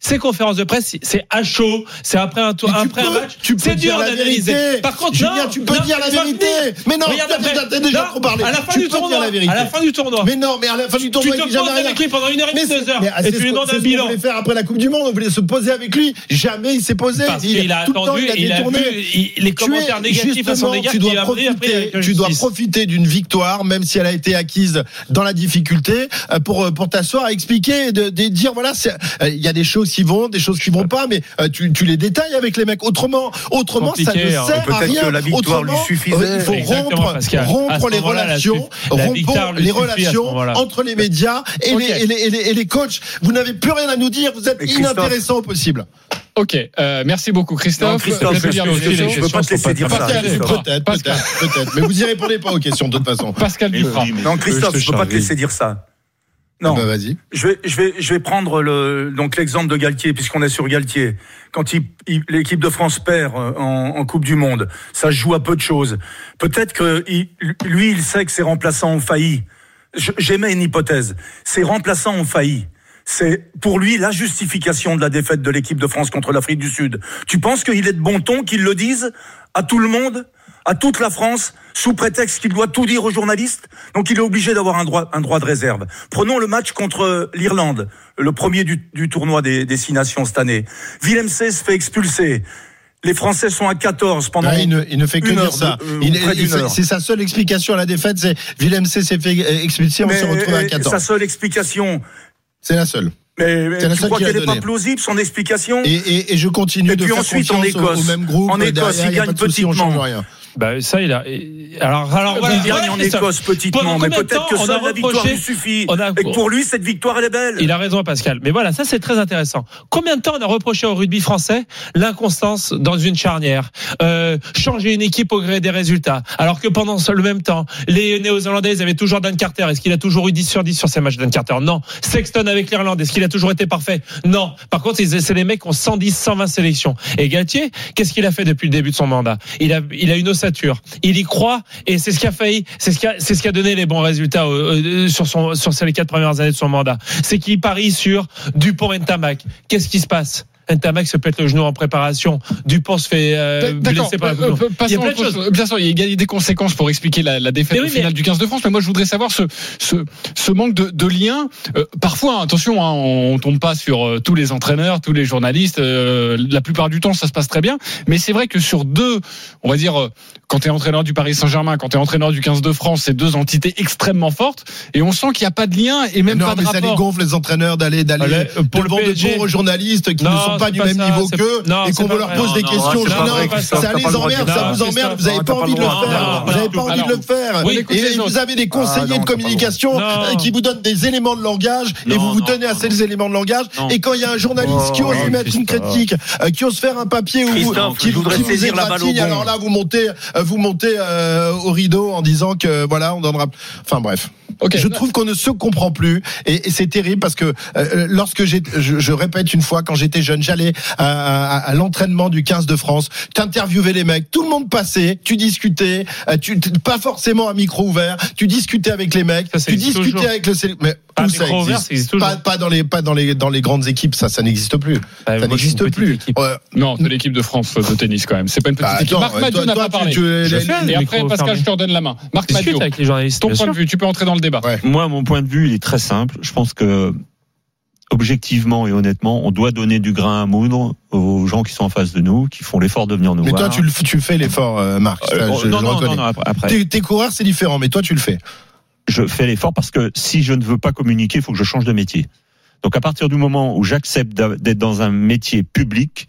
ces conférences de presse, c'est à chaud, c'est après un tour, après peux, un match. Tu peux c'est dur d'analyser. Par contre, Julien, non, tu peux non, dire la vérité. Mais non, regarde après. T'as déjà non, trop parlé. À la fin tu du tournoi. À la fin du tournoi. Mais non, mais à la fin du tournoi, tu il te poses avec lui pendant une heure et demie, deux heures. Et tu lui demandes un bilan. On voulait faire après la Coupe du Monde. On voulait se poser avec lui. Jamais il s'est posé. Parce qu'il a attendu. Il a vu les commentaires négatifs à son égard. Tu dois profiter. Tu dois profiter d'une victoire, même si elle a été acquise dans la difficulté, pour pour t'asseoir, expliquer, de dire voilà, il y a des choses qui vont, des choses qui vont pas, mais tu tu les détails avec les mecs. Autrement, autrement, ça ne sert à rien. Peut-être que la victoire lui suffisait. Il faut rompre, rompre les relations, rompre les relations entre les médias et, okay. les, et, les, et, les, et les coachs. Vous n'avez plus rien à nous dire. Vous êtes inintéressant au possible. Ok, euh, merci beaucoup Christophe. Non, Christophe, je ne peux pas te laisser dire ça. Peut-être, peut-être, peut-être. Mais vous n'y répondez pas aux questions de toute façon. Pascal Duprat. Non, Christophe, je ne peux pas te laisser dire ça. Non, bah vas-y. Je vais, je vais, je vais prendre le, donc l'exemple de Galtier, puisqu'on est sur Galtier. Quand il, il, l'équipe de France perd en, en Coupe du Monde, ça se joue à peu de choses. Peut-être que il, lui, il sait que ses remplaçants ont failli. Je, j'émets une hypothèse. Ses remplaçants ont failli. C'est pour lui la justification de la défaite de l'équipe de France contre l'Afrique du Sud. Tu penses qu'il est de bon ton qu'il le dise à tout le monde, à toute la France, sous prétexte qu'il doit tout dire aux journalistes? Donc il est obligé d'avoir un droit, un droit de réserve. Prenons le match contre l'Irlande, le premier du, du tournoi des, des six nations cette année. Willem se fait expulser. Les Français sont à quatorze pendant ah, il, ne, il ne fait que dire ça. De, euh, il, il, c'est, c'est sa seule explication à la défaite, c'est Willem s'est fait expulser, on se retrouve à quatorze. Sa seule explication. C'est la seule. Mais, mais tu crois qu'elle n'est pas plausible, son explication? Et, et, et je continue et de puis faire ensuite, confiance en Écosse, au, au même groupe. En Écosse, il gagne petitement. Bah ça il a alors alors voilà, il gagne en Écosse petitement, mais peut-être que seule la victoire lui suffit a... et que pour lui cette victoire elle est belle. Il a raison Pascal, mais voilà, ça c'est très intéressant. Combien de temps on a reproché au rugby français l'inconstance dans une charnière, euh, changer une équipe au gré des résultats, alors que pendant le même temps les Néo-Zélandais ils avaient toujours Dan Carter. Est-ce qu'il a toujours eu dix sur dix sur ces matchs Dan Carter? Non. Sexton avec l'Irlande, est-ce qu'il a toujours été parfait? Non. Par contre c'est les mecs qui ont cent dix cent vingt sélections. Et Galtier, qu'est-ce qu'il a fait depuis le début de son mandat? Il a il a une ossature, il y croit et c'est ce qui a failli, c'est ce qui a, c'est ce qui a donné les bons résultats euh, sur son sur ces quatre premières années de son mandat. C'est qu'il parie sur Dupont et Ntamak. Qu'est-ce qui se passe? Ntamak se pète le genou en préparation. Dupont se fait euh, blesser par la Coupe du Monde. Il y a plein de choses. Bien sûr, il y a des conséquences pour expliquer la, la défaite oui, finale mais... du quinze de France. Mais moi, je voudrais savoir ce ce, ce manque de, de lien. Euh, parfois, attention, hein, on tombe pas sur euh, tous les entraîneurs, tous les journalistes. Euh, la plupart du temps, ça se passe très bien. Mais c'est vrai que sur deux, on va dire, euh, quand tu es entraîneur du Paris Saint-Germain, quand tu es entraîneur du quinze de France, c'est deux entités extrêmement fortes. Et on sent qu'il n'y a pas de lien et même non, pas de mais rapport. Ça les gonfle les entraîneurs d'aller d'aller pour devant le de pauvres journalistes qui non, ne sont pas du pas même ça, niveau qu'eux et qu'on leur pose des questions. Non, ça les emmerde, ça vous emmerde. Vous n'avez pas envie de le faire. Vous n'avez pas envie de le faire. Et vous avez des conseillers de communication qui vous donnent des éléments de langage et vous vous tenez à ces éléments de langage. Et quand il y a un journaliste qui ose émettre une critique, qui ose faire un papier ou qui vous égratigne, alors là vous montez, vous montez au rideau en disant que voilà, on donnera. Enfin bref. Okay. Je trouve qu'on ne se comprend plus et, et c'est terrible parce que euh, lorsque j'ai, je, je répète une fois, quand j'étais jeune, j'allais à, à, à l'entraînement du quinze de France, t'interviewais les mecs, tout le monde passait, tu discutais, euh, tu, pas forcément à micro ouvert, tu discutais avec les mecs, ça, tu discutais toujours. Avec le mais pas où ça existe, ouvert, ça existe pas, pas dans les pas dans les dans les grandes équipes, ça ça n'existe plus, bah, ça n'existe plus. Euh, non, c'est l'équipe de France de tennis quand même, c'est pas une petite bah, équipe. Marc Madiot n'a pas parlé. Tu, tu, les, les, et après Pascal, je te redonne la main. Marc Madiot, avec les journalistes. Ton point de vue, tu peux entrer dans le débat. Moi, mon point de vue, il est très simple. Je pense que, objectivement et honnêtement, on doit donner du grain à moudre aux gens qui sont en face de nous, qui font l'effort de venir nous mais voir. Mais toi, tu, le, tu fais l'effort, euh, Marc. Euh, je, non, je non, reconnais. non, non, après. Tes, tes coureurs, c'est différent, mais toi, tu le fais. Je fais l'effort parce que si je ne veux pas communiquer, il faut que je change de métier. Donc, à partir du moment où j'accepte d'être dans un métier public,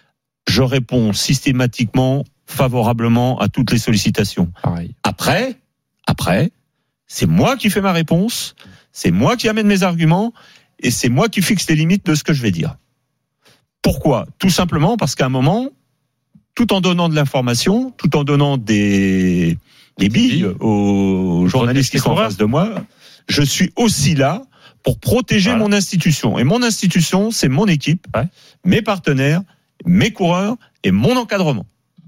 je réponds systématiquement, favorablement à toutes les sollicitations. Pareil. Après, après, c'est moi qui fais ma réponse, c'est moi qui amène mes arguments, et c'est moi qui fixe les limites de ce que je vais dire. Pourquoi ? Tout simplement parce qu'à un moment, tout en donnant de l'information, tout en donnant des, des billes aux journalistes qui sont en face de moi, je suis aussi là pour protéger voilà. mon institution. Et mon institution, c'est mon équipe, ouais. mes partenaires, mes coureurs et mon encadrement.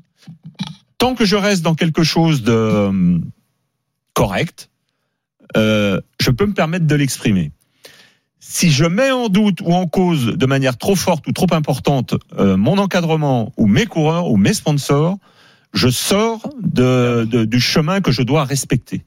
Tant que je reste dans quelque chose de euh, correct, euh, je peux me permettre de l'exprimer. si je mets en doute ou en cause de manière trop forte ou trop importante euh, mon encadrement ou mes coureurs ou mes sponsors, je sors de, de, du chemin que je dois respecter.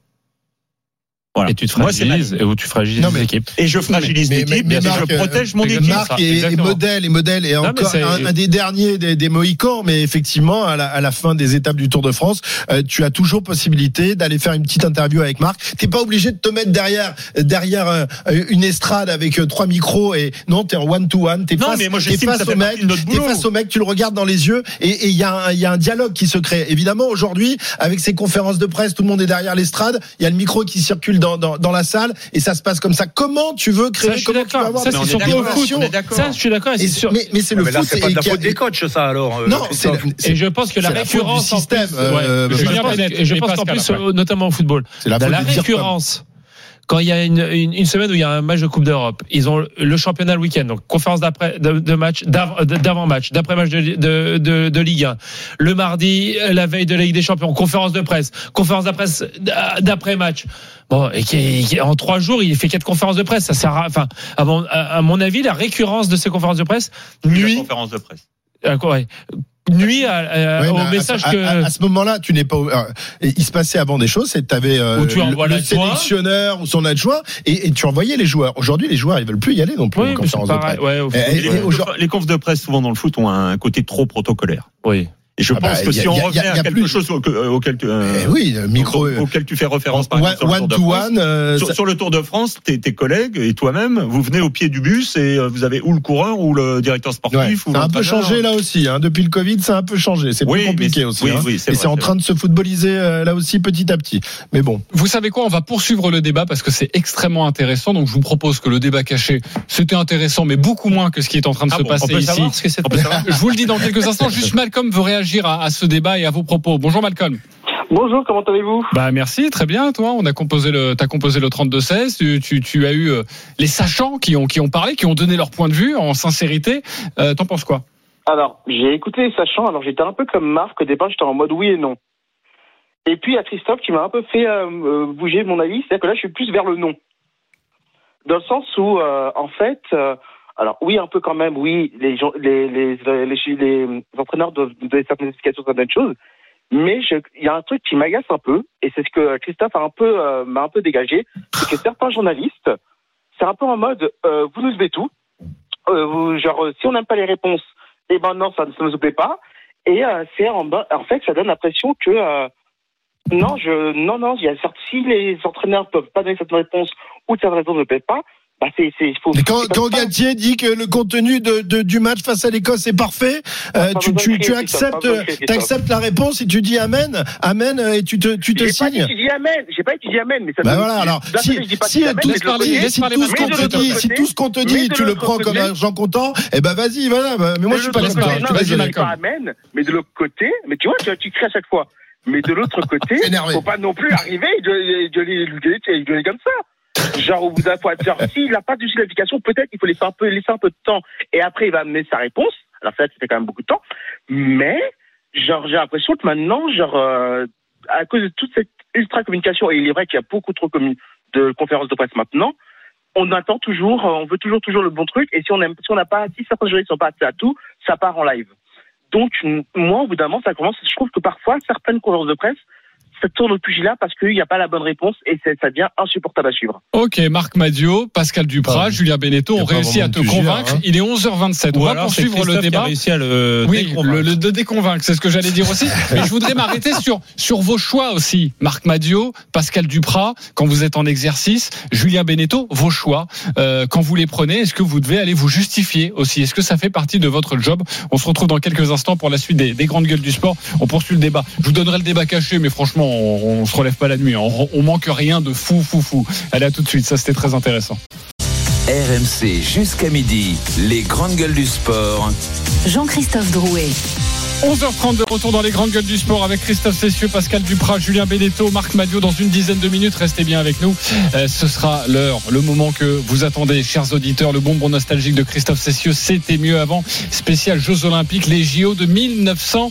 Voilà. Et tu te fragilises, et où tu fragilises non, mais, l'équipe. Et je fragilise mais, l'équipe, mais, mais, et Marc, je protège mon équipe. Marc est, est modèle, et modèle, et non, encore un, un des derniers des, des Mohicans, mais effectivement, à la, à la fin des étapes du Tour de France, euh, tu as toujours possibilité d'aller faire une petite interview avec Marc. T'es pas obligé de te mettre derrière, derrière euh, une estrade avec euh, trois micros, et non, t'es en one to one, t'es non, face, mais moi, t'es face au mec, t'es face au mec, tu le regardes dans les yeux, et il y a un, il y a un dialogue qui se crée. Évidemment, aujourd'hui, avec ces conférences de presse, tout le monde est derrière l'estrade, il y a le micro qui circule dans, dans, dans la salle. Et ça se passe comme ça. Comment tu veux créer, ça, comment tu vas avoir ça, c'est surtout au foot. Ça, je suis d'accord. Et sur... mais, mais c'est le mais foot. Là, c'est pas de la faute des coachs, ça, alors. Non, c'est la, c'est, et je pense que la récurrence du système. En plus, euh, ouais, je, je pense, et je pense qu'en plus, après. notamment au football, c'est la, la récurrence. Quand il y a une, une, une semaine où il y a un match de Coupe d'Europe, ils ont le championnat le week-end, donc conférence d'après, de, de match, d'avant-match, d'après-match de, de, de, de Ligue un. Le mardi, la veille de la Ligue des Champions, conférence de presse, conférence de presse d'après-match. Bon, et qui, qui, en trois jours, il fait quatre conférences de presse. Ça sert à, enfin, à mon, à, à mon avis, la récurrence de ces conférences de presse nuit. Conférence de presse. Euh, ouais. nuit à, à, ouais, au message à, que. À, à ce moment-là, tu n'es pas. Euh, il se passait avant des choses, c'est que tu avais euh, le, le sélectionneur ou son adjoint, et, et tu envoyais les joueurs. Aujourd'hui, les joueurs, ils veulent plus y aller non plus. Oui, en conférence de presse. Ouais, et, et, et, et, les confs de presse, souvent dans le foot, ont un côté trop protocolaire. Oui. Et je ah pense bah, que y a, si on y a, revient y a à quelque plus... chose auquel tu, euh, eh oui, micro, auquel tu fais référence par one, exemple sur le Tour de France, one, euh, sur, ça... sur le Tour de France, tes, tes collègues et toi-même, vous venez au pied du bus et vous avez ou le coureur ou le directeur sportif. Ouais, ou ça a un peu changé là aussi. Hein. Depuis le Covid, ça a un peu changé. C'est oui, plus compliqué aussi. Oui, hein. oui, c'est et vrai, c'est en train vrai. de se footballiser euh, là aussi petit à petit. Mais bon. Vous savez quoi ? On va poursuivre le débat parce que c'est extrêmement intéressant. Donc je vous propose que le débat caché, c'était intéressant, mais beaucoup moins que ce qui est en train de ah se bon, passer on peut ici. Ce que c'est je vous le dis dans quelques instants. Juste Malcolm veut réagir à, à ce débat et à vos propos. Bonjour Malcolm. Bonjour, comment allez-vous ? Bah merci, très bien. Toi, on a composé le, t'as composé le trente-deux seize. Tu, tu, tu as eu euh, les sachants qui ont qui ont parlé, qui ont donné leur point de vue en sincérité. Euh, t'en penses quoi ? Alors, j'ai écouté les sachants. Alors, j'étais un peu comme Marc. Au départ, j'étais en mode oui et non. Et puis, il y a Christophe qui m'a un peu fait euh, bouger mon avis. C'est-à-dire que là, je suis plus vers le non. Dans le sens où, euh, en fait, euh, alors oui, un peu quand même. Oui, les gens, les les les, les, les entraîneurs doivent donner certaines explications sur certaines choses. Mais il y a un truc qui m'agace un peu, et c'est ce que Christophe a un peu euh, m'a un peu dégagé, c'est que certains journalistes, c'est un peu en mode euh, vous nous devez tout, euh, vous, genre si on n'aime pas les réponses, et ben non, ça ne nous plaît pas, et euh, c'est en, en fait ça donne l'impression que euh, non, je non non, il y a certes si les entraîneurs peuvent pas donner certaines réponses ou certaines raisons ne plaisent pas. Bah c'est, c'est, faut, Mais quand, c'est quand Galtier dit que le contenu de, de, du match face à l'Écosse est parfait, euh, tu, tu, tu acceptes, t'acceptes la réponse et tu dis amen, amen et tu te, tu te j'ai signes. J'ai pas dit amen, j'ai pas dit amen, mais ça. Bah voilà, alors si, si, tout, si tout ce qu'on te dit, si tout ce qu'on te dit, tu le prends comme un Jean content, eh ben vas-y, voilà. Mais moi je suis pas comme ça. Je dis pas amen, mais de l'autre côté, mais tu vois, tu, tu cries à chaque fois. Mais de l'autre côté, faut pas non plus arriver et de les gueuler comme ça. Genre, au bout d'un fois, s'il n'a pas de justification, peut-être qu'il faut laisser un peu, laisser un peu de temps. Et après, il va amener sa réponse. Alors, ça, c'était quand même beaucoup de temps. Mais, genre, j'ai l'impression que maintenant, genre, euh, à cause de toute cette ultra communication, et il est vrai qu'il y a beaucoup trop de conférences de presse maintenant, on attend toujours, on veut toujours, toujours le bon truc. Et si on aime, si on n'a pas, si certains journalistes sont pas assez à tout, ça part en live. Donc, moi, au bout d'un moment, ça commence, je trouve que parfois, certaines conférences de presse, ça tourne au pugilat parce qu'il n'y a pas la bonne réponse et ça devient insupportable à suivre. Ok, Marc Madio, Pascal Duprat, ah, Julien Beneteau ont réussi à te pugilat, convaincre. Hein. Il est onze heures vingt-sept. Ou on va poursuivre le débat. A réussi à le oui, le, le de déconvaincre, c'est ce que j'allais dire aussi. Mais je voudrais m'arrêter sur sur vos choix aussi. Marc Madio, Pascal Duprat, quand vous êtes en exercice, Julien Beneteau, vos choix. Euh, quand vous les prenez, est-ce que vous devez aller vous justifier aussi ? Est-ce que ça fait partie de votre job ? On se retrouve dans quelques instants pour la suite des, des grandes gueules du sport. On poursuit le débat. Je vous donnerai le débat caché, mais franchement, on, on se relève pas la nuit. On, on manque rien de fou, fou, fou. Allez, à tout de suite. Ça, c'était très intéressant. R M C jusqu'à midi, les grandes gueules du sport. Jean-Christophe Drouet. onze heures trente de retour dans les grandes gueules du sport avec Christophe Cessieux, Pascal Duprat, Julien Beneteau, Marc Madio dans une dizaine de minutes. Restez bien avec nous. Euh, ce sera l'heure, le moment que vous attendez, chers auditeurs. Le bonbon nostalgique de Christophe Cessieux, c'était mieux avant. Spécial Jeux Olympiques, les J O de mille neuf cent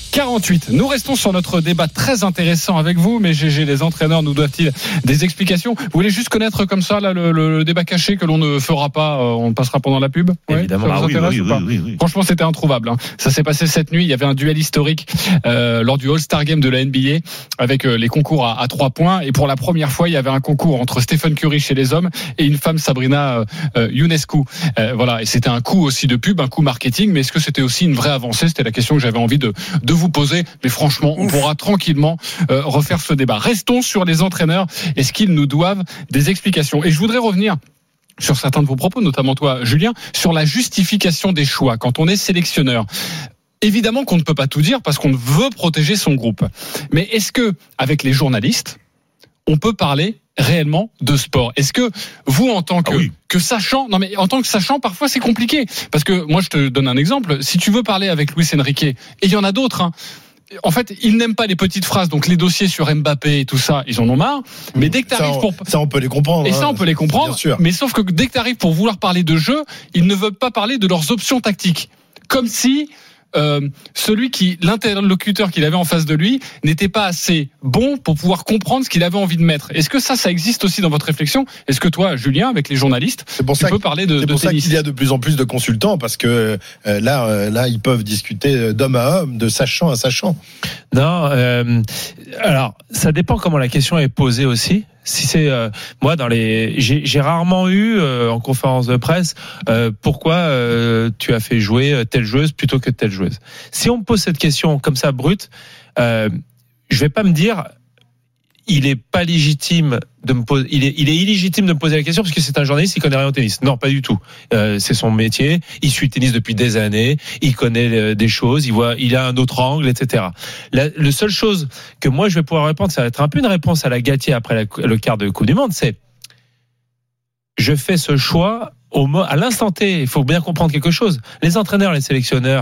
quarante-huit. Nous restons sur notre débat très intéressant avec vous, mais G G, les entraîneurs nous doivent-ils des explications? Vous voulez juste connaître comme ça là, le, le, le débat caché que l'on ne fera pas, euh, on passera pendant la pub? Ouais, évidemment. Ça vous Ah, oui, intéresse oui, ou pas? oui, oui, oui. Franchement, c'était introuvable. Hein. Ça s'est passé cette nuit. Il y avait un duel historique euh, lors du All-Star Game de la N B A avec euh, les concours à, à trois points. Et pour la première fois, il y avait un concours entre Stephen Curry chez les hommes et une femme, Sabrina euh, Ionescu. Euh, voilà. Et c'était un coup aussi de pub, un coup marketing. Mais est-ce que c'était aussi une vraie avancée? C'était la question que j'avais envie de, de vous poser. Mais franchement, on pourra tranquillement euh, refaire ce débat. Restons sur les entraîneurs. Est-ce qu'ils nous doivent des explications? Et je voudrais revenir sur certains de vos propos, notamment toi, Julien, sur la justification des choix quand on est sélectionneur. Évidemment qu'on ne peut pas tout dire parce qu'on veut protéger son groupe. Mais est-ce que, avec les journalistes, on peut parler réellement de sport? Est-ce que vous, en tant que, ah oui. que sachant, non mais en tant que sachant, parfois c'est compliqué. Parce que moi, je te donne un exemple. Si tu veux parler avec Luis Enrique, et il y en a d'autres, hein, en fait, ils n'aiment pas les petites phrases, donc les dossiers sur Mbappé et tout ça, ils en ont marre. Mais dès que t'arrives ça, pour ça, on peut les comprendre. Et ça, on peut les comprendre. Bien sûr. Mais sauf que dès que t'arrives pour vouloir parler de jeu, ils ne veulent pas parler de leurs options tactiques. Comme si euh, celui qui, l'interlocuteur qu'il avait en face de lui, n'était pas assez bon pour pouvoir comprendre ce qu'il avait envie de mettre. Est-ce que ça, ça existe aussi dans votre réflexion? Est-ce que toi, Julien, avec les journalistes, c'est pour tu ça peux parler de, c'est de pour tennis? ça qu'il y a de plus en plus de consultants parce que euh, là, euh, là, ils peuvent discuter d'homme à homme, de sachant à sachant. Non, euh, alors ça dépend comment la question est posée aussi. Si c'est euh, moi dans les, j'ai, j'ai rarement eu euh, en conférence de presse euh, pourquoi euh, tu as fait jouer telle joueuse plutôt que telle joueuse. Si on me pose cette question comme ça brute, euh, je vais pas me dire il est pas légitime de me poser, il est, il est illégitime de me poser la question parce que c'est un journaliste, il connaît rien au tennis. Non, pas du tout. Euh, c'est son métier. Il suit le tennis depuis des années. Il connaît des choses. Il voit, il a un autre angle, et cetera. La, le seule chose que moi je vais pouvoir répondre, ça va être un peu une réponse à la Gatier après la, le quart de Coupe du Monde, c'est je fais ce choix au, à l'instant T. Il faut bien comprendre quelque chose. Les entraîneurs, les sélectionneurs,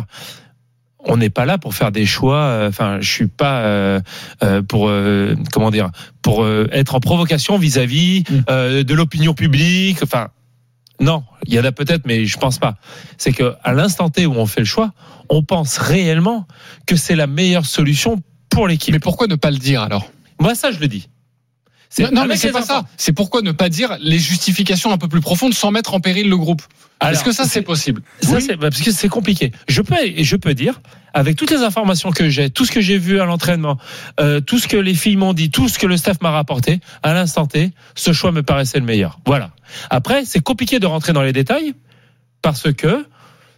on n'est pas là pour faire des choix. Enfin, je suis pas euh, euh, pour euh, comment dire, pour euh, être en provocation vis-à-vis euh, de l'opinion publique. Enfin, non, il y en a peut-être, mais je pense pas. C'est que à l'instant T où on fait le choix, on pense réellement que c'est la meilleure solution pour l'équipe. Mais pourquoi ne pas le dire alors? Moi, ça, je le dis. C'est, non, mais c'est pas enfants. ça. C'est pourquoi ne pas dire les justifications un peu plus profondes sans mettre en péril le groupe. Alors, est-ce que ça, c'est, c'est possible? Ça, oui. c'est, parce que c'est compliqué. Je peux, je peux dire, avec toutes les informations que j'ai, tout ce que j'ai vu à l'entraînement, euh, tout ce que les filles m'ont dit, tout ce que le staff m'a rapporté, à l'instant T, ce choix me paraissait le meilleur. Voilà. Après, c'est compliqué de rentrer dans les détails parce que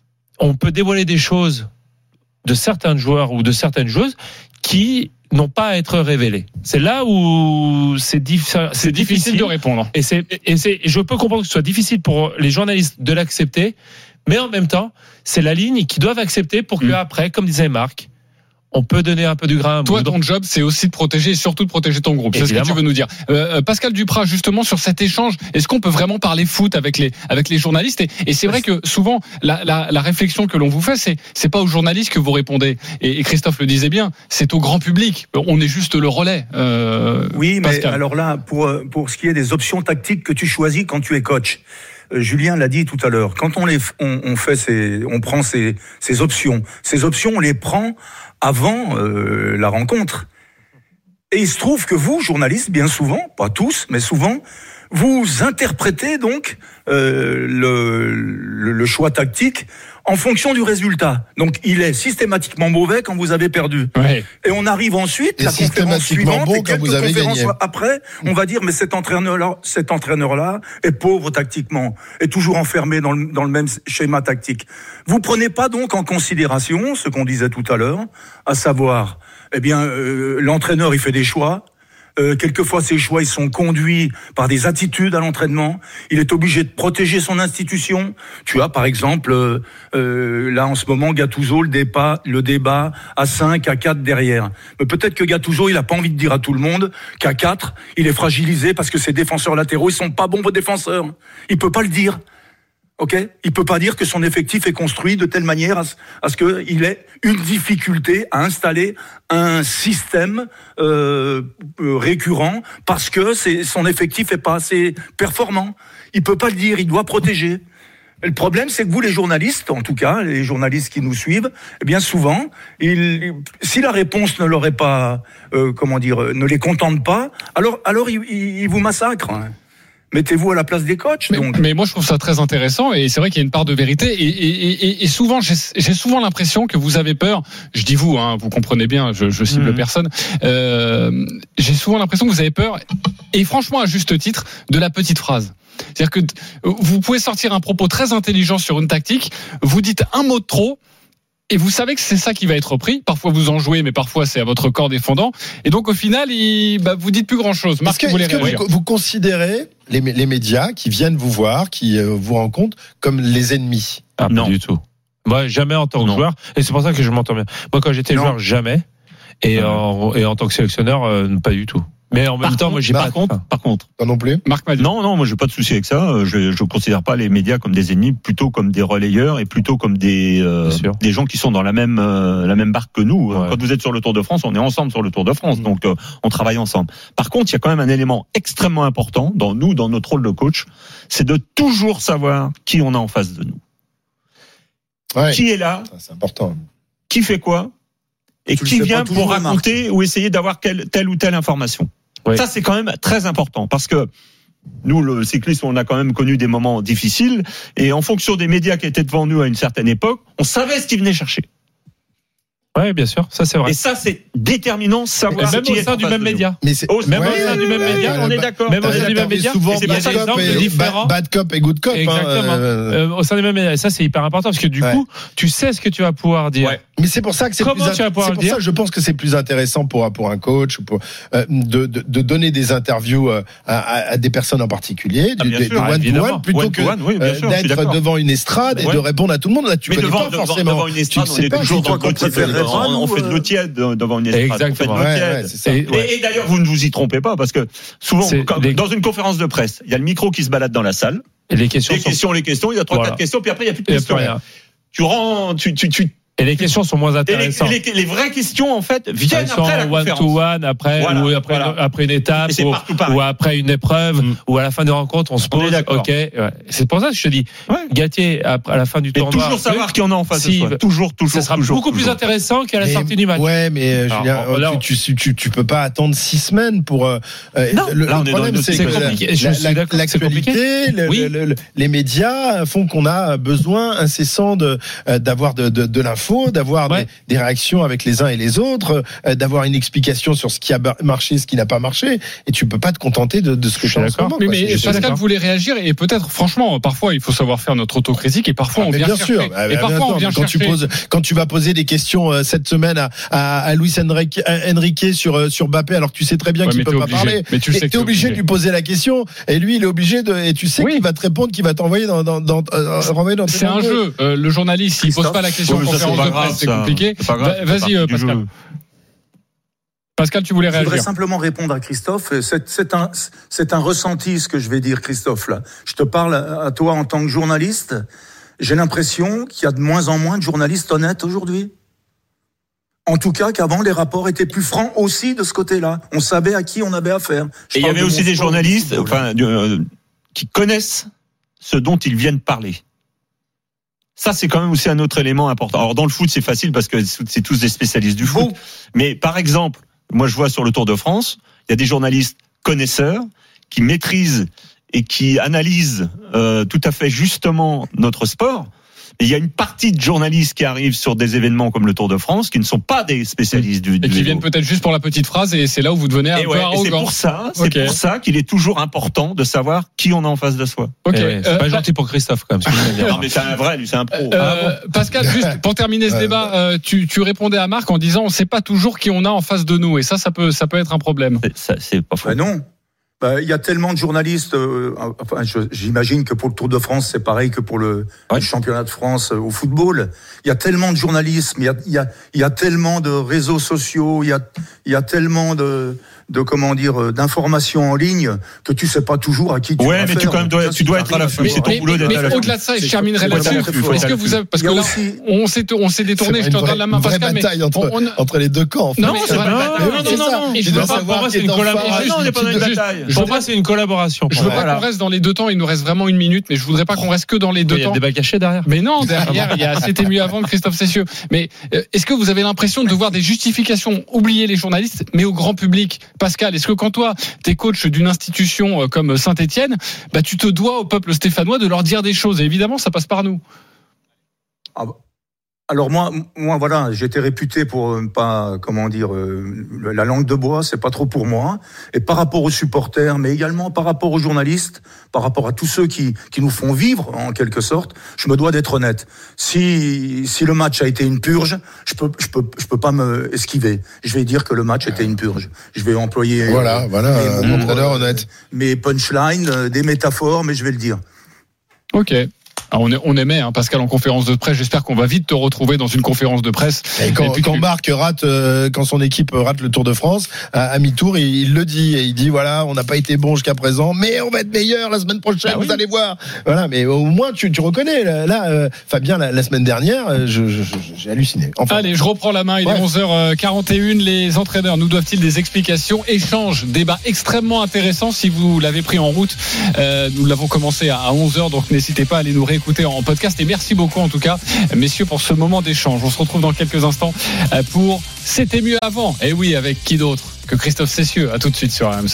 on peut dévoiler des choses de certains joueurs ou de certaines joueuses qui n'ont pas à être révélés. C'est là où c'est, dif- c'est, c'est difficile, difficile de répondre. Et c'est, et c'est, je peux comprendre que ce soit difficile pour les journalistes de l'accepter, mais en même temps, c'est la ligne qu'ils doivent accepter pour que mmh. après, comme disait Marc, on peut donner un peu du grain. Toi, ton job, c'est aussi de protéger et surtout de protéger ton groupe. Évidemment. C'est ce que tu veux nous dire. Euh, Pascal Duprat, justement, sur cet échange, est-ce qu'on peut vraiment parler foot avec les, avec les journalistes? Et, et c'est vrai que souvent, la, la, la réflexion que l'on vous fait, c'est, c'est pas aux journalistes que vous répondez. Et, et Christophe le disait bien, c'est au grand public. On est juste le relais. Euh, oui, mais Pascal. Alors là, pour, pour ce qui est des options tactiques que tu choisis quand tu es coach, euh, Julien l'a dit tout à l'heure, quand on les, on, on fait ces, on prend ces, ces options, ces options, on les prend avant euh, la rencontre. Et il se trouve que vous, journalistes, bien souvent, pas tous, mais souvent, vous interprétez donc euh, le, le, le choix tactique en fonction du résultat. Donc, il est systématiquement mauvais quand vous avez perdu. Ouais. Et on arrive ensuite, et la conférence suivante, bon et quelques vous avez conférences gagné. après, on va dire, mais cet entraîneur-là, cet entraîneur-là est pauvre tactiquement, est toujours enfermé dans le, dans le même schéma tactique. Vous prenez pas donc en considération ce qu'on disait tout à l'heure, à savoir, eh bien, euh, l'entraîneur, il fait des choix. Euh, quelquefois, ces choix, ils sont conduits par des attitudes à l'entraînement. Il est obligé de protéger son institution. Tu as, par exemple, euh, euh, là, en ce moment, Gattuso, le débat, le débat à cinq, à quatre derrière. Mais peut-être que Gattuso, il a pas envie de dire à tout le monde qu'à quatre, il est fragilisé parce que ses défenseurs latéraux, ils sont pas bons vos défenseurs. Il peut pas le dire. Ok, il peut pas dire que son effectif est construit de telle manière à ce, à ce qu'il ait une difficulté à installer un système euh, récurrent parce que c'est, son effectif est pas assez performant. Il peut pas le dire, il doit protéger. Le problème, c'est que vous, les journalistes, en tout cas, les journalistes qui nous suivent, eh bien souvent, ils, si la réponse ne leur est pas, euh, comment dire, ne les contente pas, alors, alors ils, ils vous massacrent. Mettez-vous à la place des coachs. Mais, donc. mais moi, je trouve ça très intéressant et c'est vrai qu'il y a une part de vérité. Et, et, et, et souvent, j'ai, j'ai souvent l'impression que vous avez peur. Je dis vous, hein, vous comprenez bien. Je, je cible mmh. personne. Euh, j'ai souvent l'impression que vous avez peur, et franchement, à juste titre, de la petite phrase. C'est-à-dire que vous pouvez sortir un propos très intelligent sur une tactique. Vous dites un mot de trop. Et vous savez que c'est ça qui va être repris. Parfois vous en jouez, mais parfois c'est à votre corps défendant. Et donc au final, il, bah, vous dites plus grand-chose. Marc, est-ce que, vous, est-ce que vous, vous considérez les, les médias qui viennent vous voir, qui euh, vous rencontrent, comme les ennemis? Ah, non, pas du tout. Moi, jamais en tant que non. joueur. Et c'est pour ça que je m'entends bien. Moi, quand j'étais non. joueur, jamais. Et, en, et en tant que sélectionneur, euh, pas du tout. Mais en même par temps, contre, moi, j'ai par pas. Contre, par contre, pas non plus. Marc Madi. Non, non, moi, j'ai pas de souci avec ça. Je, je considère pas les médias comme des ennemis, plutôt comme des relayeurs et plutôt comme des euh, des gens qui sont dans la même euh, la même barque que nous. Ouais. Quand vous êtes sur le Tour de France, on est ensemble sur le Tour de France, mmh. donc euh, on travaille ensemble. Par contre, il y a quand même un élément extrêmement important dans nous, dans notre rôle de coach, c'est de toujours savoir qui on a en face de nous. Ouais. Qui est là ? C'est important. Qui fait quoi ? Et tu qui vient pour raconter Marc. Ou essayer d'avoir quelle, telle ou telle information. Oui. Ça, c'est quand même très important parce que nous, le cyclisme, on a quand même connu des moments difficiles et en fonction des médias qui étaient devant nous à une certaine époque, on savait ce qu'ils venaient chercher. Oui, bien sûr, ça c'est vrai. Et ça, c'est déterminant, savoir. Même au sein du même média. Mais c'est... Même ouais, au sein ouais, du même ouais, média, ouais, on est d'accord. Même au sein du même média, souvent c'est bad, cop et, bad, bad cop et good cop. Exactement. Hein, euh... au sein du même média, ça c'est hyper important parce que du ouais. coup, tu sais ce que tu vas pouvoir dire. Ouais. Mais c'est pour ça que c'est Comment plus. Tu vas pouvoir c'est pour le dire ça que je pense que c'est plus intéressant pour pour un coach pour euh, de, de de donner des interviews à, à, à des personnes en particulier, ah, de, de one to one plutôt one que one, oui, euh, sûr, d'être devant une estrade et ouais. de répondre à tout le monde. Là, tu mais connais devant, pas forcément. Devant une estrade, on est toujours dans le tiède. On fait de l'eau tiède devant une estrade. Exactement. Ouais, ouais, c'est ça. Et, ouais. et d'ailleurs, vous ne vous y trompez pas parce que souvent, quand, les... dans une conférence de presse, il y a le micro qui se balade dans la salle. Et les questions, les sont... questions, les questions. Il y a trois, voilà. quatre questions, puis après il y a plus de questions. Plus tu rends, tu, tu, tu. Et les questions sont moins intéressantes. Et les, les, les vraies questions, en fait, viennent Elles après la one conférence. to one, après, voilà, ou après, voilà. après une étape, ou, ou après une épreuve, mmh. ou à la fin de rencontre, on se pose. On ok. Ouais. C'est pour ça que je te dis, ouais. Gatier, à la fin du tournoi. Toujours savoir qui en a en face si, de soi. Toujours, toujours. Ça sera toujours, beaucoup toujours. plus intéressant qu'à la mais, sortie du match. Ouais, mais Alors, Julien, alors, tu, tu, tu, tu peux pas attendre six semaines pour. Euh, non, le, là, le problème, c'est que la, la, l'actualité, le, oui. le, le, les médias font qu'on a besoin incessant de d'avoir de, de, de l'info, d'avoir ouais. des, des réactions avec les uns et les autres, euh, d'avoir une explication sur ce qui a marché, ce qui n'a pas marché, et tu peux pas te contenter de, de ce que je suis d'accord. Mais, mais Pascal voulait réagir et peut-être, franchement, parfois il faut savoir faire notre autocritique et parfois ah, on vient bien chercher. Sûr, bah, et parfois on vient quand chercher. tu poses, quand tu vas poser des questions euh, cette semaine à, à, à Luis Enrique, Enrique sur euh, sur Mbappé, alors que tu sais très bien ouais, qu'il peut pas obligé. parler. Mais tu sais t'es obligé, obligé de lui poser la question et lui il est obligé de et tu sais oui. qu'il va te répondre, qu'il va t'envoyer dans dans dans, euh, renvoyer dans. C'est un jeu. Euh, le journaliste, s'il pose pas la question en conférence de presse, c'est compliqué. Vas-y, euh, Pascal. Pascal, tu voulais réagir. Je voudrais simplement répondre à Christophe. C'est, c'est, un, c'est un ressenti, ce que je vais dire, Christophe. Là. Je te parle à toi en tant que journaliste. J'ai l'impression qu'il y a de moins en moins de journalistes honnêtes aujourd'hui. En tout cas, qu'avant, les rapports étaient plus francs aussi de ce côté-là. On savait à qui on avait affaire. Je Et il y avait aussi des journalistes enfin, euh, qui connaissent ce dont ils viennent parler. Ça, c'est quand même aussi un autre élément important. Alors, dans le foot, c'est facile parce que c'est tous des spécialistes du foot. Bon. Mais par exemple, moi, je vois sur le Tour de France, il y a des journalistes connaisseurs qui maîtrisent et qui analysent euh, tout à fait justement notre sport. Et il y a une partie de journalistes qui arrivent sur des événements comme le Tour de France qui ne sont pas des spécialistes du, du et qui vélo. viennent peut-être juste pour la petite phrase et c'est là où vous devenez un et peu ouais, arrogant. C'est pour ça, c'est okay. pour ça qu'il est toujours important de savoir qui on a en face de soi. Ok, ouais, c'est euh, pas gentil pour Christophe quand même. Non mais c'est un vrai, lui c'est un pro. Euh, ah bon. Pascal, juste pour terminer ce euh, débat, euh, tu, tu répondais à Marc en disant on ne sait pas toujours qui on a en face de nous et ça, ça peut, ça peut être un problème. C'est, ça, c'est pas faux. Bah non. Bah, il y a tellement de journalistes. Euh, enfin, je, j'imagine que pour le Tour de France, c'est pareil que pour le, ouais. le championnat de France euh, au football. Il y a tellement de journalisme. Il y a, il y a, il y a tellement de réseaux sociaux. Il y a, il y a tellement de, de comment dire, d'informations en ligne que tu sais pas toujours à qui tu ouais, vas mais faire. tu quand même dois, tu dois être à l'affût. C'est ton mais, boulot mais, d'être mais à l'affût. au-delà de ça, et je terminerai là-dessus. Est-ce que vous avez, parce que là, aussi... on s'est, on s'est détourné. Je te donne la main, Pascal. Pascal. Une vraie bataille entre, on, on... entre les deux camps. En fait. Non, mais c'est vrai. pas Non, non, non, non. Et Tu je dois veux pas, savoir pour moi, c'est qui une est en collaboration. phare. Non, on n'est pas dans une bataille. Pour moi, c'est une collaboration. Je veux pas qu'on reste dans les deux temps. Il nous reste vraiment une minute, mais je voudrais pas qu'on reste que dans les deux temps. Il y a des débats cachés derrière. Mais non, derrière, il y a C'était mieux avant de Christophe Cessieux. Mais euh, est-ce que vous avez l'impression de voir des justifications, oublier les journalistes, mais au grand public? Pascal, est-ce que quand toi, t'es coach d'une institution euh, comme Saint-Étienne, bah, tu te dois au peuple stéphanois de leur dire des choses? Et évidemment, ça passe par nous. Ah bah. Alors moi, moi voilà, j'étais réputé pour euh, pas, comment dire, euh, la langue de bois, c'est pas trop pour moi. Et par rapport aux supporters, mais également par rapport aux journalistes, par rapport à tous ceux qui qui nous font vivre en quelque sorte, je me dois d'être honnête. Si si le match a été une purge, je peux je peux je peux pas me esquiver. Je vais dire que le match était une purge. Je vais employer voilà, euh, voilà, un entraîneur honnête. Mes punchlines, euh, des métaphores, mais je vais le dire. Ok. Alors on, est, on aimait hein, Pascal en conférence de presse. J'espère qu'on va vite te retrouver dans une conférence de presse. Et quand, et puis quand tu... Marc rate, euh, quand son équipe rate le Tour de France à, à mi-tour, il, il le dit et il dit voilà, on n'a pas été bon jusqu'à présent, mais on va être meilleur la semaine prochaine. Bah oui. Vous allez voir. Voilà, mais au moins tu, tu reconnais. Là, là euh, Fabien, la, la semaine dernière, je, je, je, j'ai halluciné. Enfin, allez, je reprends la main. Il ouais. est onze heures quarante et une. Les entraîneurs nous doivent-ils des explications? Échange, débat extrêmement intéressant. Si vous l'avez pris en route, euh, nous l'avons commencé à onze heures, donc n'hésitez pas à aller nous réécouter en podcast. Et merci beaucoup en tout cas, messieurs, pour ce moment d'échange. On se retrouve dans quelques instants pour C'était mieux avant. Et oui, avec qui d'autre que Christophe Cessieux. À tout de suite sur R M C.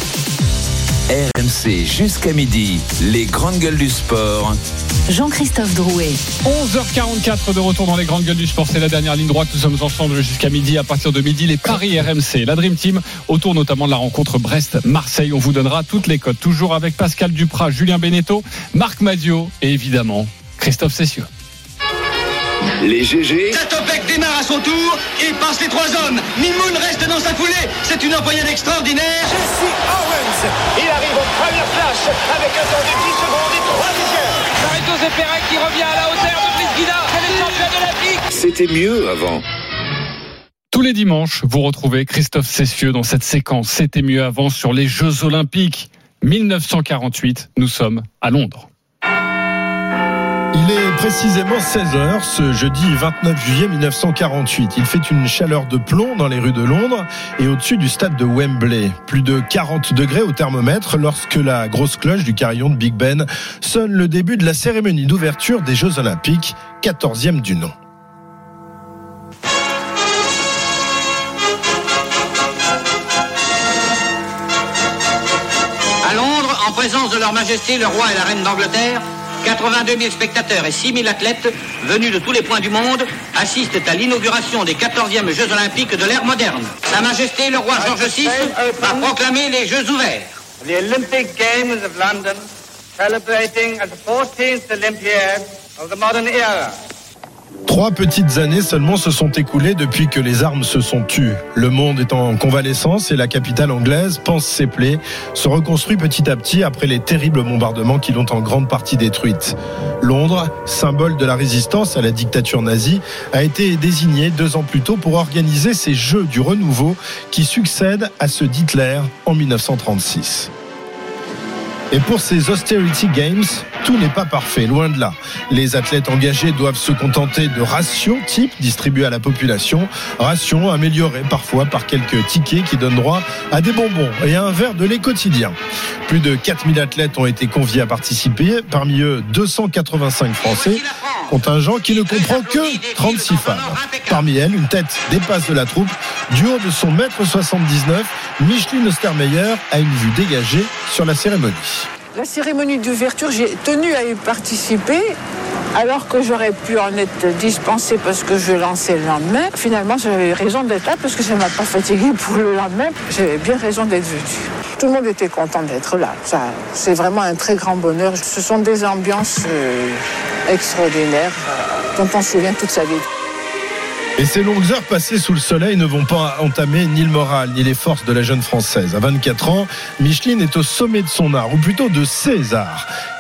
R M C jusqu'à midi, les grandes gueules du sport. Jean-Christophe Drouet. onze heures quarante-quatre de retour dans les grandes gueules du sport. C'est la dernière ligne droite. Nous sommes ensemble jusqu'à midi. À partir de midi, les paris R M C, la Dream Team, autour notamment de la rencontre Brest-Marseille. On vous donnera toutes les cotes. Toujours avec Pascal Duprat, Julien Beneteau, Marc Madiot et évidemment Christophe Cessieux. Les G G. Zatopek démarre à son tour et passe les trois hommes. Mimoun reste dans sa foulée. C'est une envoyade extraordinaire. Jesse Owens. Il arrive en première flash avec un temps de dix secondes et trois dixièmes. Barreto Zepere qui revient à la hauteur de Brice Guida. C'est le champion de l'Afrique. C'était mieux avant. Tous les dimanches, vous retrouvez Christophe Cessieux dans cette séquence C'était mieux avant sur les Jeux Olympiques. dix-neuf cent quarante-huit, nous sommes à Londres. Il est précisément seize heures ce jeudi vingt-neuf juillet mille neuf cent quarante-huit. Il fait une chaleur de plomb dans les rues de Londres et au-dessus du stade de Wembley. Plus de quarante degrés au thermomètre lorsque la grosse cloche du carillon de Big Ben sonne le début de la cérémonie d'ouverture des Jeux Olympiques, quatorzième du nom. À Londres, en présence de leur Majesté le Roi et la Reine d'Angleterre, quatre-vingt-deux mille spectateurs et six mille athlètes venus de tous les points du monde assistent à l'inauguration des quatorzièmes Jeux Olympiques de l'ère moderne. Sa Majesté le Roi George six a proclamé les Jeux ouverts. The Olympic Games of London, celebrating at the fourteenth Olympiad of the modern era. Trois petites années seulement se sont écoulées depuis que les armes se sont tues. Le monde est en convalescence et la capitale anglaise pense ses plaies, se reconstruit petit à petit après les terribles bombardements qui l'ont en grande partie détruite. Londres, symbole de la résistance à la dictature nazie, a été désigné deux ans plus tôt pour organiser ces Jeux du renouveau qui succèdent à ceux d'Hitler en dix-neuf cent trente-six. Et pour ces Austerity Games, tout n'est pas parfait, loin de là. Les athlètes engagés doivent se contenter de rations type distribuées à la population, rations améliorées parfois par quelques tickets qui donnent droit à des bonbons et à un verre de lait quotidien. Plus de quatre mille athlètes ont été conviés à participer, parmi eux deux cent quatre-vingt-cinq Français, contingent qui ne comprend que trente-six femmes. Parmi elles, une tête dépasse de la troupe. Du haut de son un mètre soixante-dix-neuf, Micheline Ostermeyer a une vue dégagée sur la cérémonie. La cérémonie d'ouverture, j'ai tenu à y participer alors que j'aurais pu en être dispensée parce que je lançais le lendemain. Finalement, j'avais raison d'être là parce que ça ne m'a pas fatiguée pour le lendemain. J'avais bien raison d'être venue. Tout le monde était content d'être là. Ça, c'est vraiment un très grand bonheur. Ce sont des ambiances euh, extraordinaires dont on se souvient toute sa vie. Et ces longues heures passées sous le soleil ne vont pas entamer ni le moral ni les forces de la jeune Française. À vingt-quatre ans, Micheline est au sommet de son art, ou plutôt de ses arts.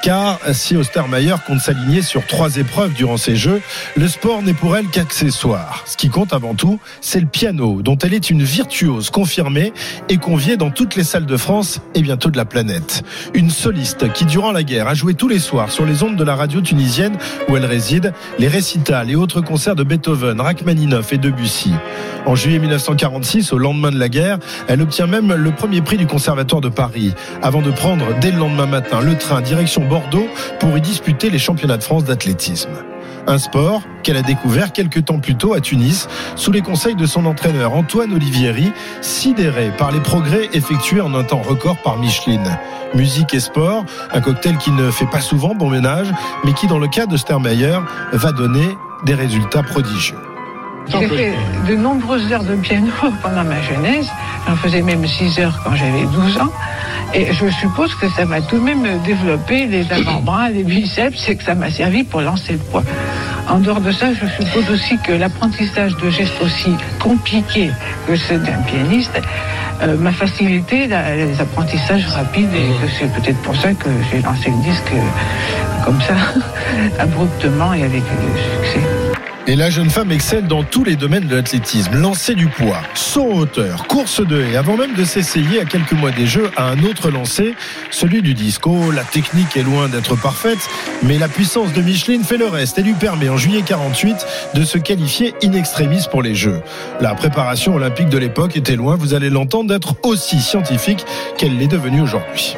Car si Ostermayer compte s'aligner sur trois épreuves durant ces Jeux, le sport n'est pour elle qu'accessoire. Ce qui compte avant tout, c'est le piano, dont elle est une virtuose confirmée et conviée dans toutes les salles de France et bientôt de la planète. Une soliste qui, durant la guerre, a joué tous les soirs sur les ondes de la radio tunisienne où elle réside, les récitals et autres concerts de Beethoven, Rachmaninoff et Debussy. En juillet mille neuf cent quarante-six, au lendemain de la guerre, elle obtient même le premier prix du Conservatoire de Paris, avant de prendre dès le lendemain matin le train direction Bordeaux pour y disputer les championnats de France d'athlétisme. Un sport qu'elle a découvert quelques temps plus tôt à Tunis, sous les conseils de son entraîneur Antoine Olivieri, sidéré par les progrès effectués en un temps record par Micheline. Musique et sport, un cocktail qui ne fait pas souvent bon ménage, mais qui, dans le cas d'Ostermayer, va donner des résultats prodigieux. J'ai fait de nombreuses heures de piano pendant ma jeunesse. J'en faisais même six heures quand j'avais douze ans. Et je suppose que ça m'a tout de même développé les avant-bras, les biceps, et que ça m'a servi pour lancer le poids. En dehors de ça, je suppose aussi que l'apprentissage de gestes aussi compliqués que ceux d'un pianiste euh, m'a facilité la, les apprentissages rapides et que c'est peut-être pour ça que j'ai lancé le disque euh, comme ça, abruptement et avec euh, succès. Et la jeune femme excelle dans tous les domaines de l'athlétisme. Lancer du poids, saut en hauteur, course de haie, avant même de s'essayer à quelques mois des Jeux à un autre lancer, celui du disco. La technique est loin d'être parfaite, mais la puissance de Micheline fait le reste et lui permet en juillet quarante-huit de se qualifier in extremis pour les Jeux. La préparation olympique de l'époque était loin, vous allez l'entendre, d'être aussi scientifique qu'elle l'est devenue aujourd'hui.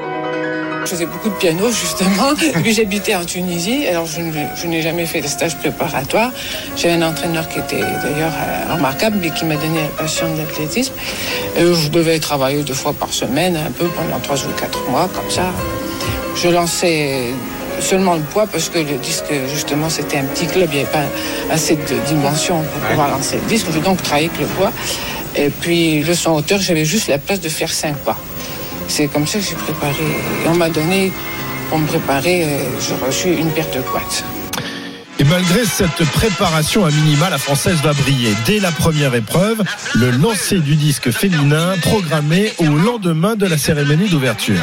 Je faisais beaucoup de piano, justement. Et puis j'habitais en Tunisie, alors je, ne, je n'ai jamais fait de stage préparatoire. J'avais un entraîneur qui était d'ailleurs remarquable, mais qui m'a donné la passion de l'athlétisme. Et je devais travailler deux fois par semaine, un peu pendant trois ou quatre mois, comme ça. Je lançais seulement le poids parce que le disque, justement, c'était un petit club, il n'y avait pas assez de dimensions pour pouvoir lancer le disque. J'ai donc travaillé avec le poids. Et puis le son hauteur, j'avais juste la place de faire cinq pas. C'est comme ça que j'ai préparé. Et on m'a donné, pour me préparer, j'ai reçu une paire de quads. Et malgré cette préparation à minima, la Française va briller. Dès la première épreuve, le lancer du disque féminin programmé au lendemain de la cérémonie d'ouverture.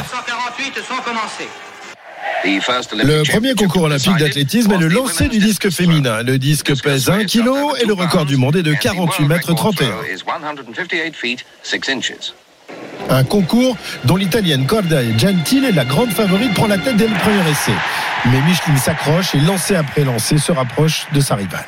Le premier concours olympique d'athlétisme est le lancer du disque féminin. Le disque pèse un kilo et le record du monde est de quarante-huit mètres trente et un. Un concours dont l'Italienne Corda Gentile est la grande favorite, prend la tête dès le premier essai. Mais Micheline s'accroche et lancé après lancé se rapproche de sa rivale.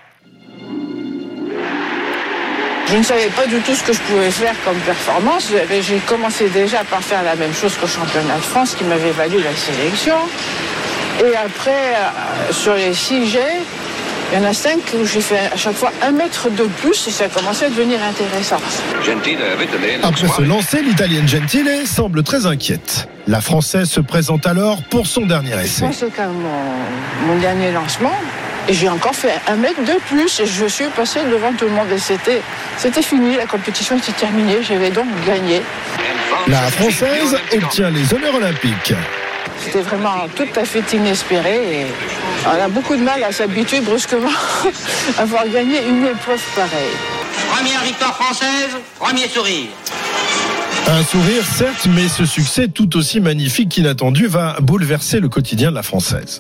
Je ne savais pas du tout ce que je pouvais faire comme performance. J'ai commencé déjà par faire la même chose qu'au championnat de France qui m'avait valu la sélection. Et après, sur les six jets, il y en a cinq où j'ai fait à chaque fois un mètre de plus et ça a commencé à devenir intéressant. Après ce lancer, l'Italienne Gentile semble très inquiète. La Française se présente alors pour son dernier essai. C'est comme mon, mon dernier lancement et j'ai encore fait un mètre de plus et je suis passé devant tout le monde et c'était, c'était fini, la compétition était terminée, j'avais donc gagné. La Française obtient les honneurs olympiques. C'était vraiment tout à fait inespéré et on a beaucoup de mal à s'habituer brusquement à avoir gagné une épreuve pareille. Première victoire française, premier sourire. Un sourire, certes, mais ce succès tout aussi magnifique qu'inattendu va bouleverser le quotidien de la Française.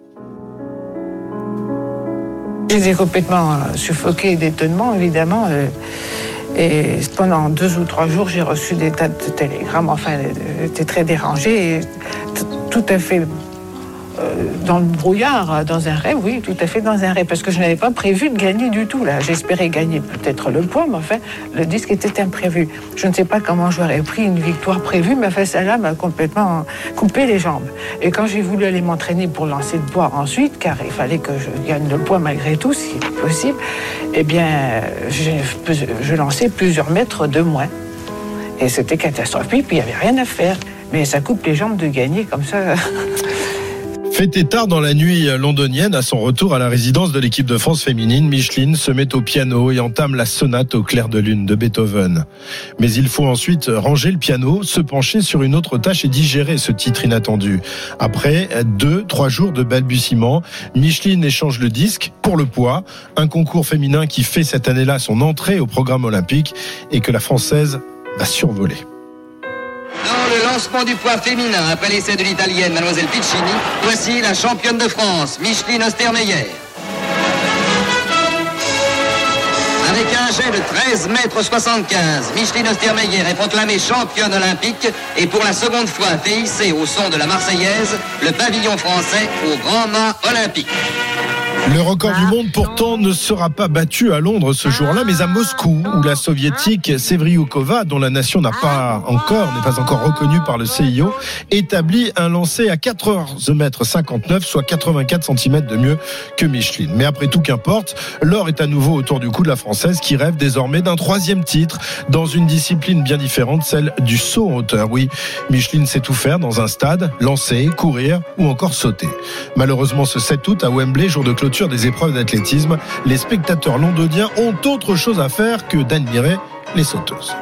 J'étais complètement suffoquée d'étonnement, évidemment. Et pendant deux ou trois jours, j'ai reçu des tas de télégrammes. Enfin, j'étais très dérangée et tout à fait dans le brouillard, dans un rêve, oui, tout à fait dans un rêve, parce que je n'avais pas prévu de gagner du tout, là. J'espérais gagner peut-être le poids, mais enfin, le disque était imprévu. Je ne sais pas comment j'aurais pris une victoire prévue, mais enfin, celle-là m'a complètement coupé les jambes. Et quand j'ai voulu aller m'entraîner pour lancer le poids ensuite, car il fallait que je gagne le poids malgré tout, si possible, eh bien, je, je lançais plusieurs mètres de moins. Et c'était catastrophique, puis il n'y avait rien à faire. Mais ça coupe les jambes de gagner comme ça. Fêté tard dans la nuit londonienne, à son retour à la résidence de l'équipe de France féminine, Micheline se met au piano et entame la sonate au clair de lune de Beethoven. Mais il faut ensuite ranger le piano, se pencher sur une autre tâche et digérer ce titre inattendu. Après deux, trois jours de balbutiements, Micheline échange le disque pour le poids, un concours féminin qui fait cette année-là son entrée au programme olympique et que la Française va survoler. Dans le classement du poids féminin, après l'essai de l'italienne Mademoiselle Piccini, voici la championne de France, Micheline Ostermeyer. Avec un jet de treize mètres soixante-quinze, Micheline Ostermeyer est proclamée championne olympique et pour la seconde fois fait hisser au son de la Marseillaise le pavillon français au Grand Mât olympique. Le record du monde pourtant ne sera pas battu à Londres ce jour-là, mais à Moscou, où la soviétique Sevryukova, dont la nation n'a pas encore, n'est pas encore reconnue par le C I O, établit un lancer à quatorze mètres cinquante-neuf, soit quatre-vingt-quatre centimètres de mieux que Micheline. Mais après tout, qu'importe, l'or est à nouveau autour du cou de la Française qui rêve désormais d'un troisième titre dans une discipline bien différente, celle du saut en hauteur. Oui, Micheline sait tout faire dans un stade, lancer, courir ou encore sauter. Malheureusement, ce sept août à Wembley, jour de clôture des épreuves d'athlétisme, les spectateurs londoniens ont autre chose à faire que d'admirer les sauteuses.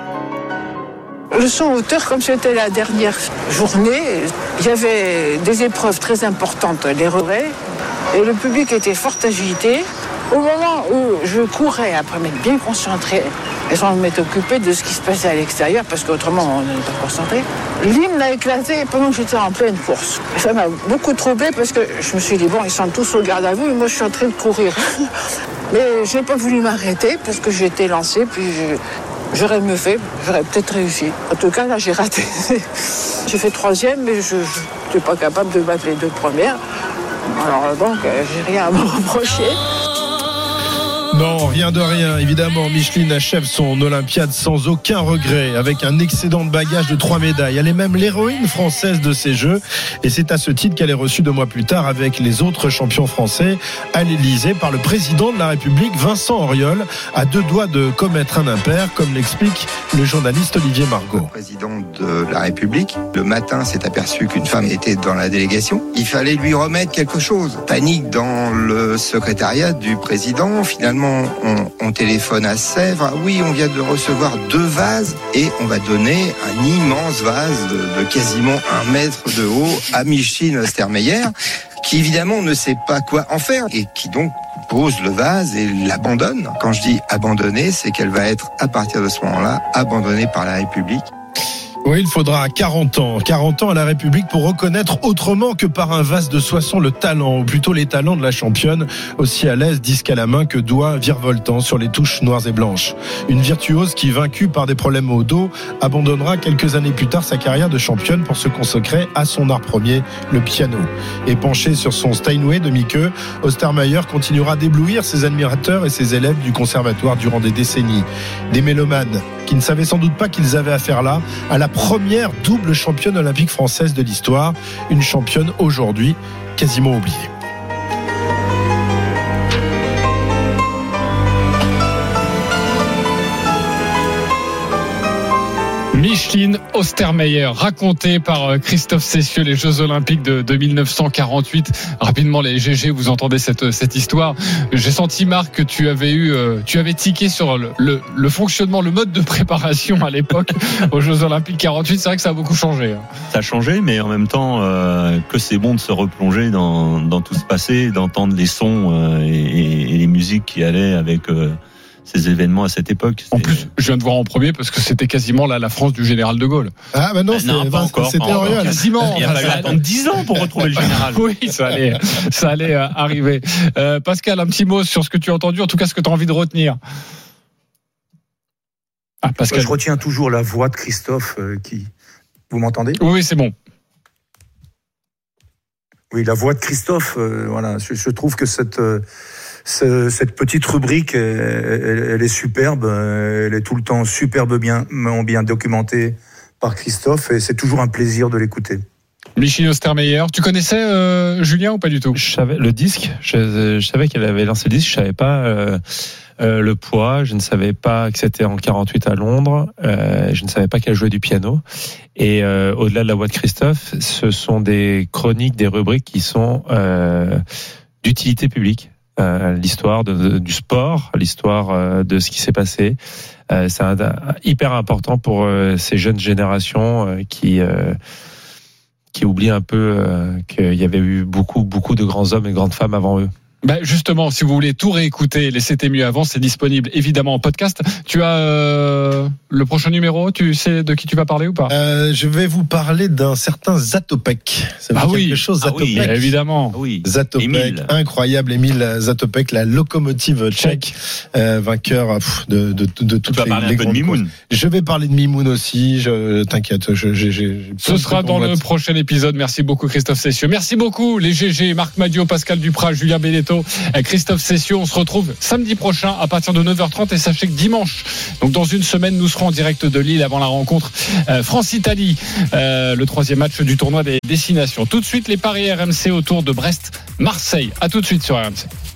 Le saut en hauteur, comme c'était la dernière journée, il y avait des épreuves très importantes, les relais, et le public était fort agité. Au moment où je courais, après m'être bien concentré, et sans m'être occupé de ce qui se passait à l'extérieur, parce qu'autrement on n'est pas concentré, l'hymne a éclaté pendant que j'étais en pleine course. Ça m'a beaucoup troublé parce que je me suis dit, bon, ils sont tous au garde à vous et moi je suis en train de courir. Mais je n'ai pas voulu m'arrêter parce que j'étais lancé, puis je, j'aurais mieux fait, j'aurais peut-être réussi. En tout cas, là, j'ai raté. J'ai fait troisième, mais je n'étais pas capable de battre les deux premières. Alors donc, j'ai rien à me reprocher. Non, rien de rien. Évidemment, Micheline achève son Olympiade sans aucun regret, avec un excédent de bagages de trois médailles. Elle est même l'héroïne française de ces Jeux. Et c'est à ce titre qu'elle est reçue deux mois plus tard avec les autres champions français à l'Élysée par le président de la République, Vincent Auriol, à deux doigts de commettre un impair, comme l'explique le journaliste Olivier Margot. Le président de la République, le matin, s'est aperçu qu'une femme était dans la délégation. Il fallait lui remettre quelque chose. Panique dans le secrétariat du président. Finalement, On, on téléphone à Sèvres. Oui, on vient de recevoir deux vases et on va donner un immense vase de, de quasiment un mètre de haut à Micheline Ostermeyer, qui évidemment ne sait pas quoi en faire et qui donc pose le vase et l'abandonne. Quand je dis abandonner, c'est qu'elle va être à partir de ce moment-là abandonnée par la République. Oui, il faudra quarante ans, quarante ans à la République pour reconnaître autrement que par un vase de Soissons le talent, ou plutôt les talents de la championne, aussi à l'aise, disque à la main que doigt virevoltant sur les touches noires et blanches. Une virtuose qui, vaincue par des problèmes au dos, abandonnera quelques années plus tard sa carrière de championne pour se consacrer à son art premier, le piano. Et penché sur son Steinway demi-queue, Ostermeyer continuera d'éblouir ses admirateurs et ses élèves du conservatoire durant des décennies. Des mélomanes qui ne savaient sans doute pas qu'ils avaient affaire là à la première double championne olympique française de l'histoire, une championne aujourd'hui quasiment oubliée. Micheline Ostermeyer, racontée par Christophe Cessieux, les Jeux Olympiques de, de dix-neuf cent quarante-huit. Rapidement, les G G, vous entendez cette, cette histoire. J'ai senti, Marc, que tu avais eu, euh, tu avais tiqué sur le, le, le fonctionnement, le mode de préparation à l'époque aux Jeux Olympiques quarante-huit. C'est vrai que ça a beaucoup changé. Ça a changé, mais en même temps, euh, que c'est bon de se replonger dans, dans tout ce passé, d'entendre les sons euh, et, et les musiques qui allaient avec euh, ces événements à cette époque. En plus, je viens de voir en premier parce que c'était quasiment là la France du général de Gaulle. Ah bah non, euh, non pas encore. C'était Auriol. Quasiment. Il a fallu attendre dix ans pour retrouver le général. Oui, ça allait, ça allait euh, arriver. Euh, Pascal, un petit mot sur ce que tu as entendu, en tout cas ce que tu as envie de retenir. Ah, Pascal. Je retiens toujours la voix de Christophe euh, qui. Vous m'entendez ? Oui, c'est bon. Oui, la voix de Christophe. Euh, voilà, je, je trouve que cette. Euh, Cette petite rubrique, elle, elle est superbe, elle est tout le temps superbe, bien, bien documentée par Christophe, et c'est toujours un plaisir de l'écouter. Micheline Ostermeyer, tu connaissais euh, Julien ou pas du tout ? Je savais le disque, je, je savais qu'elle avait lancé le disque, je savais pas euh, euh, le poids, je ne savais pas que c'était en quarante-huit à Londres, euh, je ne savais pas qu'elle jouait du piano. Et euh, au-delà de la voix de Christophe, ce sont des chroniques, des rubriques qui sont euh, d'utilité publique. Euh, l'histoire de, de, du sport, l'histoire euh, de ce qui s'est passé. Euh, c'est un, un, hyper important pour euh, ces jeunes générations euh, qui euh, qui oublient un peu euh, qu'il y avait eu beaucoup beaucoup de grands hommes et de grandes femmes avant eux. Bah justement, si vous voulez tout réécouter, les C'était mieux avant, c'est disponible évidemment en podcast. Tu as euh, le prochain numéro, tu sais de qui tu vas parler ou pas? euh, Je vais vous parler d'un certain Zatopek. Ça veut ah dire oui, quelque chose, ah oui, évidemment. Ah oui. Zatopek, Émile. incroyable, Émile Zatopek, la locomotive tchèque, euh, vainqueur pff, de, de, de, de toutes tu vas les, parler les un peu de Mimoun. Je vais parler de Mimoun aussi. Je t'inquiète. Je, je, je, Ce sera dans le prochain épisode. Merci beaucoup Christophe Cessieux. Merci beaucoup les G G, Marc Madiot, Pascal Duprat, Julien Belletto, Christophe Cessieux. On se retrouve samedi prochain à partir de neuf heures trente et sachez que dimanche, donc dans une semaine, nous serons en direct de Lille avant la rencontre euh, France-Italie, euh, le troisième match du tournoi des destinations. Tout de suite les paris R M C autour de Brest-Marseille. À tout de suite sur R M C.